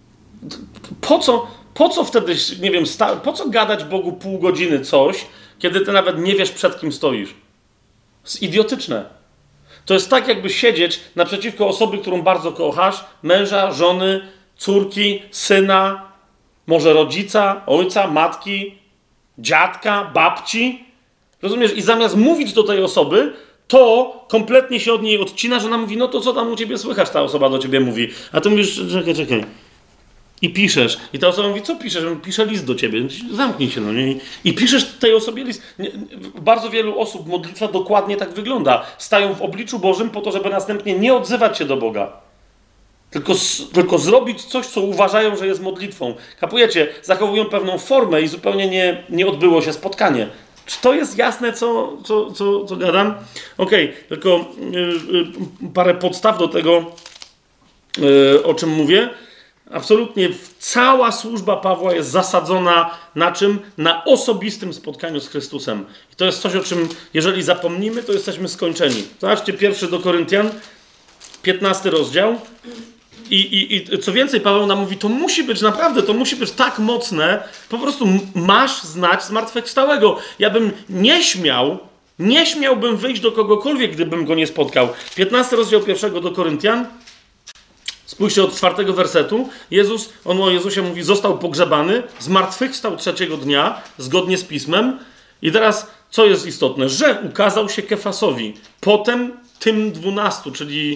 Po co wtedy, nie wiem, po co gadać Bogu pół godziny coś, kiedy ty nawet nie wiesz, przed kim stoisz? To jest idiotyczne. To jest tak, jakby siedzieć naprzeciwko osoby, którą bardzo kochasz, męża, żony, córki, syna, może rodzica, ojca, matki, dziadka, babci. Rozumiesz? I zamiast mówić do tej osoby, to kompletnie się od niej odcina, że ona mówi, no to co tam u ciebie słychać, ta osoba do ciebie mówi. A ty mówisz, czekaj. I piszesz. I ta osoba mówi, co piszesz? Piszę list do ciebie. Zamknij się, no nie? I piszesz tej osobie list. Bardzo wielu osób modlitwa dokładnie tak wygląda. Stają w obliczu Bożym po to, żeby następnie nie odzywać się do Boga. Tylko zrobić coś, co uważają, że jest modlitwą. Kapujecie? Zachowują pewną formę i zupełnie nie odbyło się spotkanie. Czy to jest jasne, co gadam? Okej, tylko parę podstaw do tego, o czym mówię. Absolutnie cała służba Pawła jest zasadzona na czym? Na osobistym spotkaniu z Chrystusem. I to jest coś, o czym jeżeli zapomnimy, to jesteśmy skończeni. Zobaczcie, 1 do Koryntian, 15 rozdział. I co więcej, Paweł nam mówi, to musi być naprawdę, to musi być tak mocne, po prostu masz znać zmartwychwstałego. Ja bym nie śmiałbym wyjść do kogokolwiek, gdybym go nie spotkał. 15 rozdział 1 do Koryntian. Spójrzcie od 4 wersetu. On o Jezusie mówi, został pogrzebany, zmartwychwstał 3 dnia, zgodnie z Pismem. I teraz, co jest istotne? Że ukazał się Kefasowi, potem tym 12, czyli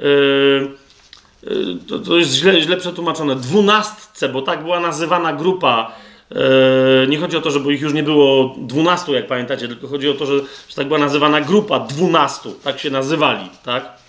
to jest źle przetłumaczone, 12, bo tak była nazywana grupa. Nie chodzi o to, żeby ich już nie było 12, jak pamiętacie, tylko chodzi o to, że tak była nazywana grupa 12, tak się nazywali, tak?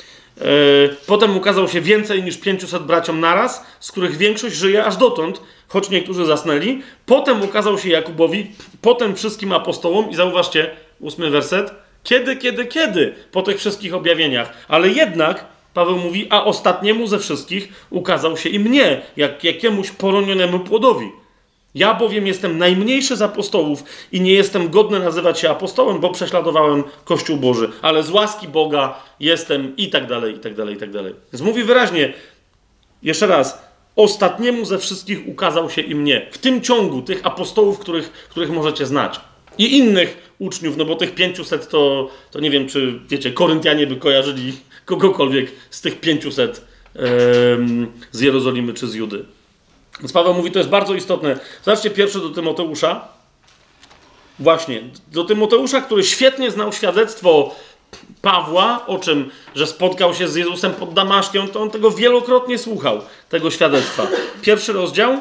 Potem ukazał się więcej niż 500 braciom naraz, z których większość żyje aż dotąd, choć niektórzy zasnęli. Potem ukazał się Jakubowi, potem wszystkim apostołom i zauważcie, 8 werset. Kiedy? Po tych wszystkich objawieniach. Ale jednak, Paweł mówi, a ostatniemu ze wszystkich ukazał się i mnie, jak jakiemuś poronionemu płodowi. Ja bowiem jestem najmniejszy z apostołów i nie jestem godny nazywać się apostołem, bo prześladowałem Kościół Boży, ale z łaski Boga jestem i tak dalej, i tak dalej, i tak dalej. Więc mówi wyraźnie, jeszcze raz, ostatniemu ze wszystkich ukazał się i mnie. W tym ciągu tych apostołów, których możecie znać. I innych uczniów, no bo tych 500 to nie wiem, czy wiecie, Koryntianie by kojarzyli kogokolwiek z tych 500 z Jerozolimy czy z Judy. Więc Paweł mówi, to jest bardzo istotne. Zobaczcie, 1 do Tymoteusza. Właśnie, do Tymoteusza, który świetnie znał świadectwo Pawła, o czym, że spotkał się z Jezusem pod Damaszkiem, to on tego wielokrotnie słuchał, tego świadectwa. 1 rozdział,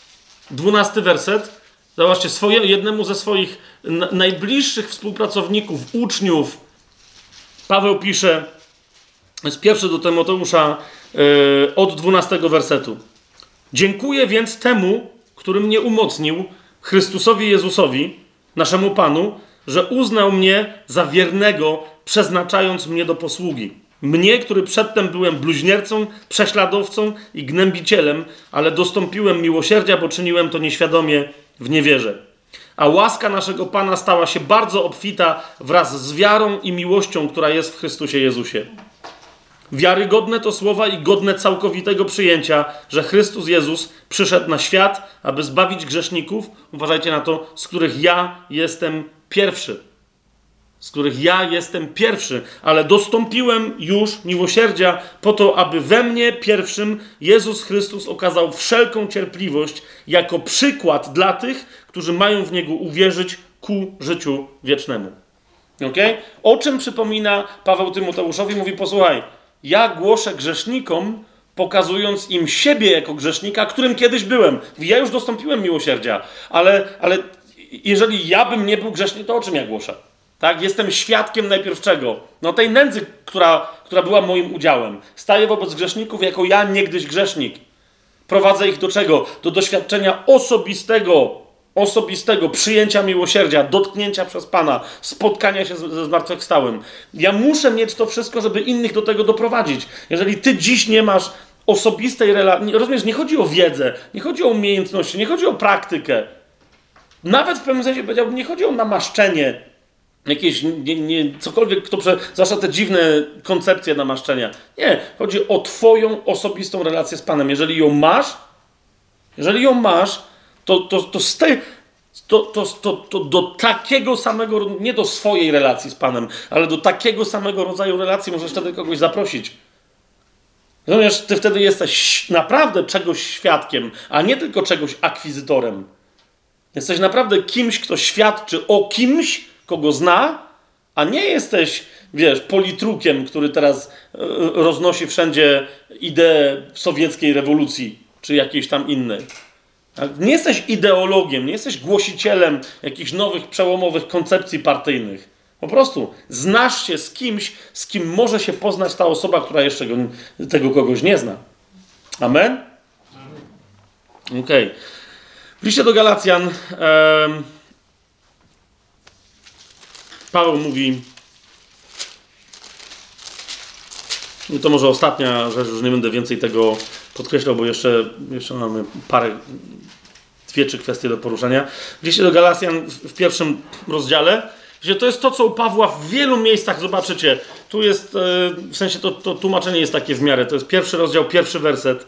12 werset. Zobaczcie, jednemu ze swoich najbliższych współpracowników, uczniów, Paweł pisze z 1 do Tymoteusza od 12 wersetu. Dziękuję więc temu, który mnie umocnił, Chrystusowi Jezusowi, naszemu Panu, że uznał mnie za wiernego, przeznaczając mnie do posługi. Mnie, który przedtem byłem bluźniercą, prześladowcą i gnębicielem, ale dostąpiłem miłosierdzia, bo czyniłem to nieświadomie w niewierze. A łaska naszego Pana stała się bardzo obfita wraz z wiarą i miłością, która jest w Chrystusie Jezusie. Wiarygodne to słowa i godne całkowitego przyjęcia, że Chrystus Jezus przyszedł na świat, aby zbawić grzeszników, uważajcie na to, z których ja jestem pierwszy. Ale dostąpiłem już miłosierdzia po to, aby we mnie pierwszym Jezus Chrystus okazał wszelką cierpliwość jako przykład dla tych, którzy mają w Niego uwierzyć ku życiu wiecznemu. Okay? O czym przypomina Paweł Tymoteuszowi? Mówi, posłuchaj, ja głoszę grzesznikom, pokazując im siebie jako grzesznika, którym kiedyś byłem. Ja już dostąpiłem miłosierdzia, ale jeżeli ja bym nie był grzeszny, to o czym ja głoszę? Tak? Jestem świadkiem najpierw czego? No tej nędzy, która była moim udziałem. Staję wobec grzeszników jako ja niegdyś grzesznik. Prowadzę ich do czego? Do doświadczenia osobistego przyjęcia miłosierdzia, dotknięcia przez Pana, spotkania się ze zmartwychwstałym. Ja muszę mieć to wszystko, żeby innych do tego doprowadzić. Jeżeli ty dziś nie masz osobistej relacji, rozumiesz, nie chodzi o wiedzę, nie chodzi o umiejętności, nie chodzi o praktykę. Nawet w pewnym sensie powiedziałbym, nie chodzi o namaszczenie, jakieś cokolwiek, zwłaszcza te dziwne koncepcje namaszczenia. Nie, chodzi o twoją osobistą relację z Panem. Jeżeli ją masz, to To do takiego samego, nie do swojej relacji z Panem, ale do takiego samego rodzaju relacji możesz wtedy kogoś zaprosić. Rozumiesz, ty wtedy jesteś naprawdę czegoś świadkiem, a nie tylko czegoś akwizytorem. Jesteś naprawdę kimś, kto świadczy o kimś, kogo zna, a nie jesteś, wiesz, politrukiem, który teraz roznosi wszędzie ideę sowieckiej rewolucji, czy jakiejś tam innej. Tak? Nie jesteś ideologiem, nie jesteś głosicielem jakichś nowych, przełomowych koncepcji partyjnych. Po prostu znasz się z kimś, z kim może się poznać ta osoba, która jeszcze tego kogoś nie zna. Amen? Okej. W liście do Galacjan Paweł mówi, i to może ostatnia rzecz, już nie będę więcej tego podkreślał, bo jeszcze mamy dwie, trzy kwestie do poruszenia. W liście do Galacjan w pierwszym rozdziale, gdzie to jest to, co u Pawła w wielu miejscach zobaczycie. Tu jest, w sensie to tłumaczenie jest takie w miarę. To jest pierwszy rozdział, pierwszy werset.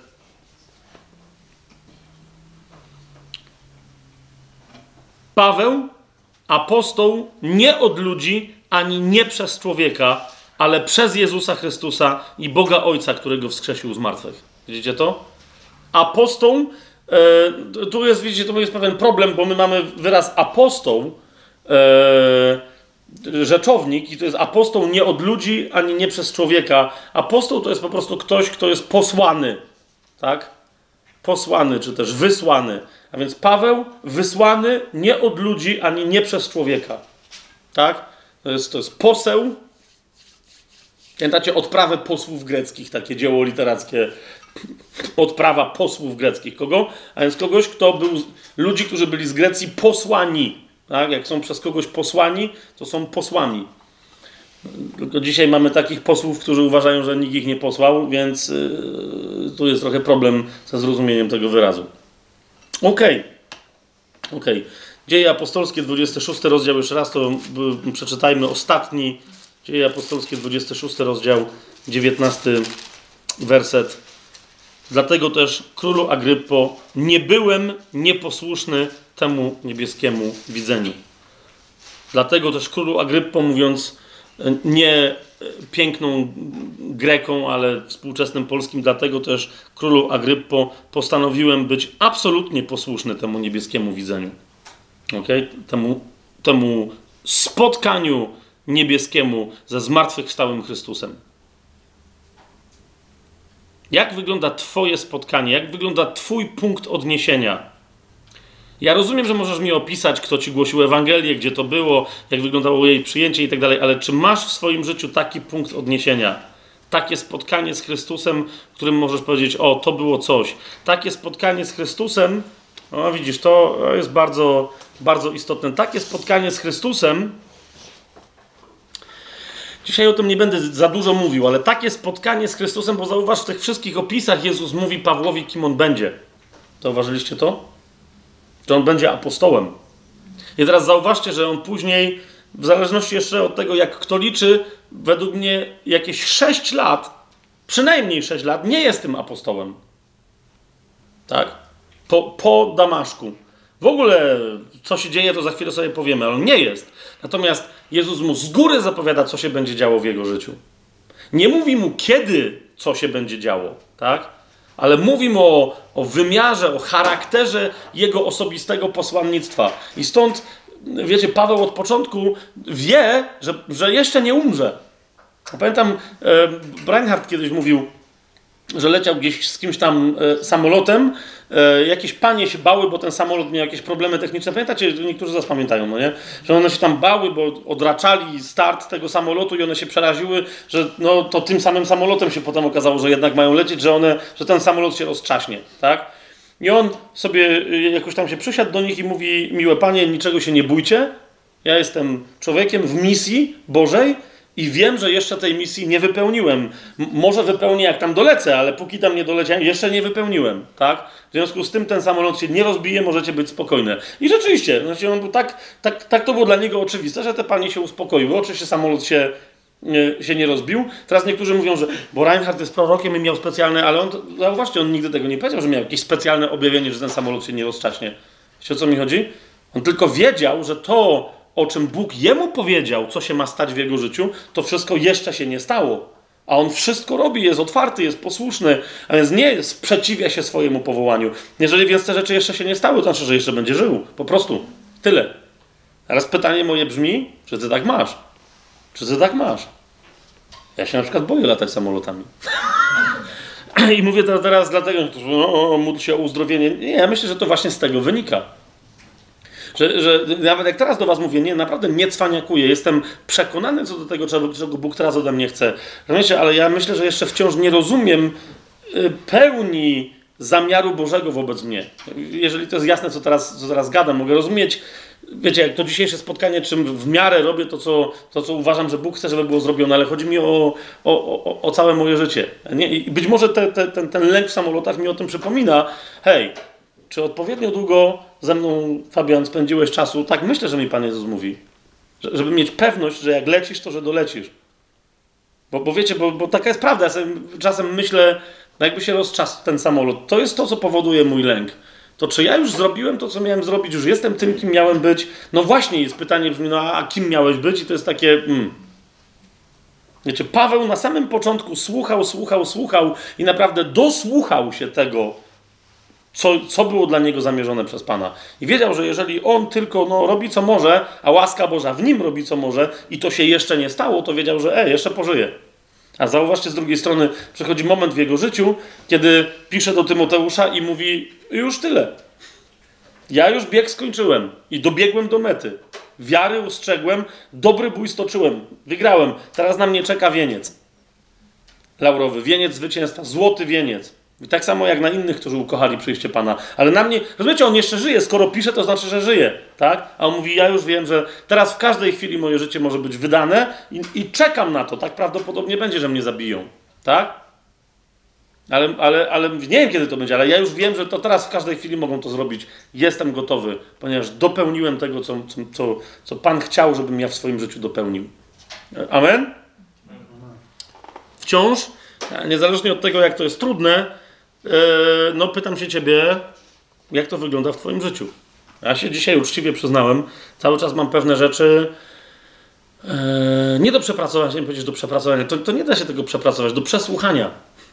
Paweł, apostoł, nie od ludzi, ani nie przez człowieka, ale przez Jezusa Chrystusa i Boga Ojca, którego wskrzesił z martwych. Widzicie to? Apostoł, tu jest, widzicie, to jest pewien problem, bo my mamy wyraz apostoł, rzeczownik, i to jest apostoł nie od ludzi, ani nie przez człowieka. Apostoł to jest po prostu ktoś, kto jest posłany. Tak? Posłany, czy też wysłany. A więc Paweł wysłany nie od ludzi, ani nie przez człowieka. Tak? To jest poseł. Pamiętacie odprawę posłów greckich, takie dzieło literackie. Odprawa posłów greckich. Kogo? A więc kogoś, kto był, ludzi, którzy byli z Grecji posłani. Tak? Jak są przez kogoś posłani, to są posłami. Tylko dzisiaj mamy takich posłów, którzy uważają, że nikt ich nie posłał, więc tu jest trochę problem ze zrozumieniem tego wyrazu. Okej. Dzieje apostolskie, 26 rozdział, jeszcze raz to przeczytajmy, ostatni. Dzieje apostolskie, 26 rozdział, 19 werset. Dlatego też, królu Agryppo, nie byłem nieposłuszny temu niebieskiemu widzeniu. Dlatego też, królu Agryppo, mówiąc nie piękną Greką, ale współczesnym polskim, dlatego też, królu Agryppo, postanowiłem być absolutnie posłuszny temu niebieskiemu widzeniu. Okay? Temu spotkaniu niebieskiemu ze zmartwychwstałym Chrystusem. Jak wygląda twoje spotkanie? Jak wygląda twój punkt odniesienia? Ja rozumiem, że możesz mi opisać, kto ci głosił Ewangelię, gdzie to było, jak wyglądało jej przyjęcie i tak dalej, ale czy masz w swoim życiu taki punkt odniesienia? Takie spotkanie z Chrystusem, w którym możesz powiedzieć, o, to było coś. Takie spotkanie z Chrystusem, no widzisz, to jest bardzo, bardzo istotne. Takie spotkanie z Chrystusem, dzisiaj o tym nie będę za dużo mówił, ale takie spotkanie z Chrystusem, bo zauważ, w tych wszystkich opisach Jezus mówi Pawłowi, kim on będzie. Zauważyliście to? Że on będzie apostołem. I teraz zauważcie, że on później, w zależności jeszcze od tego, jak kto liczy, według mnie jakieś 6 lat, przynajmniej 6 lat, nie jest tym apostołem. Tak? Po Damaszku. W ogóle, co się dzieje, to za chwilę sobie powiemy, ale on nie jest. Natomiast Jezus mu z góry zapowiada, co się będzie działo w jego życiu. Nie mówi mu, kiedy co się będzie działo, tak? Ale mówi mu o wymiarze, o charakterze jego osobistego posłannictwa. I stąd, wiecie, Paweł od początku wie, że jeszcze nie umrze. Pamiętam, Reinhardt kiedyś mówił, że leciał gdzieś z kimś tam samolotem, jakieś panie się bały, bo ten samolot miał jakieś problemy techniczne. Pamiętacie, niektórzy z was pamiętają, no nie? Że one się tam bały, bo odraczali start tego samolotu i one się przeraziły, że no, to tym samym samolotem się potem okazało, że jednak mają lecieć, że ten samolot się roztrzaśnie, tak? I on sobie jakoś tam się przysiadł do nich i mówi, miłe panie, niczego się nie bójcie, ja jestem człowiekiem w misji Bożej, i wiem, że jeszcze tej misji nie wypełniłem. Może wypełnię, jak tam dolecę, ale póki tam nie doleciałem, jeszcze nie wypełniłem, tak? W związku z tym ten samolot się nie rozbije, możecie być spokojne. I rzeczywiście, znaczy on był tak to było dla niego oczywiste, że te panie się uspokoiły. Oczywiście samolot się nie rozbił. Teraz niektórzy mówią, że bo Reinhardt jest prorokiem i miał specjalne, ale zauważcie, on nigdy tego nie powiedział, że miał jakieś specjalne objawienie, że ten samolot się nie rozczaśnie. Wiecie, o co mi chodzi? On tylko wiedział, że to, o czym Bóg jemu powiedział, co się ma stać w jego życiu, to wszystko jeszcze się nie stało. A on wszystko robi, jest otwarty, jest posłuszny, a więc nie sprzeciwia się swojemu powołaniu. Jeżeli więc te rzeczy jeszcze się nie stały, to znaczy, że jeszcze będzie żył. Po prostu. Tyle. Teraz pytanie moje brzmi, czy ty tak masz? Czy ty tak masz? Ja się na przykład boję latać samolotami. I mówię to teraz dlatego, że módl się o uzdrowienie. Nie, ja myślę, że to właśnie z tego wynika. Że nawet jak teraz do was mówię, nie, naprawdę nie cwaniakuję. Jestem przekonany co do tego, czego Bóg teraz ode mnie chce. Rozumiecie? Ale ja myślę, że jeszcze wciąż nie rozumiem pełni zamiaru Bożego wobec mnie. Jeżeli to jest jasne, co teraz gadam, mogę rozumieć. Wiecie, jak to dzisiejsze spotkanie, czym w miarę robię to, co uważam, że Bóg chce, żeby było zrobione, ale chodzi mi o całe moje życie. Nie? I być może ten lęk w samolotach mi o tym przypomina. Hej, czy odpowiednio długo ze mną, Fabian, spędziłeś czasu? Tak, myślę, że mi Pan Jezus mówi. Żeby mieć pewność, że jak lecisz, to że dolecisz. Bo wiecie, bo taka jest prawda. Ja sobie czasem myślę, jakby się rozczasł ten samolot. To jest to, co powoduje mój lęk. To czy ja już zrobiłem to, co miałem zrobić? Już jestem tym, kim miałem być? No właśnie, jest pytanie brzmi, no a kim miałeś być? I to jest takie... Wiecie, Paweł na samym początku słuchał i naprawdę dosłuchał się tego, co było dla niego zamierzone przez Pana. I wiedział, że jeżeli on tylko robi co może, a łaska Boża w nim robi co może i to się jeszcze nie stało, to wiedział, że jeszcze pożyje. A zauważcie, z drugiej strony przychodzi moment w jego życiu, kiedy pisze do Tymoteusza i mówi, już tyle. Ja już bieg skończyłem i dobiegłem do mety. Wiary ustrzegłem, dobry bój stoczyłem, wygrałem. Teraz na mnie czeka wieniec laurowy, wieniec zwycięstwa, złoty wieniec. I tak samo jak na innych, którzy ukochali przyjście Pana. Ale na mnie, rozumiecie, on jeszcze żyje. Skoro pisze, to znaczy, że żyje. Tak? A on mówi, ja już wiem, że teraz w każdej chwili moje życie może być wydane i czekam na to. Tak prawdopodobnie będzie, że mnie zabiją. Tak? Ale nie wiem, kiedy to będzie, ale ja już wiem, że to teraz w każdej chwili mogą to zrobić. Jestem gotowy, ponieważ dopełniłem tego, co Pan chciał, żebym ja w swoim życiu dopełnił. Amen? Wciąż, niezależnie od tego, jak to jest trudne, pytam się ciebie, jak to wygląda w twoim życiu. Ja się dzisiaj uczciwie przyznałem, cały czas mam pewne rzeczy nie do przepracowania, nie powiedzieć do przepracowania, to nie da się tego przepracować, do przesłuchania.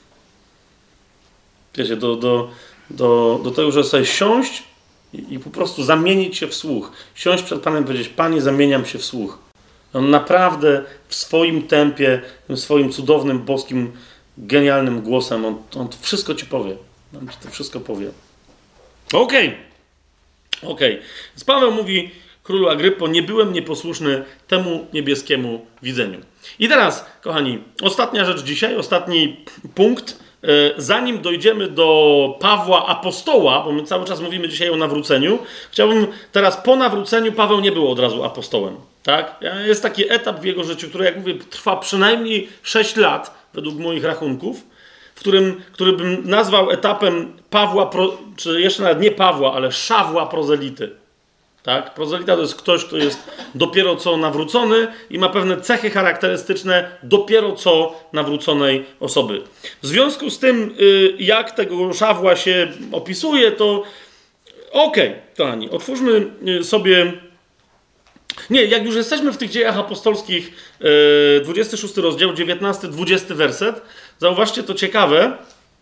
Wiecie, do tego, że sobie siąść i po prostu zamienić się w słuch. Siąść przed Panem i powiedzieć, Panie, zamieniam się w słuch. On naprawdę w swoim tempie, tym swoim cudownym, boskim, genialnym głosem, on wszystko ci powie. On ci to wszystko powie. Okej. Więc Paweł mówi królu Agryppo, nie byłem nieposłuszny temu niebieskiemu widzeniu. I teraz, kochani, ostatnia rzecz dzisiaj, ostatni punkt. Zanim dojdziemy do Pawła Apostoła, bo my cały czas mówimy dzisiaj o nawróceniu, chciałbym teraz po nawróceniu, Paweł nie był od razu apostołem. Tak? Jest taki etap w jego życiu, który, jak mówię, trwa przynajmniej 6 lat, według moich rachunków, który bym nazwał etapem Pawła, czy jeszcze nawet nie Pawła, ale Szawła prozelity. Tak? Prozelita to jest ktoś, kto jest dopiero co nawrócony i ma pewne cechy charakterystyczne dopiero co nawróconej osoby. W związku z tym, jak tego Szawła się opisuje, to kochani, otwórzmy sobie... Nie, jak już jesteśmy w tych dziejach apostolskich, 26 rozdział, 19-20 werset, zauważcie to ciekawe,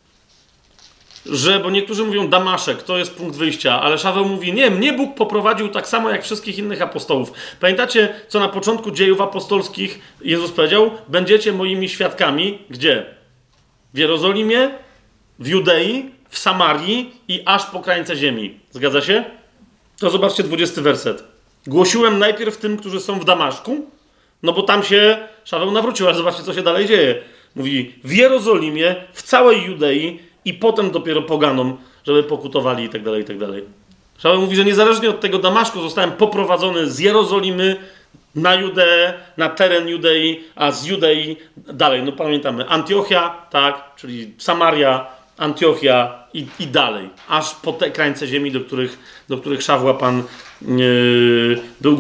bo niektórzy mówią Damaszek, to jest punkt wyjścia, ale Szaweł mówi, nie, mnie Bóg poprowadził tak samo jak wszystkich innych apostołów. Pamiętacie, co na początku dziejów apostolskich Jezus powiedział? Będziecie moimi świadkami, gdzie? W Jerozolimie, w Judei, w Samarii i aż po krańce ziemi. Zgadza się? To zobaczcie 20 werset. Głosiłem najpierw tym, którzy są w Damaszku, no bo tam się Szaweł nawrócił, ale zobaczcie, co się dalej dzieje. Mówi, w Jerozolimie, w całej Judei i potem dopiero poganom, żeby pokutowali i tak dalej, i tak dalej. Szaweł mówi, że niezależnie od tego Damaszku zostałem poprowadzony z Jerozolimy na Judeę, na teren Judei, a z Judei dalej. No pamiętamy, Antiochia, tak, czyli Samaria, Antiochia i dalej. Aż po te krańce ziemi, do których Szawła Pan był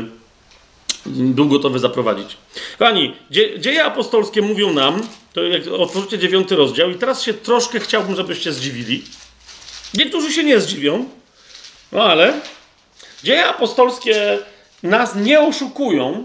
gotowy zaprowadzić. Kochani, dzieje apostolskie mówią nam, to jak otworzycie 9 rozdział i teraz się troszkę chciałbym, żebyście zdziwili. Niektórzy się nie zdziwią, no ale Dzieje apostolskie nas nie oszukują,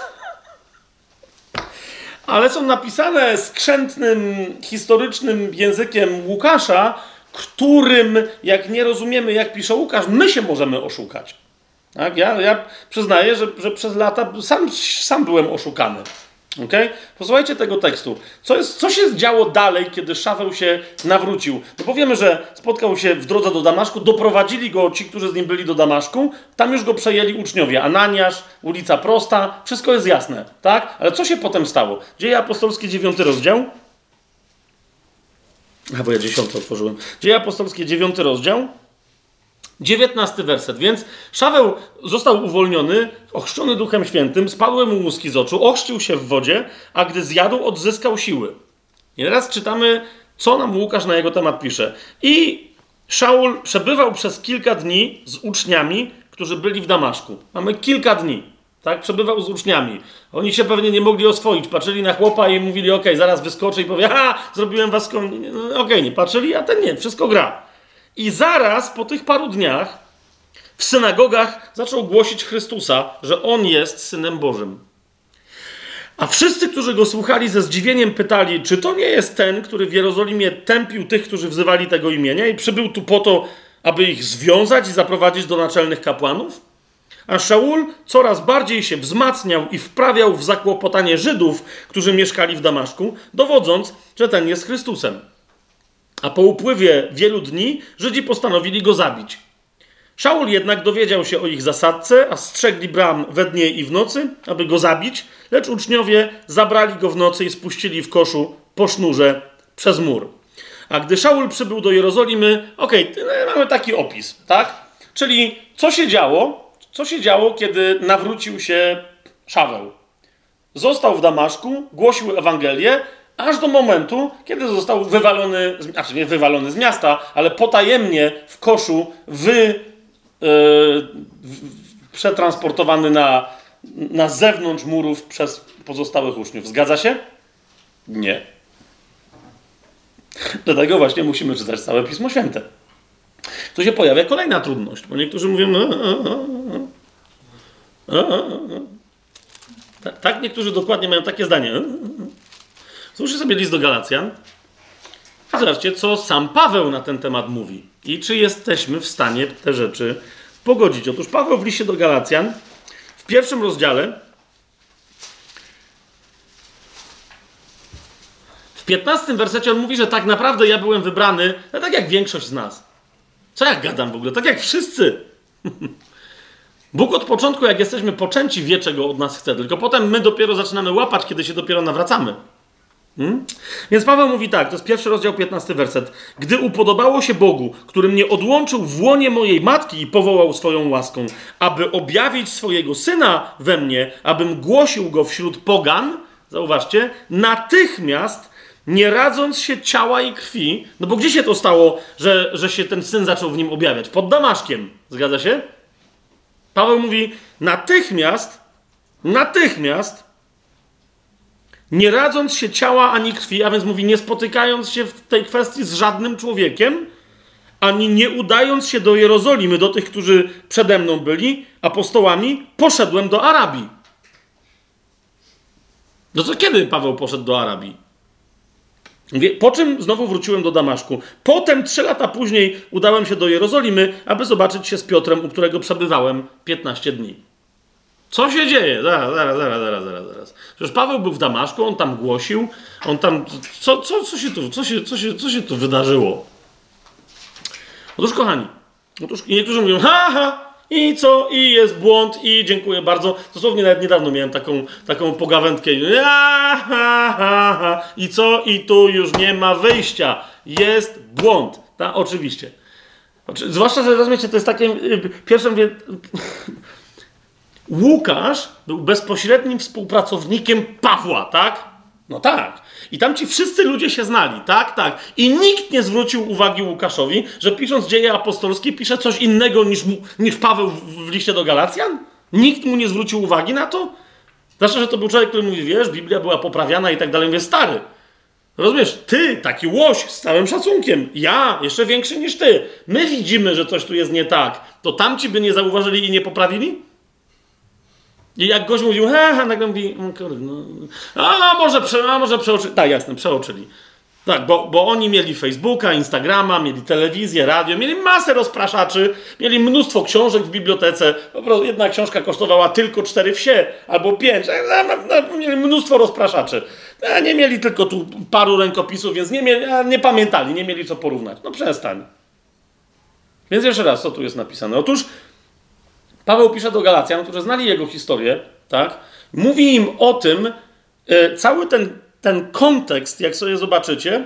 ale są napisane skrzętnym, historycznym językiem Łukasza, którym, jak nie rozumiemy, jak pisze Łukasz, my się możemy oszukać. Tak? Ja przyznaję, że przez lata sam byłem oszukany. Okay? Posłuchajcie tego tekstu. Co się działo dalej, kiedy Szaweł się nawrócił? No powiemy, że spotkał się w drodze do Damaszku, doprowadzili go ci, którzy z nim byli do Damaszku, tam już go przejęli uczniowie. Ananiasz, ulica Prosta, wszystko jest jasne, tak? Ale co się potem stało? Dzieje apostolskie, 9 rozdział. Bo ja 10 otworzyłem. Dzieje apostolskie, 9 rozdział. 19 werset. Więc Szaweł został uwolniony, ochrzczony Duchem Świętym, spadły mu łuski z oczu, ochrzcił się w wodzie, a gdy zjadł, odzyskał siły. I teraz czytamy, co nam Łukasz na jego temat pisze. I Szaul przebywał przez kilka dni z uczniami, którzy byli w Damaszku. Mamy kilka dni. Tak? Przebywał z uczniami. Oni się pewnie nie mogli oswoić. Patrzyli na chłopa i mówili, okej, zaraz wyskoczę i powie, zrobiłem was okej, nie patrzyli, a ten nie, wszystko gra. I zaraz po tych paru dniach w synagogach zaczął głosić Chrystusa, że On jest Synem Bożym. A wszyscy, którzy Go słuchali, ze zdziwieniem pytali, czy to nie jest ten, który w Jerozolimie tępił tych, którzy wzywali tego imienia i przybył tu po to, aby ich związać i zaprowadzić do naczelnych kapłanów? A Szaul coraz bardziej się wzmacniał i wprawiał w zakłopotanie Żydów, którzy mieszkali w Damaszku, dowodząc, że ten jest Chrystusem. A po upływie wielu dni Żydzi postanowili go zabić. Szaul jednak dowiedział się o ich zasadzce, a strzegli bram we dnie i w nocy, aby go zabić, lecz uczniowie zabrali go w nocy i spuścili w koszu po sznurze przez mur. A gdy Szaul przybył do Jerozolimy, mamy taki opis, tak? Czyli co się działo, kiedy nawrócił się Szaweł? Został w Damaszku, głosił Ewangelię, aż do momentu, kiedy został nie wywalony z miasta, ale potajemnie w koszu przetransportowany na zewnątrz murów przez pozostałych uczniów. Zgadza się? Nie. Dlatego właśnie musimy czytać całe Pismo Święte. Tu się pojawia kolejna trudność, bo niektórzy mówią tak, niektórzy dokładnie mają takie zdanie. Złóżcie sobie list do Galacjan i zobaczcie, co sam Paweł na ten temat mówi i czy jesteśmy w stanie te rzeczy pogodzić. Otóż Paweł w liście do Galacjan w 1 rozdziale w 15 wersecie on mówi, że tak naprawdę ja byłem wybrany, tak jak większość z nas. Co ja gadam w ogóle? Tak jak wszyscy. Bóg od początku, jak jesteśmy poczęci, wie, czego od nas chce, tylko potem my dopiero zaczynamy łapać, kiedy się dopiero nawracamy. Więc Paweł mówi tak, to jest 1 rozdział, 15 werset. Gdy upodobało się Bogu, który mnie odłączył w łonie mojej matki i powołał swoją łaską, aby objawić swojego Syna we mnie, abym głosił Go wśród pogan, zauważcie, natychmiast, nie radząc się ciała i krwi, no bo gdzie się to stało, że się ten Syn zaczął w nim objawiać? Pod Damaszkiem, zgadza się? Paweł mówi, natychmiast, nie radząc się ciała ani krwi, a więc mówi, nie spotykając się w tej kwestii z żadnym człowiekiem, ani nie udając się do Jerozolimy, do tych, którzy przede mną byli apostołami, poszedłem do Arabii. No to kiedy Paweł poszedł do Arabii? Mówi, po czym znowu wróciłem do Damaszku. Potem 3 lata później udałem się do Jerozolimy, aby zobaczyć się z Piotrem, u którego przebywałem 15 dni. Co się dzieje? Zaraz. Przecież Paweł był w Damaszku, on tam głosił, on tam... Co się tu wydarzyło? Otóż, kochani, niektórzy mówią, i co? I jest błąd, i dziękuję bardzo. Dosłownie nawet niedawno miałem taką pogawędkę. I co? I tu już nie ma wyjścia. Jest błąd. Oczywiście. Zwłaszcza, że rozumiecie, to jest takie... Łukasz był bezpośrednim współpracownikiem Pawła, tak? No tak. I tam ci wszyscy ludzie się znali, tak? I nikt nie zwrócił uwagi Łukaszowi, że pisząc Dzieje apostolskie pisze coś innego niż Paweł w liście do Galacjan? Nikt mu nie zwrócił uwagi na to? Zwłaszcza, że to był człowiek, który mówi, wiesz, Biblia była poprawiana i tak dalej. Mówię, stary, Rozumiesz? Ty, taki łoś, z całym szacunkiem. Ja, jeszcze większy niż ty. My widzimy, że coś tu jest nie tak. To tamci by nie zauważyli i nie poprawili? I jak gość mówił, nagle mówi, kurde, no, może przeoczyli. Tak, jasne, przeoczyli. Tak, bo oni mieli Facebooka, Instagrama, mieli telewizję, radio, mieli masę rozpraszaczy, mieli mnóstwo książek w bibliotece. Po prostu jedna książka kosztowała tylko 4 wsie albo 5. Mieli mnóstwo rozpraszaczy. Nie mieli tylko tu paru rękopisów, więc nie pamiętali, nie mieli co porównać. No przestań. Więc jeszcze raz, co tu jest napisane? Otóż Paweł pisze do Galacjan, którzy znali jego historię, tak? Mówi im o tym, cały ten kontekst, jak sobie zobaczycie,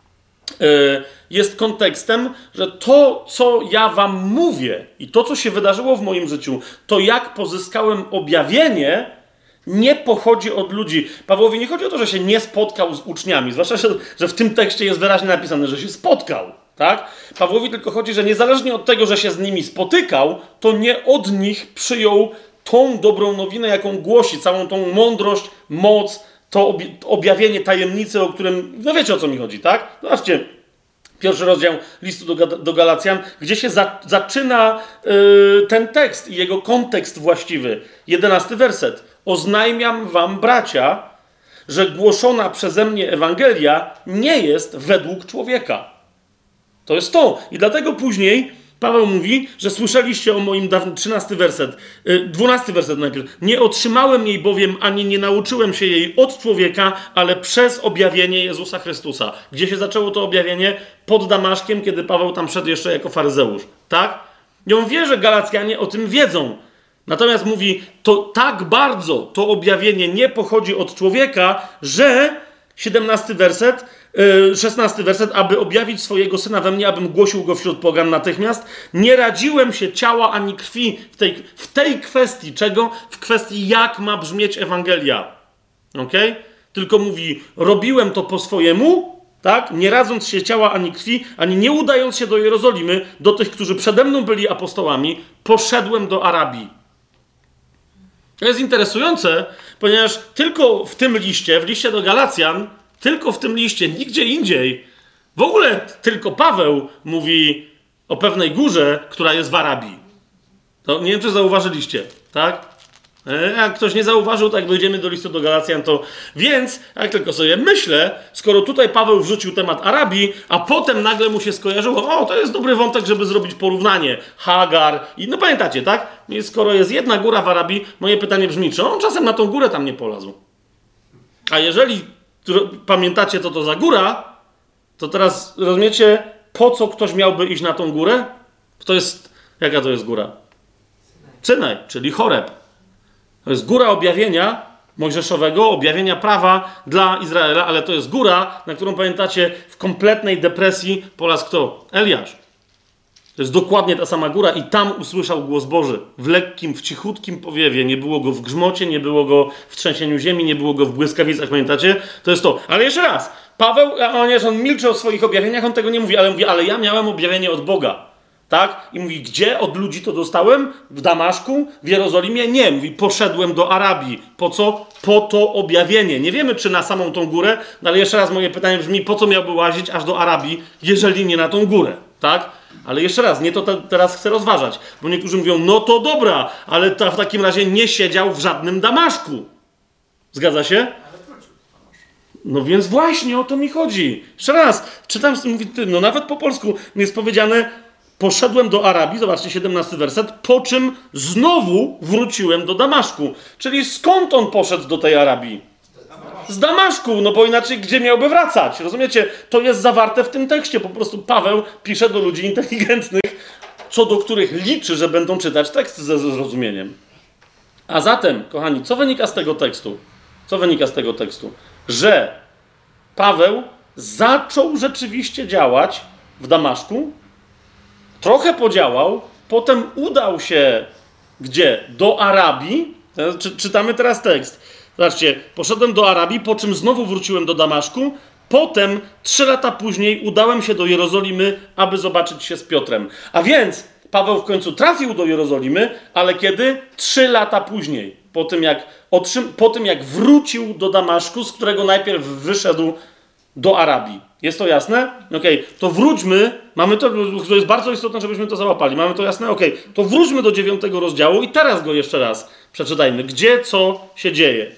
jest kontekstem, że to, co ja wam mówię i to, co się wydarzyło w moim życiu, to jak pozyskałem objawienie, nie pochodzi od ludzi. Pawłowi nie chodzi o to, że się nie spotkał z uczniami, zwłaszcza, że w tym tekście jest wyraźnie napisane, że się spotkał. Tak? Pawłowi tylko chodzi, że niezależnie od tego, że się z nimi spotykał, to nie od nich przyjął tą dobrą nowinę, jaką głosi, całą tą mądrość, moc, to objawienie tajemnicy, o którym, no wiecie, o co mi chodzi, tak? Zobaczcie, pierwszy rozdział listu do Galacjan, gdzie się zaczyna ten tekst i jego kontekst właściwy. 11 werset. Oznajmiam wam, bracia, że głoszona przeze mnie Ewangelia nie jest według człowieka. To jest to. I dlatego później Paweł mówi, że słyszeliście o moim 13 werset, 12 werset najpierw. Nie otrzymałem jej bowiem, ani nie nauczyłem się jej od człowieka, ale przez objawienie Jezusa Chrystusa. Gdzie się zaczęło to objawienie? Pod Damaszkiem, kiedy Paweł tam szedł jeszcze jako faryzeusz. Tak? I on wie, że Galacjanie o tym wiedzą. Natomiast mówi, to tak bardzo to objawienie nie pochodzi od człowieka, że 17 werset, 16 werset, aby objawić swojego Syna we mnie, abym głosił go wśród pogan natychmiast. Nie radziłem się ciała ani krwi w tej kwestii. Czego? W kwestii, jak ma brzmieć Ewangelia. Okay? Tylko mówi, robiłem to po swojemu, tak? Nie radząc się ciała ani krwi, ani nie udając się do Jerozolimy, do tych, którzy przede mną byli apostołami, poszedłem do Arabii. To jest interesujące, ponieważ tylko w tym liście, w liście do Galacjan, tylko w tym liście, nigdzie indziej, w ogóle tylko Paweł mówi o pewnej górze, która jest w Arabii. To nie wiem, czy zauważyliście, tak? Jak ktoś nie zauważył, tak dojdziemy do listu do Galacjan, to... Więc, jak tylko sobie myślę, skoro tutaj Paweł wrzucił temat Arabii, a potem nagle mu się skojarzyło, to jest dobry wątek, żeby zrobić porównanie. Hagar i... No pamiętacie, tak? I skoro jest jedna góra w Arabii, moje pytanie brzmi, czy on czasem na tą górę tam nie polazł? A jeżeli pamiętacie, co to za góra, to teraz rozumiecie, po co ktoś miałby iść na tą górę? Jaka to jest góra? Synaj, czyli Choreb. To jest góra objawienia mojżeszowego, objawienia prawa dla Izraela, ale to jest góra, na którą, pamiętacie, w kompletnej depresji polas kto? Eliasz. To jest dokładnie ta sama góra i tam usłyszał głos Boży. W lekkim, w cichutkim powiewie. Nie było go w grzmocie, nie było go w trzęsieniu ziemi, nie było go w błyskawicach, pamiętacie? To jest to. Ale jeszcze raz. Paweł, on milczy o swoich objawieniach, on tego nie mówi, ale mówi, ale ja miałem objawienie od Boga. Tak? I mówi, gdzie od ludzi to dostałem? W Damaszku? W Jerozolimie? Nie. Mówi, poszedłem do Arabii. Po co? Po to objawienie. Nie wiemy, czy na samą tą górę, no ale jeszcze raz moje pytanie brzmi, po co miałby łazić aż do Arabii, jeżeli nie na tą górę? Tak? Ale jeszcze raz, nie to teraz chcę rozważać, bo niektórzy mówią, no to dobra, ale w takim razie nie siedział w żadnym Damaszku. Zgadza się? No więc właśnie o to mi chodzi. Jeszcze raz, czytam, mówi, no nawet po polsku jest powiedziane, poszedłem do Arabii, zobaczcie 17 werset, po czym znowu wróciłem do Damaszku. Czyli skąd on poszedł do tej Arabii? Z Damaszku, no bo inaczej gdzie miałby wracać? Rozumiecie? To jest zawarte w tym tekście. Po prostu Paweł pisze do ludzi inteligentnych, co do których liczy, że będą czytać tekst ze zrozumieniem. A zatem, kochani, co wynika z tego tekstu? Co wynika z tego tekstu? Że Paweł zaczął rzeczywiście działać w Damaszku, trochę podziałał, potem udał się gdzie? Do Arabii. Czytamy teraz tekst. Zobaczcie, poszedłem do Arabii, po czym znowu wróciłem do Damaszku, potem 3 lata później udałem się do Jerozolimy, aby zobaczyć się z Piotrem. A więc Paweł w końcu trafił do Jerozolimy, ale kiedy? 3 lata później. Po tym jak wrócił do Damaszku, z którego najpierw wyszedł do Arabii. Jest to jasne? Okej, to wróćmy, mamy to jest bardzo istotne, żebyśmy to załapali. Mamy to jasne? Okej, to wróćmy do 9 rozdziału i teraz go jeszcze raz przeczytajmy. Gdzie co się dzieje?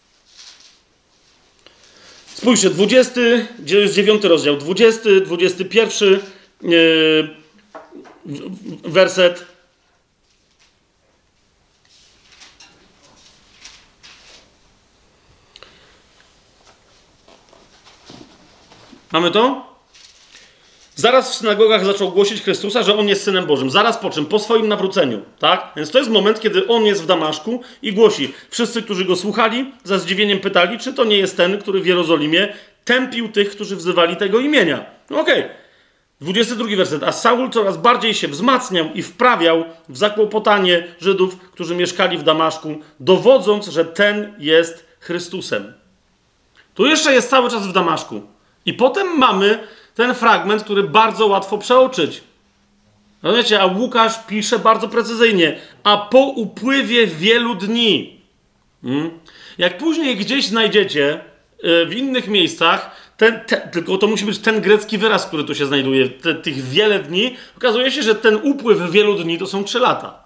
Spójrzcie, 20, gdzie jest 9 rozdział, 20, 21 werset. Mamy to? Zaraz w synagogach zaczął głosić Chrystusa, że On jest Synem Bożym. Zaraz po czym? Po swoim nawróceniu. Tak? Więc to jest moment, kiedy On jest w Damaszku i głosi. Wszyscy, którzy Go słuchali, za zdziwieniem pytali, czy to nie jest ten, który w Jerozolimie tępił tych, którzy wzywali tego imienia. Okej. 22 werset. A Saul coraz bardziej się wzmacniał i wprawiał w zakłopotanie Żydów, którzy mieszkali w Damaszku, dowodząc, że ten jest Chrystusem. Tu jeszcze jest cały czas w Damaszku. I potem mamy ten fragment, który bardzo łatwo przeoczyć. No wiecie, a Łukasz pisze bardzo precyzyjnie. A po upływie wielu dni. Jak później gdzieś znajdziecie w innych miejscach, tylko to musi być ten grecki wyraz, który tu się znajduje, tych wiele dni, okazuje się, że ten upływ wielu dni to są 3 lata.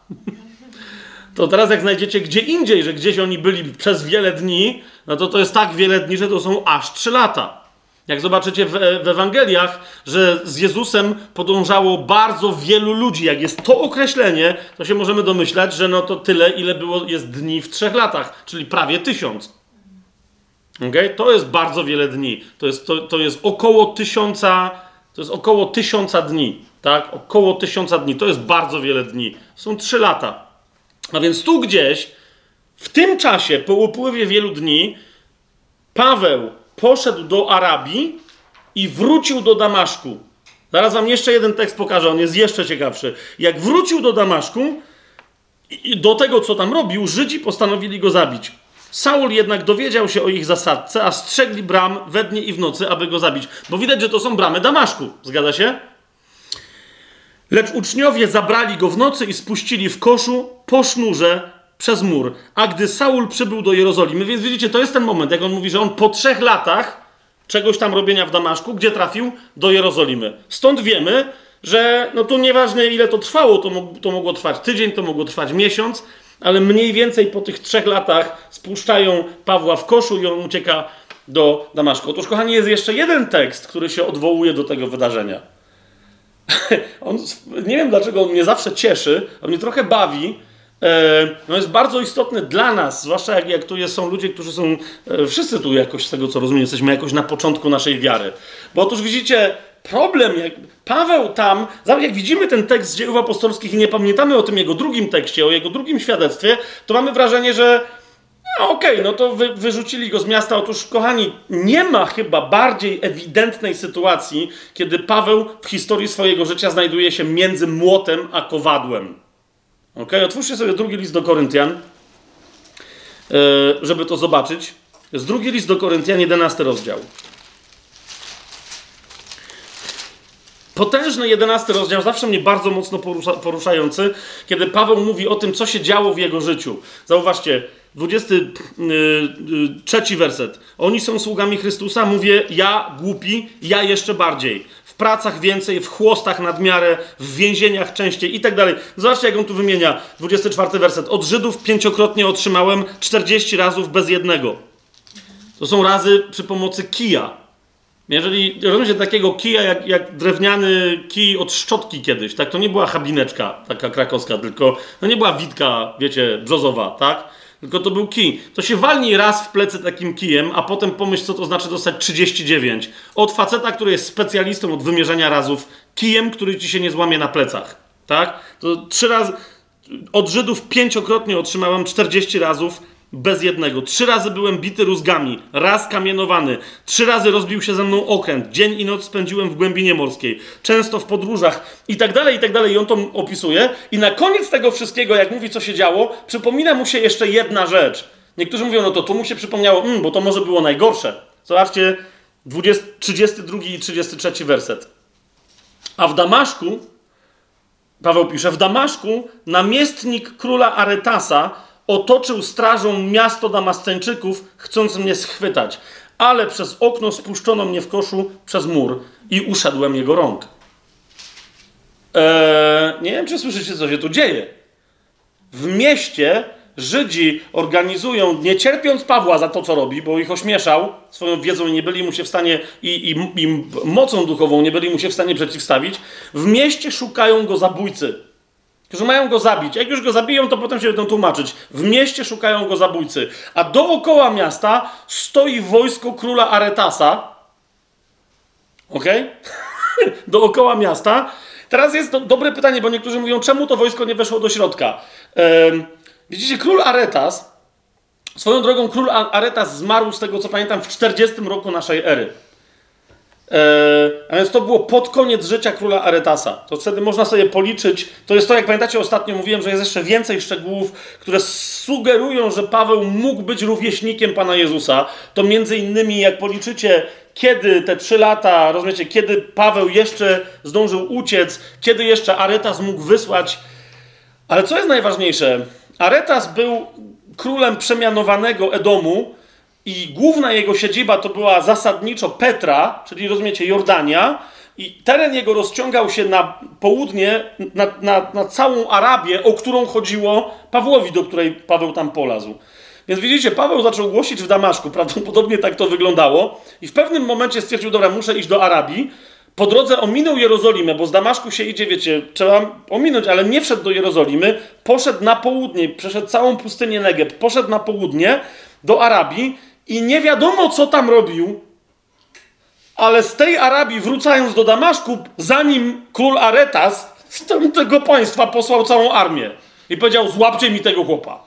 To teraz jak znajdziecie gdzie indziej, że gdzieś oni byli przez wiele dni, no to jest tak wiele dni, że to są aż 3 lata. Jak zobaczycie w Ewangeliach, że z Jezusem podążało bardzo wielu ludzi, jak jest to określenie, to się możemy domyślać, że no to tyle, ile jest dni w 3 latach, czyli prawie 1000. Okay? To jest bardzo wiele dni. To jest około 1000, to jest około 1000 dni. Tak? Około 1000 dni. To jest bardzo wiele dni. Są 3 lata. A więc tu gdzieś, w tym czasie, po upływie wielu dni, Paweł poszedł do Arabii i wrócił do Damaszku. Zaraz wam jeszcze jeden tekst pokażę, on jest jeszcze ciekawszy. Jak wrócił do Damaszku i do tego, co tam robił, Żydzi postanowili go zabić. Saul jednak dowiedział się o ich zasadzce, a strzegli bram we dnie i w nocy, aby go zabić. Bo widać, że to są bramy Damaszku. Zgadza się? Lecz uczniowie zabrali go w nocy i spuścili w koszu po sznurze przez mur. A gdy Saul przybył do Jerozolimy, więc widzicie, to jest ten moment, jak on mówi, że on po 3 latach czegoś tam robienia w Damaszku, gdzie trafił? Do Jerozolimy. Stąd wiemy, że no tu nieważne ile to trwało, to mogło trwać tydzień, to mogło trwać miesiąc, ale mniej więcej po tych 3 latach spuszczają Pawła w koszu i on ucieka do Damaszku. Otóż, kochani, jest jeszcze jeden tekst, który się odwołuje do tego wydarzenia. Nie wiem, dlaczego on mnie zawsze cieszy, on mnie trochę bawi. No jest bardzo istotny dla nas, zwłaszcza jak tu są ludzie, którzy są, wszyscy tu jakoś, z tego co rozumiem, jesteśmy jakoś na początku naszej wiary. Bo otóż widzicie, problem, jak Paweł tam, jak widzimy ten tekst z Dziejów Apostolskich i nie pamiętamy o tym jego drugim tekście, o jego drugim świadectwie, to mamy wrażenie, że no to wyrzucili go z miasta. Otóż, kochani, nie ma chyba bardziej ewidentnej sytuacji, kiedy Paweł w historii swojego życia znajduje się między młotem a kowadłem. Otwórzcie sobie drugi list do Koryntian, żeby to zobaczyć. Jest drugi list do Koryntian, 11 rozdział. Potężny 11 rozdział, zawsze mnie bardzo mocno poruszający, kiedy Paweł mówi o tym, co się działo w jego życiu. Zauważcie, 23 werset. Oni są sługami Chrystusa, mówię, ja głupi, ja jeszcze bardziej. W pracach więcej, w chłostach nadmiarę, w więzieniach częściej i tak dalej. Zobaczcie, jak on tu wymienia. 24 werset. Od Żydów 5-krotnie otrzymałem 40 razów bez jednego. To są razy przy pomocy kija. Jeżeli rozumiecie takiego kija, jak drewniany kij od szczotki kiedyś, tak? To nie była chabineczka taka krakowska, tylko no nie była witka, wiecie, brzozowa, tak? Tylko to był kij. To się walnij raz w plecy takim kijem, a potem pomyśl, co to znaczy dostać 39. Od faceta, który jest specjalistą od wymierzania razów, kijem, który ci się nie złamie na plecach, tak? To 3 razy... Od Żydów 5-krotnie otrzymałem 40 razów bez jednego. 3 razy byłem bity rózgami, raz kamienowany, 3 razy rozbił się ze mną okręt, dzień i noc spędziłem w głębinie morskiej, często w podróżach i tak dalej, i tak dalej. I on to opisuje. I na koniec tego wszystkiego, jak mówi, co się działo, przypomina mu się jeszcze jedna rzecz. Niektórzy mówią, no to tu mu się przypomniało, bo to może było najgorsze. Zobaczcie, 32 i 33 werset. A w Damaszku, Paweł pisze, w Damaszku namiestnik króla Aretasa otoczył strażą miasto Damasceńczyków, chcąc mnie schwytać. ale przez okno spuszczono mnie w koszu przez mur i uszedłem jego rąk. Nie wiem, czy słyszycie, co się tu dzieje. W mieście Żydzi organizują, nie cierpiąc Pawła za to, co robi, bo ich ośmieszał swoją wiedzą i nie byli mu się w stanie, i mocą duchową nie byli mu się w stanie przeciwstawić, w mieście szukają go zabójcy, którzy mają go zabić. Jak już go zabiją, to potem się będą tłumaczyć. W mieście szukają go zabójcy. A dookoła miasta stoi wojsko króla Aretasa. Okej? Dookoła miasta. Teraz jest dobre pytanie, bo niektórzy mówią, czemu to wojsko nie weszło do środka. Widzicie, król Aretas, swoją drogą król Aretas zmarł, z tego co pamiętam, w 40 roku naszej ery. A więc to było pod koniec życia króla Aretasa. To wtedy można sobie policzyć. To jest to, jak pamiętacie, ostatnio mówiłem, że jest jeszcze więcej szczegółów, które sugerują, że Paweł mógł być rówieśnikiem Pana Jezusa. To między innymi, jak policzycie, kiedy te 3 lata, rozumiecie, kiedy Paweł jeszcze zdążył uciec, kiedy jeszcze Aretas mógł wysłać. Ale co jest najważniejsze? Aretas był królem przemianowanego Edomu i główna jego siedziba to była zasadniczo Petra, czyli rozumiecie, Jordania, i teren jego rozciągał się na południe, na całą Arabię, o którą chodziło Pawłowi, do której Paweł tam polazł. Więc widzicie, Paweł zaczął głosić w Damaszku, prawdopodobnie tak to wyglądało, i w pewnym momencie stwierdził, dobra, muszę iść do Arabii. Po drodze ominął Jerozolimę, bo z Damaszku się idzie, wiecie, trzeba ominąć, ale nie wszedł do Jerozolimy, poszedł na południe, przeszedł całą pustynię Negeb, poszedł na południe do Arabii i nie wiadomo, co tam robił, ale z tej Arabii, wracając do Damaszku, zanim król Aretas z tego państwa posłał całą armię i powiedział, złapcie mi tego chłopa.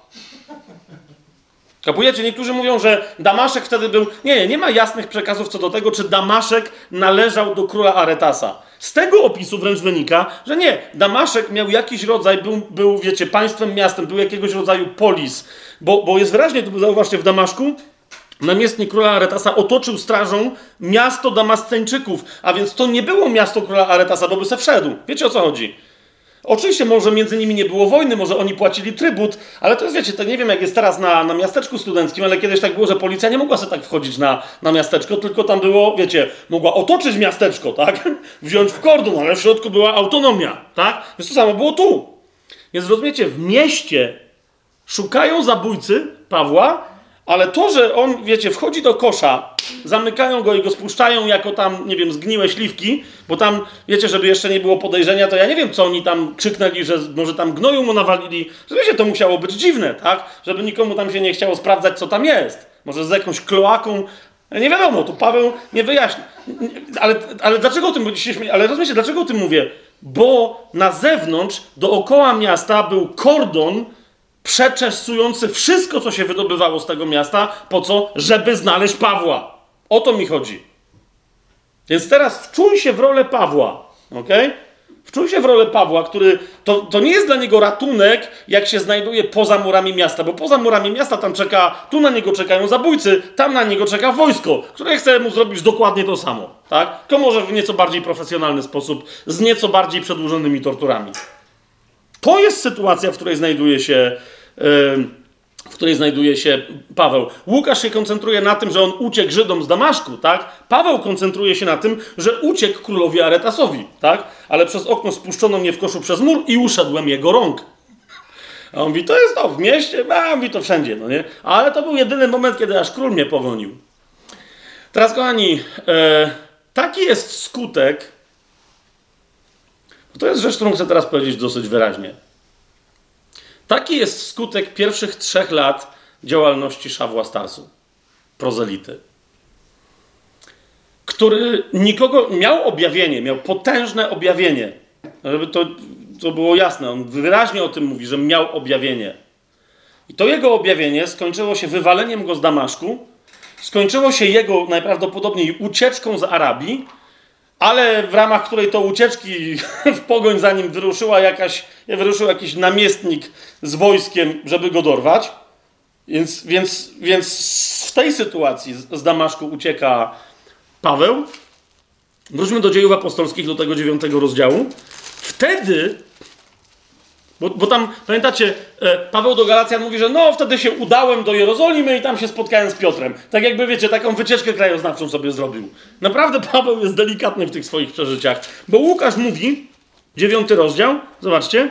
Kapujecie? Niektórzy mówią, że Damaszek wtedy był... Nie ma jasnych przekazów co do tego, czy Damaszek należał do króla Aretasa. Z tego opisu wręcz wynika, że nie. Damaszek miał jakiś rodzaj, był wiecie, państwem, miastem, był jakiegoś rodzaju polis. Bo jest wyraźnie, tu zauważcie, w Damaszku namiestnik króla Aretasa otoczył strażą miasto Damasceńczyków, a więc to nie było miasto króla Aretasa, bo by se wszedł. Wiecie, o co chodzi? Oczywiście może między nimi nie było wojny, może oni płacili trybut, ale to jest, wiecie, to nie wiem jak jest teraz na miasteczku studenckim, ale kiedyś tak było, że policja nie mogła sobie tak wchodzić na miasteczko, tylko tam było, wiecie, mogła otoczyć miasteczko, tak? Wziąć w kordon, ale w środku była autonomia, tak? Więc to samo było tu. Więc rozumiecie, w mieście szukają zabójcy Pawła, ale to, że on, wiecie, wchodzi do kosza, zamykają go i go spuszczają jako tam, nie wiem, zgniłe śliwki, bo tam, wiecie, żeby jeszcze nie było podejrzenia, to ja nie wiem, co oni tam krzyknęli, że może tam gnoju mu nawalili. Że wiecie, to musiało być dziwne, tak? Żeby nikomu tam się nie chciało sprawdzać, co tam jest. Może z jakąś kloaką. Nie wiadomo, tu Paweł nie wyjaśni. Ale dlaczego o tym będziecie? Ale rozumiecie, dlaczego o tym mówię? Bo na zewnątrz, dookoła miasta był kordon przeczesujący wszystko, co się wydobywało z tego miasta. Po co? Żeby znaleźć Pawła. O to mi chodzi. Więc teraz wczuj się w rolę Pawła. Okej? Wczuj się w rolę Pawła, który... To nie jest dla niego ratunek, jak się znajduje poza murami miasta, bo poza murami miasta tam czeka... Tu na niego czekają zabójcy, tam na niego czeka wojsko, które chce mu zrobić dokładnie to samo. Tak? Tylko może w nieco bardziej profesjonalny sposób, z nieco bardziej przedłużonymi torturami. To jest sytuacja, w której znajduje się Paweł. Łukasz się koncentruje na tym, że on uciekł Żydom z Damaszku, tak? Paweł koncentruje się na tym, że uciekł królowi Aretasowi, tak? Ale przez okno spuszczono mnie w koszu przez mur i uszedłem jego rąk. A on mówi, to jest to w mieście, a on mówi, to wszędzie, no nie? Ale to był jedyny moment, kiedy aż król mnie pogonił. Teraz, kochani, taki jest skutek. To jest rzecz, którą chcę teraz powiedzieć dosyć wyraźnie. Taki jest skutek pierwszych 3 lat działalności Szawła z Tarsu, prozelity, który miał objawienie, miał potężne objawienie. Żeby to było jasne, on wyraźnie o tym mówi, że miał objawienie. I to jego objawienie skończyło się wywaleniem go z Damaszku, skończyło się jego najprawdopodobniej ucieczką z Arabii, ale w ramach której to ucieczki w pogoń za nim wyruszył jakiś namiestnik z wojskiem, żeby go dorwać. Więc w tej sytuacji z Damaszku ucieka Paweł. Wróćmy do Dziejów Apostolskich, do tego 9 rozdziału. Wtedy Bo tam, pamiętacie, Paweł do Galacjan mówi, że no wtedy się udałem do Jerozolimy i tam się spotkałem z Piotrem. Tak jakby, wiecie, taką wycieczkę krajoznawczą sobie zrobił. Naprawdę Paweł jest delikatny w tych swoich przeżyciach. Bo Łukasz mówi, 9 rozdział, zobaczcie,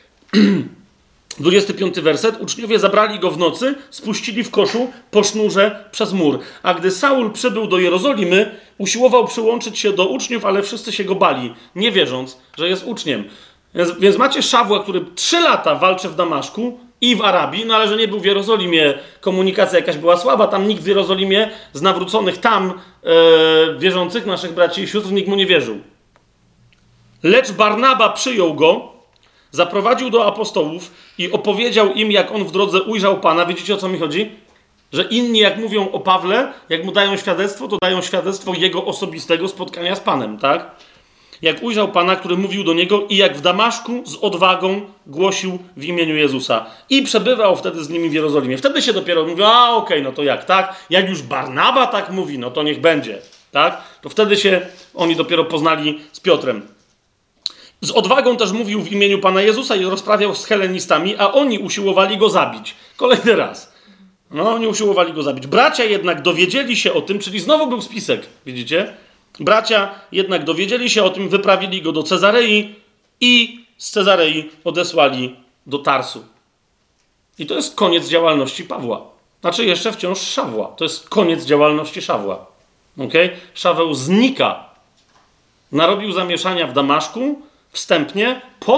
25 werset. Uczniowie zabrali go w nocy, spuścili w koszu po sznurze przez mur. A gdy Saul przybył do Jerozolimy, usiłował przyłączyć się do uczniów, ale wszyscy się go bali, nie wierząc, że jest uczniem. Więc macie Szawła, który 3 lata walczy w Damaszku i w Arabii, no ale że nie był w Jerozolimie, komunikacja jakaś była słaba, tam nikt w Jerozolimie z nawróconych tam wierzących, naszych braci i sióstr, nikt mu nie wierzył. Lecz Barnaba przyjął go, zaprowadził do apostołów i opowiedział im, jak on w drodze ujrzał Pana. Widzicie, o co mi chodzi? Że inni, jak mówią o Pawle, jak mu dają świadectwo, to dają świadectwo jego osobistego spotkania z Panem, tak? Jak ujrzał Pana, który mówił do niego i jak w Damaszku z odwagą głosił w imieniu Jezusa. I przebywał wtedy z nimi w Jerozolimie. Wtedy się dopiero mówią, okej, no to jak, tak? Jak już Barnaba tak mówi, no to niech będzie, tak? To wtedy się oni dopiero poznali z Piotrem. Z odwagą też mówił w imieniu Pana Jezusa i rozprawiał z helenistami, a oni usiłowali go zabić. Kolejny raz. No, oni usiłowali go zabić. Bracia jednak dowiedzieli się o tym, czyli znowu był spisek, widzicie? Bracia jednak dowiedzieli się o tym, wyprawili go do Cezarei i z Cezarei odesłali do Tarsu. I to jest koniec działalności Pawła. Znaczy jeszcze wciąż Szawła. To jest koniec działalności Szawła. Okay? Szaweł znika. Narobił zamieszania w Damaszku, wstępnie,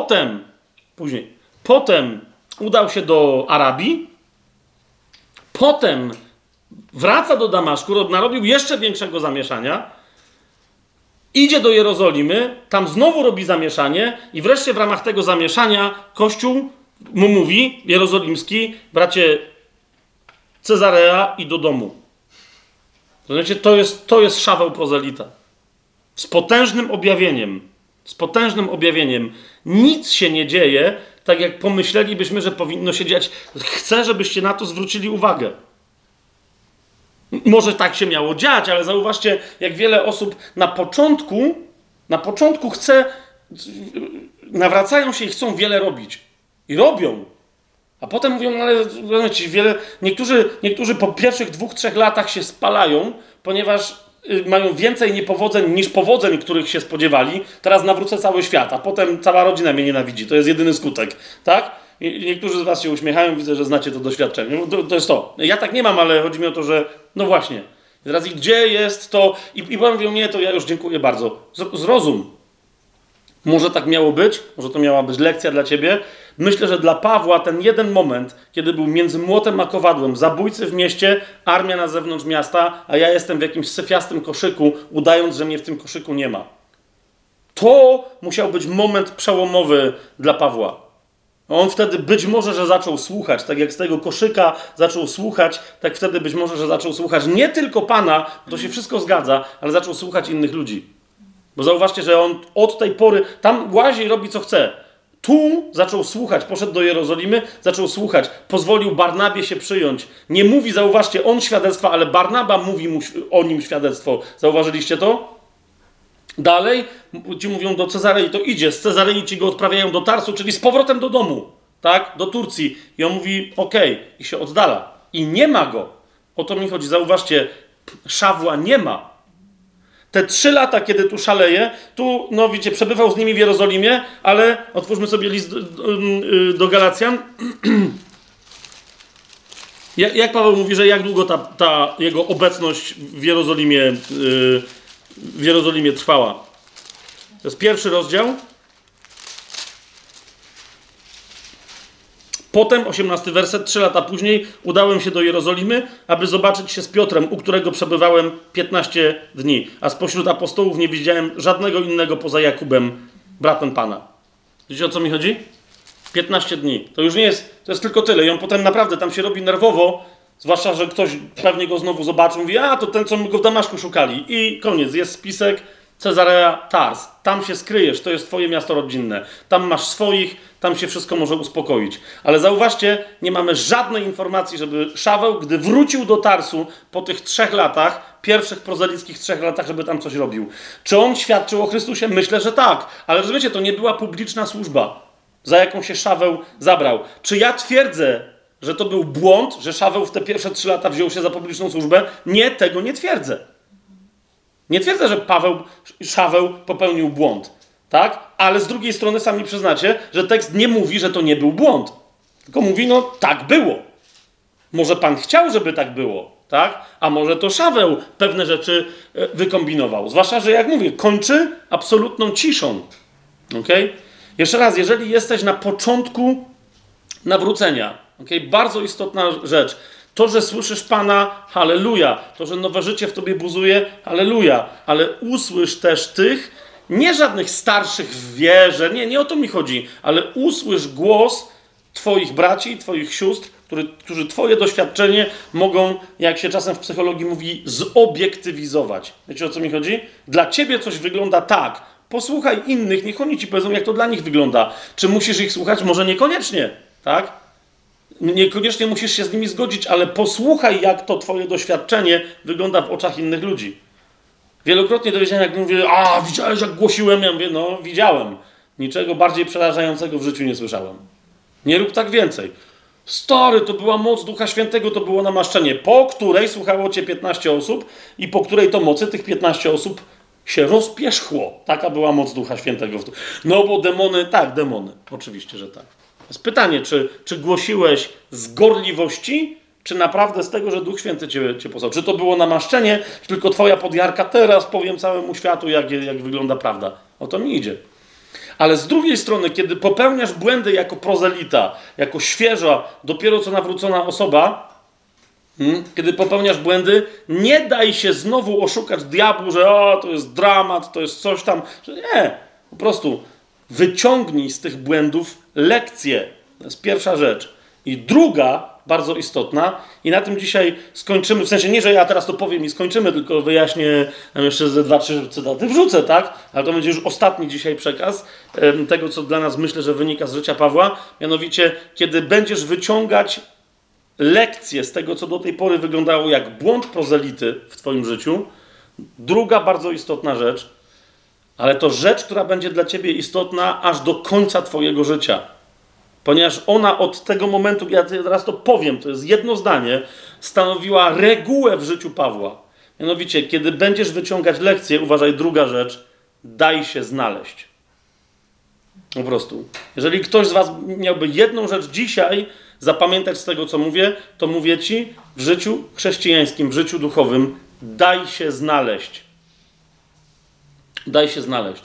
potem udał się do Arabii, potem wraca do Damaszku, narobił jeszcze większego zamieszania, idzie do Jerozolimy, tam znowu robi zamieszanie i wreszcie w ramach tego zamieszania Kościół mu mówi, jerozolimski, bracie, Cezarea i do domu. Znaczy, to jest Szaweł prozelita. Z potężnym objawieniem. Nic się nie dzieje, tak jak pomyślelibyśmy, że powinno się dziać. Chcę, żebyście na to zwrócili uwagę. Może tak się miało dziać, ale zauważcie, jak wiele osób na początku chce, nawracają się i chcą wiele robić. I robią. A potem mówią, no ale niektórzy po pierwszych 2-3 latach się spalają, ponieważ mają więcej niepowodzeń niż powodzeń, których się spodziewali. Teraz nawrócę cały świat, a potem cała rodzina mnie nienawidzi. To jest jedyny skutek, tak? I niektórzy z was się uśmiechają, widzę, że znacie to doświadczenie. To jest to. Ja tak nie mam, ale chodzi mi o to, że no właśnie. Teraz gdzie jest to? I pan mówią, nie, to ja już dziękuję bardzo. Zrozum. Może tak miało być, może to miała być lekcja dla ciebie. Myślę, że dla Pawła ten jeden moment, kiedy był między młotem a kowadłem, zabójcy w mieście, armia na zewnątrz miasta, a ja jestem w jakimś syfiastym koszyku, udając, że mnie w tym koszyku nie ma. To musiał być moment przełomowy dla Pawła. On wtedy być może, że zaczął słuchać, tak jak z tego koszyka zaczął słuchać, tak wtedy być może, że zaczął słuchać nie tylko Pana, bo to się wszystko zgadza, ale zaczął słuchać innych ludzi. Bo zauważcie, że on od tej pory tam łazi i robi co chce. Tu zaczął słuchać, poszedł do Jerozolimy, zaczął słuchać, pozwolił Barnabie się przyjąć. Nie mówi, zauważcie, on świadectwa, ale Barnaba mówi mu o nim świadectwo. Zauważyliście to? Dalej ci mówią do Cezarei, to idzie. Z Cezarei ci go odprawiają do Tarsu, czyli z powrotem do domu, tak? Do Turcji. I on mówi, okej, i się oddala. I nie ma go. O to mi chodzi. Zauważcie, Szawła nie ma. Te 3 lata, kiedy tu szaleje, tu, no wiecie, przebywał z nimi w Jerozolimie, ale otwórzmy sobie list do Galacjan. Jak Paweł mówi, że jak długo ta jego obecność w Jerozolimie trwała? To jest 1 rozdział. Potem, 18 werset, 3 lata później udałem się do Jerozolimy, aby zobaczyć się z Piotrem, u którego przebywałem 15 dni. A spośród apostołów nie widziałem żadnego innego poza Jakubem, bratem Pana. Wiecie, o co mi chodzi? 15 dni. To już nie jest, to jest tylko tyle. I on potem naprawdę tam się robi nerwowo, zwłaszcza, że ktoś pewnie go znowu zobaczył, mówi, a to ten, co my go w Damaszku szukali. I koniec, jest spisek, Cezarea, Tars. Tam się skryjesz, to jest twoje miasto rodzinne. Tam masz swoich, tam się wszystko może uspokoić. Ale zauważcie, nie mamy żadnej informacji, żeby Szaweł, gdy wrócił do Tarsu po tych 3 latach, pierwszych prozelickich 3 latach, żeby tam coś robił. Czy on świadczył o Chrystusie? Myślę, że tak. Ale rozumiecie, to nie była publiczna służba. za jaką się Szaweł zabrał. Czy ja twierdzę, że to był błąd, że Szaweł w te pierwsze 3 lata wziął się za publiczną służbę? Nie, tego nie twierdzę. Nie twierdzę, że Szaweł popełnił błąd, tak? Ale z drugiej strony sami przyznacie, że tekst nie mówi, że to nie był błąd. Tylko mówi, no tak było. Może Pan chciał, żeby tak było, tak? A może to Szaweł pewne rzeczy wykombinował. Zwłaszcza, że jak mówię, kończy absolutną ciszą. Okay? Jeszcze raz, jeżeli jesteś na początku nawrócenia, okay? Bardzo istotna rzecz. To, że słyszysz Pana, halleluja. To, że nowe życie w tobie buzuje, halleluja. Ale usłysz też tych, nie żadnych starszych w wierze, nie o to mi chodzi, ale usłysz głos twoich braci i twoich sióstr, którzy twoje doświadczenie mogą, jak się czasem w psychologii mówi, zobiektywizować. Wiecie, o co mi chodzi? Dla ciebie coś wygląda tak. Posłuchaj innych, niech oni ci powiedzą, jak to dla nich wygląda. Czy musisz ich słuchać? Może niekoniecznie, tak? Niekoniecznie musisz się z nimi zgodzić, ale posłuchaj, jak to twoje doświadczenie wygląda w oczach innych ludzi. Wielokrotnie dowiedziałem, jak mówię, widziałeś, jak głosiłem? Ja mówię, no, widziałem. Niczego bardziej przerażającego w życiu nie słyszałem. Nie rób tak więcej. Stary, to była moc Ducha Świętego, to było namaszczenie, po której słuchało cię 15 osób i po której to mocy tych 15 osób się rozpierzchło. Taka była moc Ducha Świętego. No bo demony, tak, demony. Oczywiście, że tak. Jest pytanie, czy głosiłeś z gorliwości, czy naprawdę z tego, że Duch Święty cię posłał? Czy to było namaszczenie, czy tylko twoja podjarka, teraz powiem całemu światu, jak wygląda prawda. O to mi idzie. Ale z drugiej strony, kiedy popełniasz błędy jako prozelita, jako świeża, dopiero co nawrócona osoba, kiedy popełniasz błędy, nie daj się znowu oszukać diabłu, że to jest dramat, to jest coś tam. Że nie, po prostu wyciągnij z tych błędów lekcje. To jest pierwsza rzecz. I druga, bardzo istotna, i na tym dzisiaj skończymy, w sensie nie, że ja teraz to powiem i skończymy, tylko wyjaśnię, jeszcze ze 2-3 cytaty wrzucę, tak? Ale to będzie już ostatni dzisiaj przekaz tego, co dla nas myślę, że wynika z życia Pawła. Mianowicie, kiedy będziesz wyciągać lekcje z tego, co do tej pory wyglądało jak błąd prozelity w twoim życiu, druga bardzo istotna rzecz, ale to rzecz, która będzie dla ciebie istotna aż do końca twojego życia. Ponieważ ona od tego momentu, ja teraz to powiem, to jest jedno zdanie, stanowiła regułę w życiu Pawła. Mianowicie, kiedy będziesz wyciągać lekcje, uważaj, druga rzecz, daj się znaleźć. Po prostu. Jeżeli ktoś z was miałby jedną rzecz dzisiaj zapamiętać z tego, co mówię, to mówię ci, w życiu chrześcijańskim, w życiu duchowym, daj się znaleźć. Daj się znaleźć.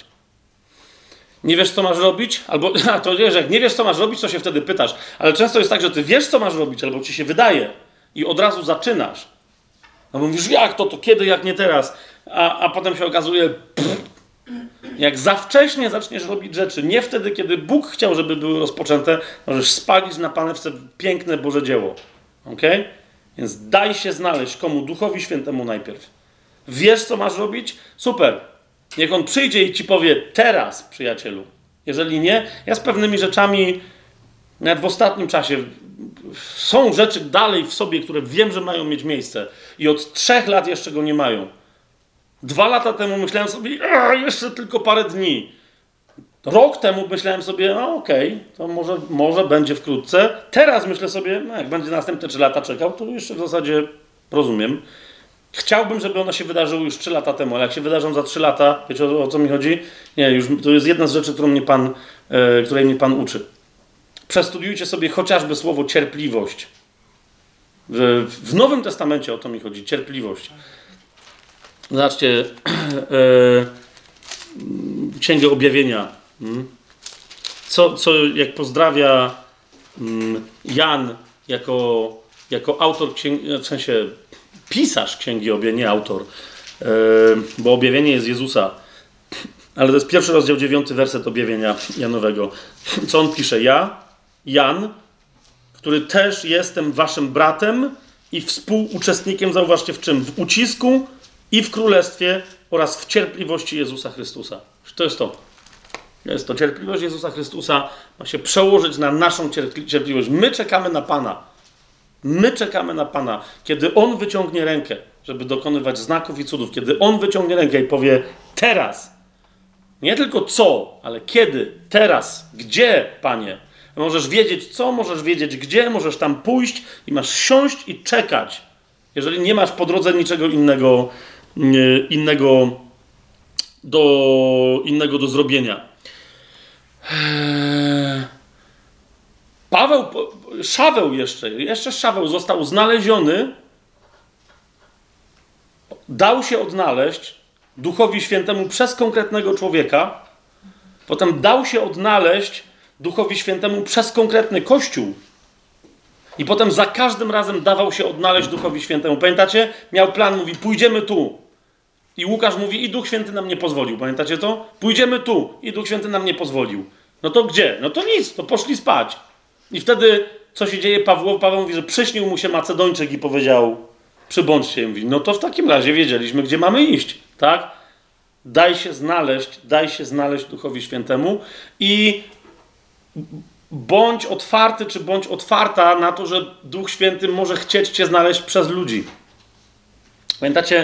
Nie wiesz, co masz robić? Albo, to wiesz, jak nie wiesz, co masz robić, to się wtedy pytasz. Ale często jest tak, że ty wiesz, co masz robić, albo ci się wydaje i od razu zaczynasz. No bo mówisz, jak to kiedy, jak nie teraz? A potem się okazuje, jak za wcześnie zaczniesz robić rzeczy, nie wtedy, kiedy Bóg chciał, żeby były rozpoczęte, możesz spalić na panewce piękne Boże dzieło. Okay? Więc daj się znaleźć komu? Duchowi Świętemu najpierw. Wiesz, co masz robić? Super. Niech on przyjdzie i ci powie teraz, przyjacielu. Jeżeli nie, ja z pewnymi rzeczami, nawet w ostatnim czasie, są rzeczy dalej w sobie, które wiem, że mają mieć miejsce. I od 3 lat jeszcze go nie mają. 2 lata temu myślałem sobie, jeszcze tylko parę dni. Rok temu myślałem sobie, okej, to może będzie wkrótce. Teraz myślę sobie, jak będzie następne 3 lata czekał, to jeszcze w zasadzie rozumiem. Chciałbym, żeby one się wydarzyły już 3 lata temu, ale jak się wydarzą za 3 lata, wiecie o co mi chodzi? Nie, już to jest jedna z rzeczy, której mnie Pan uczy. Przestudiujcie sobie chociażby słowo cierpliwość. W Nowym Testamencie o to mi chodzi, cierpliwość. Zobaczcie, Księgę Objawienia. Co jak pozdrawia Jan jako autor księgi, w sensie pisarz Księgi Objawienia, nie autor, bo objawienie jest Jezusa. Ale to jest 1 rozdział 9 werset Objawienia Janowego. Co on pisze? Ja, Jan, który też jestem waszym bratem i współuczestnikiem, zauważcie w czym? W ucisku i w królestwie oraz w cierpliwości Jezusa Chrystusa. To jest to. Jest to. Cierpliwość Jezusa Chrystusa ma się przełożyć na naszą cierpliwość. My czekamy na Pana. My czekamy na Pana. Kiedy On wyciągnie rękę, żeby dokonywać znaków i cudów, kiedy On wyciągnie rękę i powie teraz, Nie tylko co, ale kiedy, teraz, gdzie, Panie. Możesz wiedzieć co, możesz wiedzieć gdzie, możesz tam pójść i masz siąść i czekać. Jeżeli nie masz po drodze niczego innego do zrobienia. Szaweł jeszcze Szaweł został znaleziony, dał się odnaleźć Duchowi Świętemu przez konkretnego człowieka, potem dał się odnaleźć Duchowi Świętemu przez konkretny Kościół i potem za każdym razem dawał się odnaleźć Duchowi Świętemu. Pamiętacie? Miał plan, mówi, pójdziemy tu. I Łukasz mówi, i Duch Święty nam nie pozwolił. Pamiętacie to? Pójdziemy tu. I Duch Święty nam nie pozwolił. No to gdzie? No to nic, to poszli spać. I wtedy, co się dzieje? Paweł mówi, że przyśnił mu się Macedończyk i powiedział, przybądźcie. Mówi, no to w takim razie wiedzieliśmy, gdzie mamy iść. Tak? Daj się znaleźć Duchowi Świętemu i bądź otwarty, czy bądź otwarta na to, że Duch Święty może chcieć cię znaleźć przez ludzi. Pamiętacie,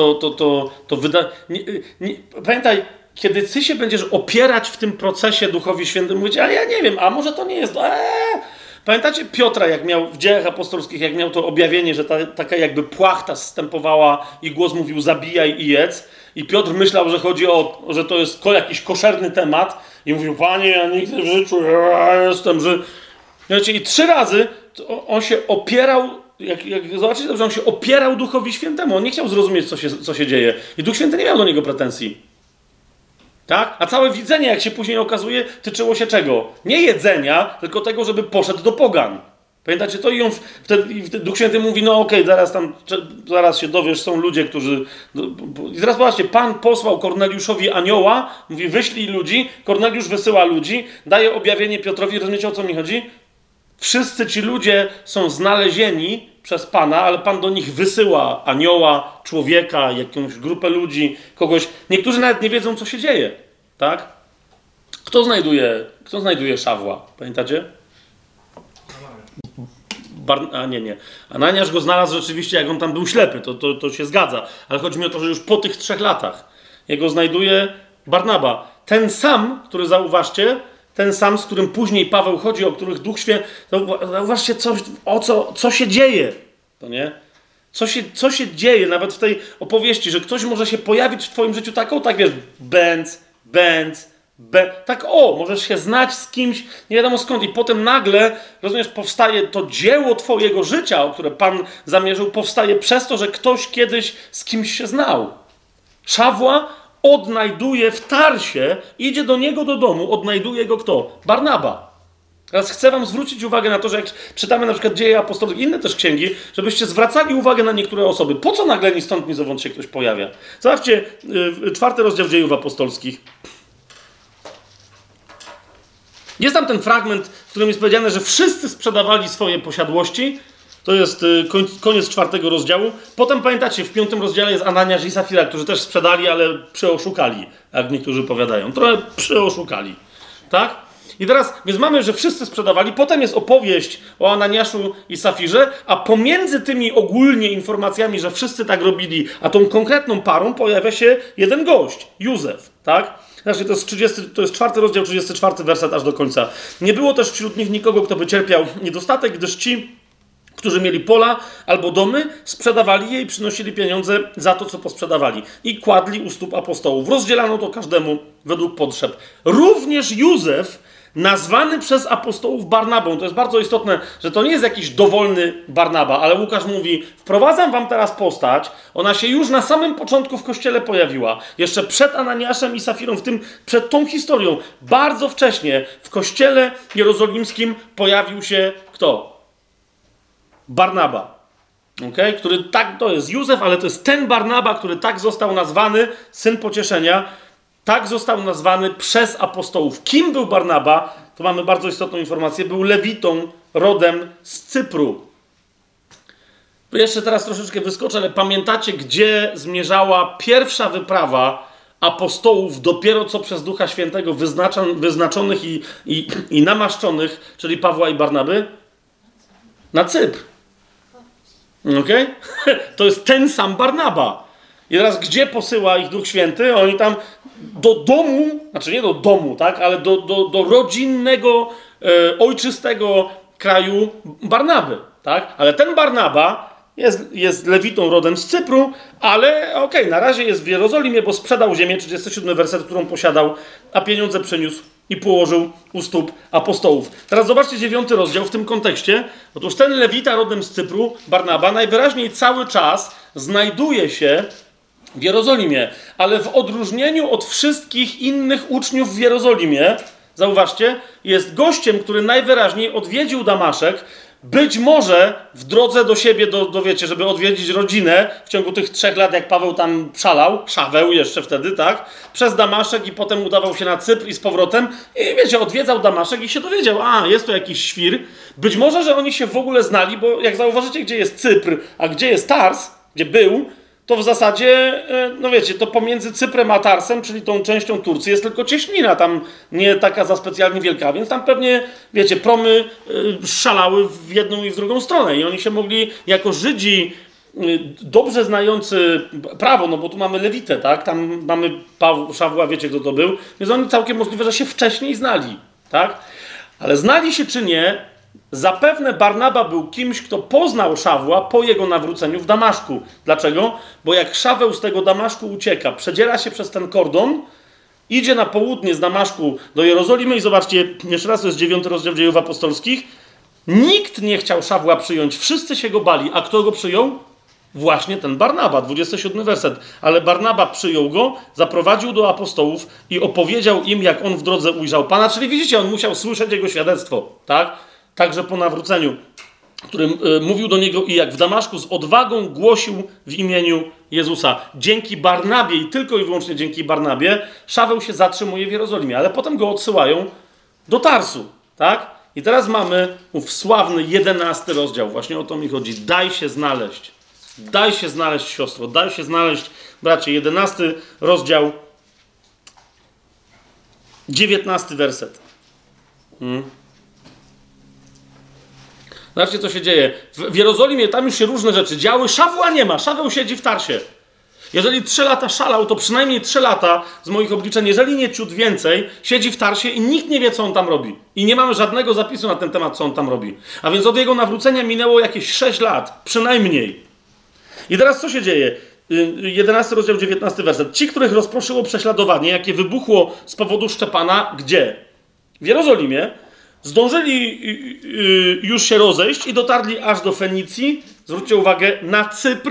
pamiętaj, kiedy ty się będziesz opierać w tym procesie Duchowi Świętym, mówić, a ja nie wiem, a może to nie jest... Pamiętacie Piotra, jak miał w Dziejach Apostolskich, jak miał to objawienie, że taka jakby płachta zstępowała i głos mówił, zabijaj i jedz. I Piotr myślał, że chodzi że to jest jakiś koszerny temat. I mówił, Panie, ja nigdy w życiu jestem, że... Wiecie, i 3 razy on się opierał, jak zobaczycie dobrze, on się opierał Duchowi Świętemu. On nie chciał zrozumieć, co się dzieje. I Duch Święty nie miał do niego pretensji. Tak? A całe widzenie, jak się później okazuje, tyczyło się czego? Nie jedzenia, tylko tego, żeby poszedł do pogan. Pamiętacie to? I wtedy Duch Święty mówi, no okej, zaraz się dowiesz, są ludzie, którzy... I teraz zobaczcie, Pan posłał Korneliuszowi anioła, mówi, wyślij ludzi, Korneliusz wysyła ludzi, daje objawienie Piotrowi, rozumiecie, o co mi chodzi? Wszyscy ci ludzie są znalezieni przez Pana, ale Pan do nich wysyła anioła, człowieka, jakąś grupę ludzi, kogoś. Niektórzy nawet nie wiedzą, co się dzieje. Tak? Kto znajduje Szawła? Pamiętacie? Nie. Ananiasz go znalazł rzeczywiście, jak on tam był ślepy. To się zgadza. Ale chodzi mi o to, że już po tych 3 latach jego znajduje Barnaba. Ten sam, który zauważcie, ten sam, z którym później Paweł chodzi, o których Duch Święty... Zauważcie, co się dzieje. To nie? Co się dzieje nawet w tej opowieści, że ktoś może się pojawić w twoim życiu tak wiesz, możesz się znać z kimś, nie wiadomo skąd, i potem nagle, rozumiesz, powstaje to dzieło twojego życia, o które Pan zamierzył, powstaje przez to, że ktoś kiedyś z kimś się znał. Szawła odnajduje w Tarsie, idzie do niego do domu, odnajduje go kto? Barnaba. Teraz chcę wam zwrócić uwagę na to, że jak czytamy na przykład Dzieje Apostolskie, inne też księgi, żebyście zwracali uwagę na niektóre osoby. Po co nagle ni stąd, ni zowąd się ktoś pojawia? Zobaczcie, 4 rozdział Dziejów Apostolskich. Jest tam ten fragment, w którym jest powiedziane, że wszyscy sprzedawali swoje posiadłości. To jest koniec 4 rozdziału. Potem pamiętacie, w 5 rozdziale jest Ananiasz i Safira, którzy też sprzedali, ale przeoszukali, jak niektórzy powiadają. Trochę przeoszukali. Tak? I teraz, więc mamy, że wszyscy sprzedawali. Potem jest opowieść o Ananiaszu i Safirze, a pomiędzy tymi ogólnie informacjami, że wszyscy tak robili, a tą konkretną parą pojawia się jeden gość, Józef. Tak? Znaczy, to jest 4 rozdział, 34 werset aż do końca. Nie było też wśród nich nikogo, kto by cierpiał niedostatek, gdyż ci, którzy mieli pola albo domy, sprzedawali je i przynosili pieniądze za to, co posprzedawali. I kładli u stóp apostołów. Rozdzielano to każdemu według potrzeb. Również Józef, nazwany przez apostołów Barnabą. To jest bardzo istotne, że to nie jest jakiś dowolny Barnaba, ale Łukasz mówi, wprowadzam wam teraz postać, ona się już na samym początku w kościele pojawiła. Jeszcze przed Ananiaszem i Safirą, przed tą historią, bardzo wcześnie w kościele jerozolimskim pojawił się kto? Barnaba. Okay? Który tak, to jest Józef, ale to jest ten Barnaba, który tak został nazwany, syn pocieszenia, tak został nazwany przez apostołów. Kim był Barnaba? To mamy bardzo istotną informację. Był lewitą rodem z Cypru. Jeszcze teraz troszeczkę wyskoczę, ale pamiętacie, gdzie zmierzała pierwsza wyprawa apostołów dopiero co przez Ducha Świętego wyznaczonych i namaszczonych, czyli Pawła i Barnaby? Na Cypr. Okej? To jest ten sam Barnaba. I teraz gdzie posyła ich Duch Święty? Oni tam do domu, znaczy nie do domu, tak, ale do rodzinnego, ojczystego kraju Barnaby, tak? Ale ten Barnaba jest Lewitą rodem z Cypru, ale okej, na razie jest w Jerozolimie, bo sprzedał ziemię, 37 werset, którą posiadał, a pieniądze przyniósł i położył u stóp apostołów. Teraz zobaczcie 9 rozdział w tym kontekście. Otóż ten Lewita rodem z Cypru, Barnaba, najwyraźniej cały czas znajduje się w Jerozolimie, ale w odróżnieniu od wszystkich innych uczniów w Jerozolimie, zauważcie, jest gościem, który najwyraźniej odwiedził Damaszek, być może w drodze do siebie, wiecie, żeby odwiedzić rodzinę w ciągu tych 3 lat, jak Paweł tam Szaweł jeszcze wtedy, tak, przez Damaszek i potem udawał się na Cypr i z powrotem i wiecie, odwiedzał Damaszek i się dowiedział, jest to jakiś świr. Być może, że oni się w ogóle znali, bo jak zauważycie, gdzie jest Cypr, a gdzie jest Tars, gdzie był, to w zasadzie, no wiecie, to pomiędzy Cyprem a Tarsem, czyli tą częścią Turcji, jest tylko cieśnina, tam nie taka za specjalnie wielka, więc tam pewnie, wiecie, promy szalały w jedną i w drugą stronę i oni się mogli, jako Żydzi dobrze znający prawo, no bo tu mamy Lewitę, tak, tam mamy Szawła, wiecie, kto to był, więc oni całkiem możliwe, że się wcześniej znali, tak, ale znali się czy nie, zapewne Barnaba był kimś, kto poznał Szawła po jego nawróceniu w Damaszku. Dlaczego? Bo jak Szaweł z tego Damaszku ucieka, przedziera się przez ten kordon, idzie na południe z Damaszku do Jerozolimy i zobaczcie, jeszcze raz, to jest 9 rozdział Dziejów Apostolskich. Nikt nie chciał Szawła przyjąć, wszyscy się go bali. A kto go przyjął? Właśnie ten Barnaba, 27 werset. Ale Barnaba przyjął go, zaprowadził do apostołów i opowiedział im, jak on w drodze ujrzał Pana. Czyli widzicie, on musiał słyszeć jego świadectwo, tak? Także po nawróceniu, którym mówił do niego i jak w Damaszku z odwagą głosił w imieniu Jezusa. Dzięki Barnabie i tylko i wyłącznie dzięki Barnabie Szaweł się zatrzymuje w Jerozolimie, ale potem go odsyłają do Tarsu, tak? I teraz mamy ów sławny 11 rozdział. Właśnie o to mi chodzi. Daj się znaleźć. Daj się znaleźć, siostro. Daj się znaleźć, bracie. 11 rozdział, 19 werset. Zobaczcie, co się dzieje. W Jerozolimie tam już się różne rzeczy działy. Szawła nie ma. Szaweł siedzi w Tarsie. Jeżeli 3 lata szalał, to przynajmniej 3 lata z moich obliczeń, jeżeli nie ciut więcej, siedzi w Tarsie i nikt nie wie, co on tam robi. I nie mamy żadnego zapisu na ten temat, co on tam robi. A więc od jego nawrócenia minęło jakieś 6 lat. Przynajmniej. I teraz co się dzieje? 11 rozdział, 19 werset. Ci, których rozproszyło prześladowanie, jakie wybuchło z powodu Szczepana, gdzie? W Jerozolimie. Zdążyli już się rozejść i dotarli aż do Fenicji, zwróćcie uwagę, na Cypr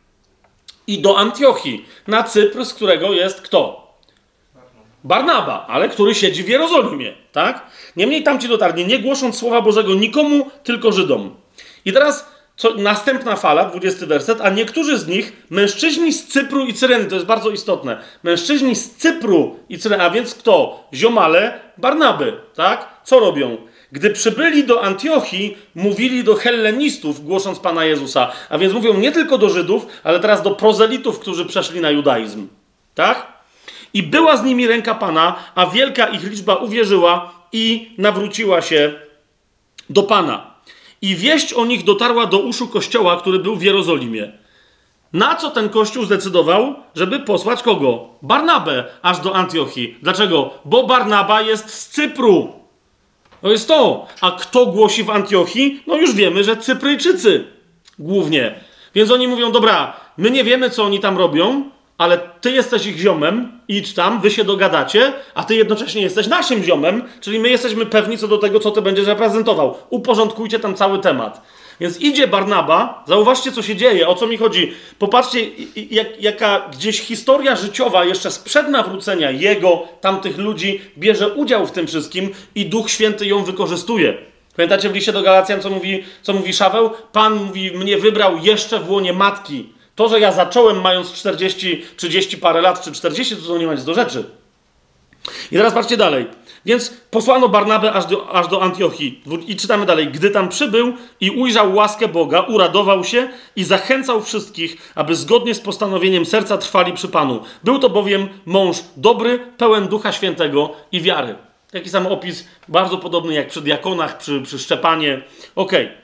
i do Antiochii. Na Cypr, z którego jest kto? Barnaba, ale który siedzi w Jerozolimie, tak? Niemniej tamci dotarli, nie głosząc Słowa Bożego nikomu, tylko Żydom. I teraz następna fala, 20 werset, a niektórzy z nich, mężczyźni z Cypru i Cyreny, to jest bardzo istotne, mężczyźni z Cypru i Cyreny, a więc kto? Ziomale Barnaby, tak? Co robią? Gdy przybyli do Antiochii, mówili do hellenistów, głosząc Pana Jezusa. A więc mówią nie tylko do Żydów, ale teraz do prozelitów, którzy przeszli na judaizm. Tak? I była z nimi ręka Pana, a wielka ich liczba uwierzyła i nawróciła się do Pana. I wieść o nich dotarła do uszu kościoła, który był w Jerozolimie. Na co ten kościół zdecydował? Żeby posłać kogo? Barnabę aż do Antiochii. Dlaczego? Bo Barnaba jest z Cypru. To jest to. A kto głosi w Antiochii? No już wiemy, że Cypryjczycy głównie. Więc oni mówią, dobra, my nie wiemy, co oni tam robią, ale ty jesteś ich ziomem, idź tam, wy się dogadacie, a ty jednocześnie jesteś naszym ziomem, czyli my jesteśmy pewni co do tego, co ty będziesz reprezentował. Uporządkujcie tam cały temat. Więc idzie Barnaba, zauważcie, co się dzieje, o co mi chodzi. Popatrzcie, jaka gdzieś historia życiowa jeszcze sprzed nawrócenia jego, tamtych ludzi, bierze udział w tym wszystkim i Duch Święty ją wykorzystuje. Pamiętacie w liście do Galacjan, co mówi Szaweł? Pan mówi, mnie wybrał jeszcze w łonie matki. To, że ja zacząłem mając 40, 30 parę lat, czy 40, to nie ma nic do rzeczy. I teraz patrzcie dalej. Więc posłano Barnabę aż do Antiochii. I czytamy dalej. Gdy tam przybył i ujrzał łaskę Boga, uradował się i zachęcał wszystkich, aby zgodnie z postanowieniem serca trwali przy Panu. Był to bowiem mąż dobry, pełen Ducha Świętego i wiary. Taki sam opis, bardzo podobny jak przy diakonach, przy Szczepanie. Okej.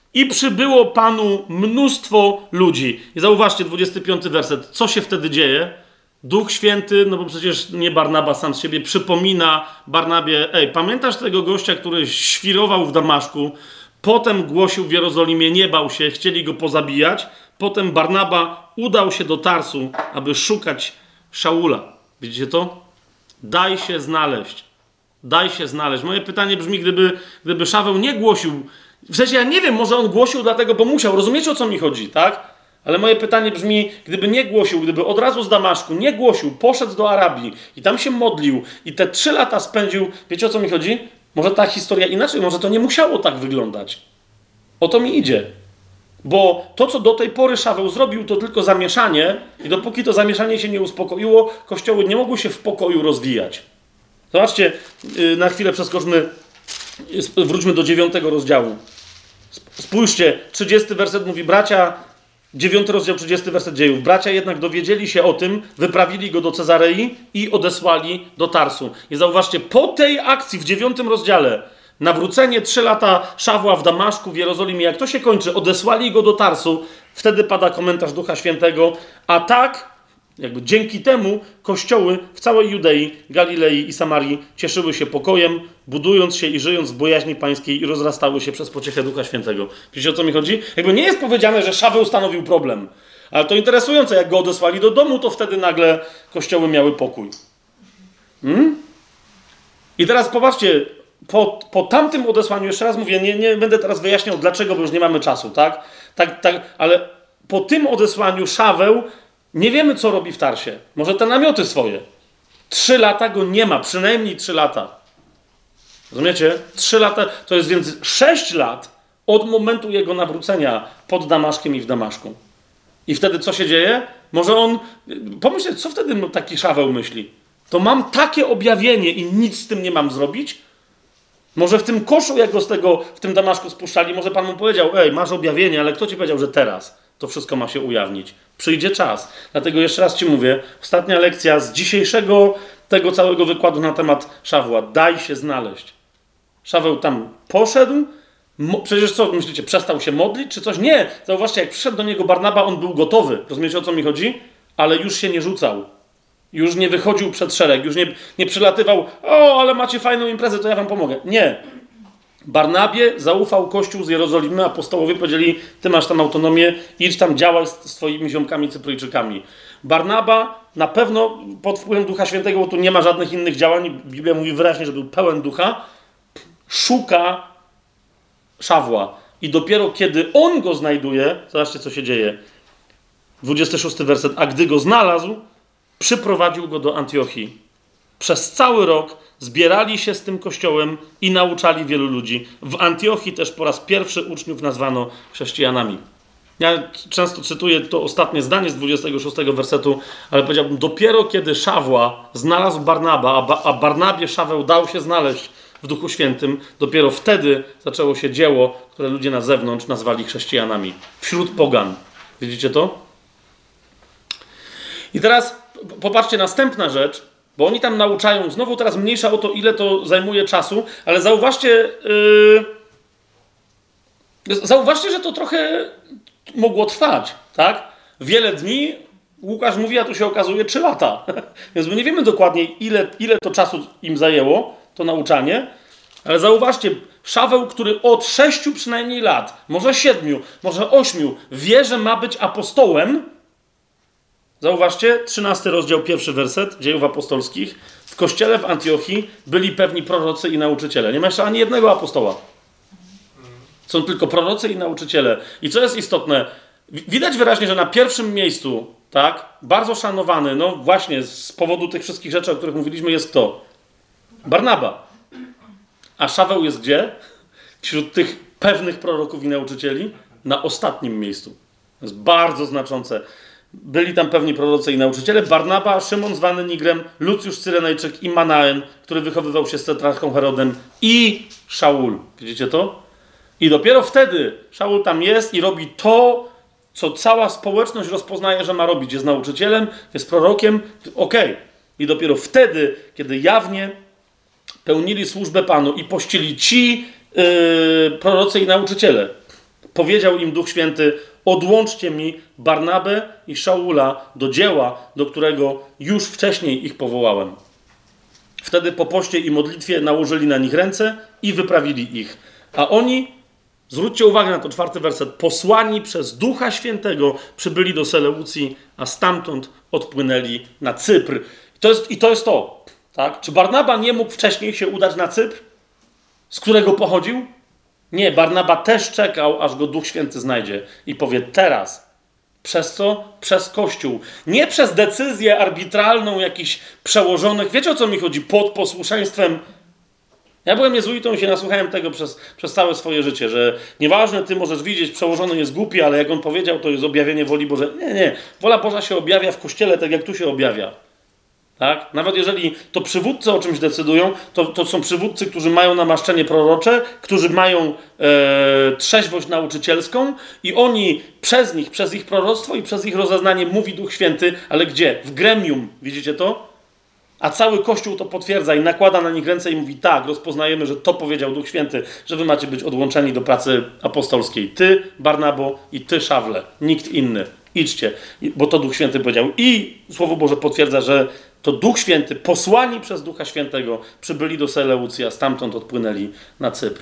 I przybyło Panu mnóstwo ludzi. I zauważcie, 25 werset. Co się wtedy dzieje? Duch Święty, no bo przecież nie Barnaba sam z siebie, przypomina Barnabie, pamiętasz tego gościa, który świrował w Damaszku, potem głosił w Jerozolimie, nie bał się, chcieli go pozabijać, potem Barnaba udał się do Tarsu, aby szukać Szaula. Widzicie to? Daj się znaleźć. Daj się znaleźć. Moje pytanie brzmi, gdyby Szaweł nie głosił, w sensie ja nie wiem, może on głosił dlatego, bo musiał, rozumiecie, o co mi chodzi, tak? Ale moje pytanie brzmi, gdyby nie głosił, gdyby od razu z Damaszku nie głosił, poszedł do Arabii i tam się modlił i te 3 lata spędził, wiecie, o co mi chodzi? Może ta historia inaczej, może to nie musiało tak wyglądać. O to mi idzie. Bo to, co do tej pory Szaweł zrobił, to tylko zamieszanie i dopóki to zamieszanie się nie uspokoiło, kościoły nie mogły się w pokoju rozwijać. Zobaczcie, na chwilę przeskoczmy, wróćmy do 9 rozdziału. Spójrzcie, 30 werset mówi, bracia, 9 rozdział, 30 werset Dziejów. Bracia jednak dowiedzieli się o tym, wyprawili go do Cezarei i odesłali do Tarsu. I zauważcie, po tej akcji w 9 rozdziale, nawrócenie 3 lata Szawła w Damaszku, w Jerozolimie, jak to się kończy, odesłali go do Tarsu, wtedy pada komentarz Ducha Świętego, a tak, jakby dzięki temu kościoły w całej Judei, Galilei i Samarii cieszyły się pokojem, budując się i żyjąc w bojaźni pańskiej i rozrastały się przez pociechę Ducha Świętego. Wiecie, o co mi chodzi? Jakby nie jest powiedziane, że Szaweł stanowił problem. Ale to interesujące, jak go odesłali do domu, to wtedy nagle kościoły miały pokój. I teraz popatrzcie, po tamtym odesłaniu, jeszcze raz mówię, nie będę teraz wyjaśniał dlaczego, bo już nie mamy czasu, tak? Ale po tym odesłaniu Szaweł nie wiemy, co robi w Tarsie. Może te namioty swoje. 3 lata go nie ma, przynajmniej 3 lata. Rozumiecie? 3 lata, to jest więc 6 lat od momentu jego nawrócenia pod Damaszkiem i w Damaszku. I wtedy co się dzieje? Może on, pomyślcie, co wtedy taki Szaweł myśli? To mam takie objawienie i nic z tym nie mam zrobić? Może w tym koszu, jak go w tym Damaszku spuszczali, może Pan mu powiedział, masz objawienie, ale kto ci powiedział, że teraz to wszystko ma się ujawnić? Przyjdzie czas. Dlatego jeszcze raz ci mówię, ostatnia lekcja z dzisiejszego tego całego wykładu na temat Szawła. Daj się znaleźć. Szaweł tam poszedł, przecież co myślicie, przestał się modlić czy coś? Nie. Zauważcie, jak przyszedł do niego Barnaba, on był gotowy. Rozumiecie, o co mi chodzi? Ale już się nie rzucał. Już nie wychodził przed szereg, już nie przylatywał, ale macie fajną imprezę, to ja wam pomogę. Nie. Barnabie zaufał Kościół z Jerozolimy, apostołowie powiedzieli, ty masz tam autonomię, idź tam, działaj z twoimi ziomkami Cypryjczykami. Barnaba na pewno pod wpływem Ducha Świętego, bo tu nie ma żadnych innych działań, Biblia mówi wyraźnie, że był pełen Ducha, szuka Szawła. I dopiero kiedy on go znajduje, zobaczcie, co się dzieje. 26 werset, a gdy go znalazł, przyprowadził go do Antiochii. Przez cały rok zbierali się z tym kościołem i nauczali wielu ludzi. W Antiochii też po raz pierwszy uczniów nazwano chrześcijanami. Ja często cytuję to ostatnie zdanie z 26 wersetu, ale powiedziałbym, dopiero kiedy Szawła znalazł Barnaba, a Barnabie Szaweł dał się znaleźć w Duchu Świętym, dopiero wtedy zaczęło się dzieło, które ludzie na zewnątrz nazwali chrześcijanami. Wśród pogan. Widzicie to? I teraz popatrzcie, następna rzecz, bo oni tam nauczają, znowu teraz mniejsza o to, ile to zajmuje czasu, ale zauważcie, że to trochę mogło trwać, tak? Wiele dni, Łukasz mówi, a tu się okazuje 3 lata. Więc my nie wiemy dokładnie, ile to czasu im zajęło, to nauczanie, ale zauważcie, Szaweł, który od 6 przynajmniej lat, może 7, może 8, wie, że ma być apostołem. Zauważcie, 13 rozdział, 1 werset Dziejów Apostolskich. W kościele w Antiochii byli pewni prorocy i nauczyciele. Nie ma jeszcze ani jednego apostoła. Są tylko prorocy i nauczyciele. I co jest istotne, widać wyraźnie, że na pierwszym miejscu, tak, bardzo szanowany, no właśnie z powodu tych wszystkich rzeczy, o których mówiliśmy, jest kto? Barnaba. A Szaweł jest gdzie? Wśród tych pewnych proroków i nauczycieli? Na ostatnim miejscu. To jest bardzo znaczące. Byli tam pewni prorocy i nauczyciele. Barnaba, Szymon zwany Nigrem, Lucjusz Cyrenejczyk i Manaen, który wychowywał się z tetrarchą Herodem i Szaul. Widzicie to? I dopiero wtedy Szaul tam jest i robi to, co cała społeczność rozpoznaje, że ma robić. Jest nauczycielem, jest prorokiem. Okej. I dopiero wtedy, kiedy jawnie pełnili służbę Panu i pościli ci prorocy i nauczyciele. powiedział im Duch Święty: odłączcie mi Barnabę i Szaula do dzieła, do którego już wcześniej ich powołałem. Wtedy po poście i modlitwie nałożyli na nich ręce i wyprawili ich. A oni, zwróćcie uwagę na to, 4 werset, posłani przez Ducha Świętego przybyli do Seleucji, a stamtąd odpłynęli na Cypr. To jest to. Tak? Czy Barnaba nie mógł wcześniej się udać na Cypr, z którego pochodził? Nie, Barnaba też czekał, aż go Duch Święty znajdzie i powie: teraz. Przez co? Przez Kościół. Nie przez decyzję arbitralną jakichś przełożonych. Wiecie, o co mi chodzi? Pod posłuszeństwem. Ja byłem jezuitą i się nasłuchałem tego przez całe swoje życie, że nieważne, ty możesz widzieć, przełożony jest głupi, ale jak on powiedział, to jest objawienie woli Bożej. Nie. Wola Boża się objawia w Kościele, tak jak tu się objawia. Tak? Nawet jeżeli to przywódcy o czymś decydują, to są przywódcy, którzy mają namaszczenie prorocze, którzy mają trzeźwość nauczycielską i oni przez ich proroctwo i przez ich rozeznanie mówi Duch Święty, ale gdzie? W gremium. Widzicie to? A cały Kościół to potwierdza i nakłada na nich ręce i mówi: tak, rozpoznajemy, że to powiedział Duch Święty, że wy macie być odłączeni do pracy apostolskiej. Ty, Barnabo, i ty, Szawle. Nikt inny. Idźcie, bo to Duch Święty powiedział. I Słowo Boże potwierdza, że to Duch Święty, posłani przez Ducha Świętego, przybyli do Seleucji, a stamtąd odpłynęli na Cypr.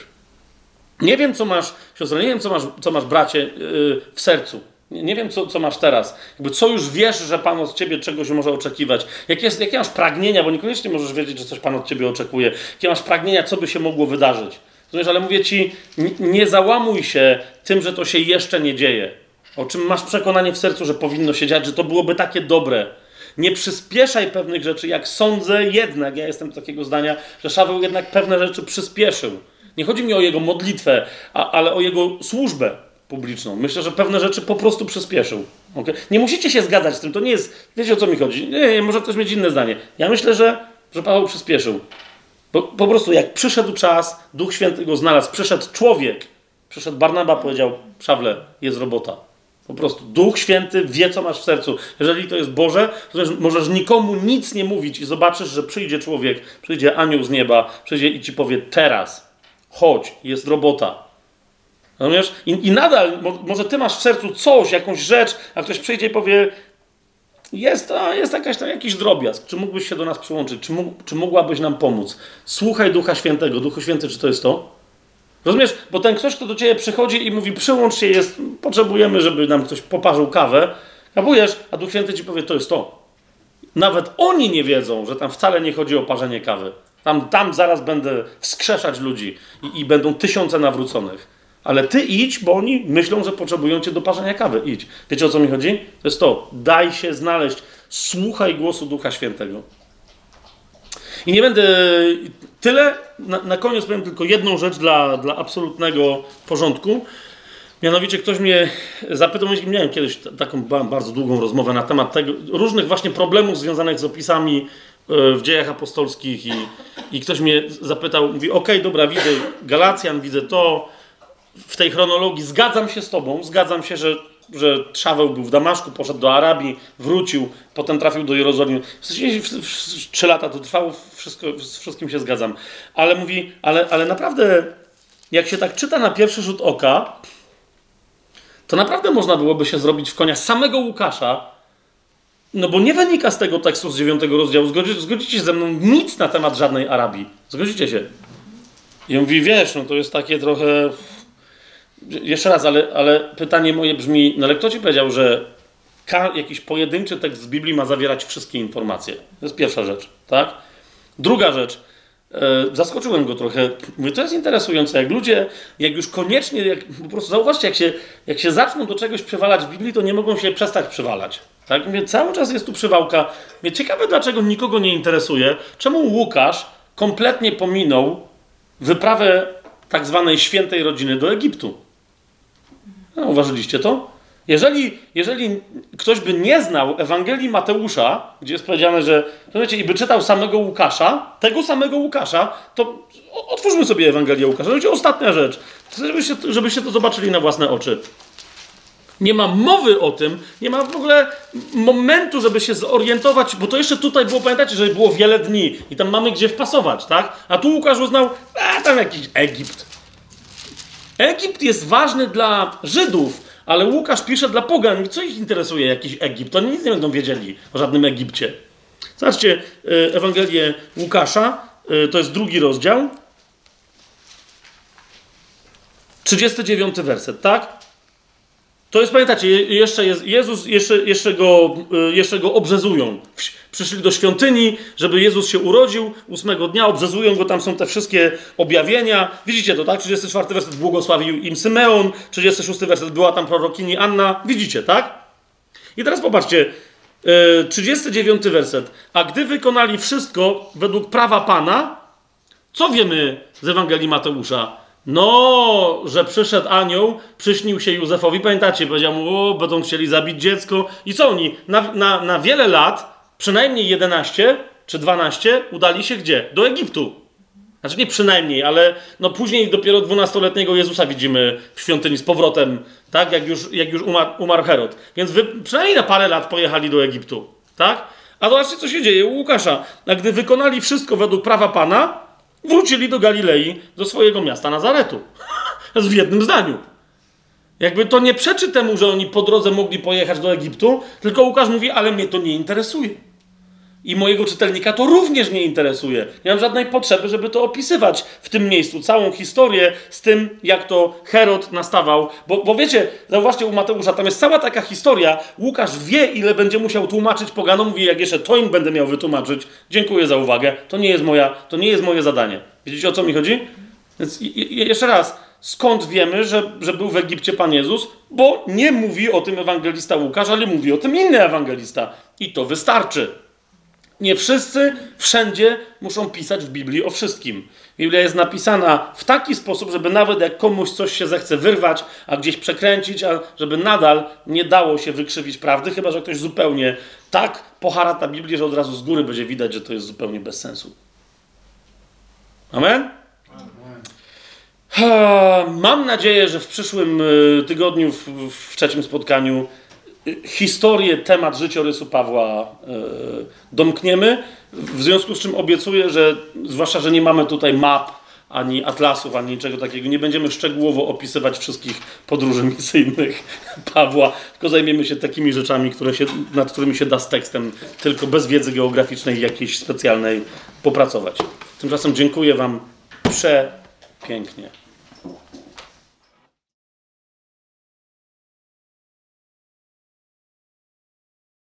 Nie wiem, co masz, siostro, nie wiem, co masz bracie, w sercu. Nie wiem, co masz teraz. Co już wiesz, że Pan od ciebie czegoś może oczekiwać. Jakie masz pragnienia, bo niekoniecznie możesz wiedzieć, że coś Pan od ciebie oczekuje. Jakie masz pragnienia, co by się mogło wydarzyć. Rozumiesz, ale mówię ci, nie załamuj się tym, że to się jeszcze nie dzieje. O czym masz przekonanie w sercu, że powinno się dziać, że to byłoby takie dobre. Nie przyspieszaj pewnych rzeczy, jak sądzę jednak, ja jestem takiego zdania, że Szaweł jednak pewne rzeczy przyspieszył. Nie chodzi mi o jego modlitwę, ale o jego służbę publiczną. Myślę, że pewne rzeczy po prostu przyspieszył. Okay? Nie musicie się zgadzać z tym, to nie jest, wiecie, o co mi chodzi. Nie, może ktoś mieć inne zdanie. Ja myślę, że Paweł przyspieszył. Po prostu jak przyszedł czas, Duch Święty go znalazł, przyszedł człowiek, przyszedł Barnaba, powiedział: Szawle, jest robota. Po prostu Duch Święty wie, co masz w sercu. Jeżeli to jest Boże, to możesz nikomu nic nie mówić i zobaczysz, że przyjdzie człowiek, przyjdzie anioł z nieba, przyjdzie i ci powie: teraz, chodź, jest robota. Rozumiesz? I nadal, może ty masz w sercu coś, jakąś rzecz, a ktoś przyjdzie i powie: jest jakiś drobiazg, czy mógłbyś się do nas przyłączyć, czy mogłabyś nam pomóc? Słuchaj Ducha Świętego. Duchu Święty, czy to jest to? Rozumiesz? Bo ten ktoś, kto do ciebie przychodzi i mówi: przyłącz się, potrzebujemy, żeby nam ktoś poparzył kawę, kapujesz, a Duch Święty ci powie: to jest to. Nawet oni nie wiedzą, że tam wcale nie chodzi o parzenie kawy. Tam zaraz będę wskrzeszać ludzi i będą tysiące nawróconych. Ale ty idź, bo oni myślą, że potrzebują cię do parzenia kawy. Idź. Wiecie, o co mi chodzi? To jest to. Daj się znaleźć. Słuchaj głosu Ducha Świętego. I nie będę... Tyle. Na koniec powiem tylko jedną rzecz dla absolutnego porządku. Mianowicie ktoś mnie zapytał, miałem kiedyś taką bardzo długą rozmowę na temat tego, różnych właśnie problemów związanych z opisami w dziejach apostolskich i ktoś mnie zapytał, mówi: okej, dobra, widzę Galacjan, widzę to, w tej chronologii zgadzam się z tobą, zgadzam się, że Szaweł był w Damaszku, poszedł do Arabii, wrócił, potem trafił do Jerozolimy. 3 lata to trwało, z wszystkim się zgadzam. Ale mówi, ale naprawdę, jak się tak czyta na pierwszy rzut oka, to naprawdę można byłoby się zrobić w konia samego Łukasza, no bo nie wynika z tego tekstu z 9 rozdziału, zgodzicie się ze mną, nic na temat żadnej Arabii. Zgodzicie się? I on mówi: wiesz, no to jest takie trochę... Jeszcze raz, ale pytanie moje brzmi, no ale kto ci powiedział, że jakiś pojedynczy tekst z Biblii ma zawierać wszystkie informacje? To jest pierwsza rzecz, tak? Druga rzecz, zaskoczyłem go trochę, mówię: to jest interesujące, jak ludzie, jak już koniecznie, po prostu zauważcie, jak się zaczną do czegoś przywalać w Biblii, to nie mogą się przestać przywalać. Tak? Mówię, cały czas jest tu przywałka. Mówię, ciekawe, dlaczego nikogo nie interesuje, czemu Łukasz kompletnie pominął wyprawę tak zwanej świętej rodziny do Egiptu. No, uważyliście to? Jeżeli ktoś by nie znał Ewangelii Mateusza, gdzie jest powiedziane, że i by czytał samego Łukasza, tego samego Łukasza, to otwórzmy sobie Ewangelię Łukasza. To będzie ostatnia rzecz, żebyście to zobaczyli na własne oczy. Nie ma mowy o tym, nie ma w ogóle momentu, żeby się zorientować, bo to jeszcze tutaj było, pamiętacie, że było wiele dni i tam mamy gdzie wpasować, tak? A tu Łukasz uznał, tam jakiś Egipt. Egipt jest ważny dla Żydów, ale Łukasz pisze dla pogan. Co ich interesuje jakiś Egipt? Oni nic nie będą wiedzieli o żadnym Egipcie. Zobaczcie Ewangelię Łukasza, to jest 2 rozdział, 39 werset, tak? To jest, pamiętacie, jeszcze jest Jezus, jeszcze go obrzezują. Przyszli do świątyni, żeby Jezus się urodził, 8 dnia obrzezują go, tam są te wszystkie objawienia. Widzicie to, tak? 34 werset, błogosławił im Symeon, 36 werset, była tam prorokini Anna. Widzicie, tak? I teraz popatrzcie, 39 werset. A gdy wykonali wszystko według prawa Pana, co wiemy z Ewangelii Mateusza? No, że przyszedł anioł, przyśnił się Józefowi, pamiętacie, powiedział mu, będą chcieli zabić dziecko. I co oni? Na wiele lat, przynajmniej 11 czy 12, udali się gdzie? Do Egiptu. Znaczy nie przynajmniej, ale no później dopiero 12-letniego Jezusa widzimy w świątyni z powrotem, tak? Jak już umarł Herod. Więc przynajmniej na parę lat pojechali do Egiptu, tak? A zobaczcie, co się dzieje u Łukasza. A gdy wykonali wszystko według prawa Pana, wrócili do Galilei, do swojego miasta Nazaretu. W jednym zdaniu. Jakby to nie przeczy temu, że oni po drodze mogli pojechać do Egiptu, tylko Łukasz mówi, ale mnie to nie interesuje. I mojego czytelnika to również nie interesuje. Nie mam żadnej potrzeby, żeby to opisywać w tym miejscu. Całą historię z tym, jak to Herod nastawał. Bo wiecie, zauważcie u Mateusza, tam jest cała taka historia. Łukasz wie, ile będzie musiał tłumaczyć poganom. Mówi, jak jeszcze to im będę miał wytłumaczyć. Dziękuję za uwagę. To nie jest moje zadanie. Widzicie, o co mi chodzi? Więc jeszcze raz, skąd wiemy, że był w Egipcie Pan Jezus? Bo nie mówi o tym ewangelista Łukasz, ale mówi o tym inny ewangelista. I to wystarczy. Nie wszyscy wszędzie muszą pisać w Biblii o wszystkim. Biblia jest napisana w taki sposób, żeby nawet jak komuś coś się zechce wyrwać, a gdzieś przekręcić, a żeby nadal nie dało się wykrzywić prawdy, chyba że ktoś zupełnie tak poharata Biblię, że od razu z góry będzie widać, że to jest zupełnie bez sensu. Amen? Mam nadzieję, że w przyszłym tygodniu, w 3. spotkaniu, historię, temat życiorysu Pawła domkniemy, w związku z czym obiecuję, że zwłaszcza, że nie mamy tutaj map, ani atlasów, ani niczego takiego, nie będziemy szczegółowo opisywać wszystkich podróży misyjnych Pawła, tylko zajmiemy się takimi rzeczami, nad którymi się da z tekstem tylko bez wiedzy geograficznej jakiejś specjalnej popracować. Tymczasem dziękuję wam przepięknie.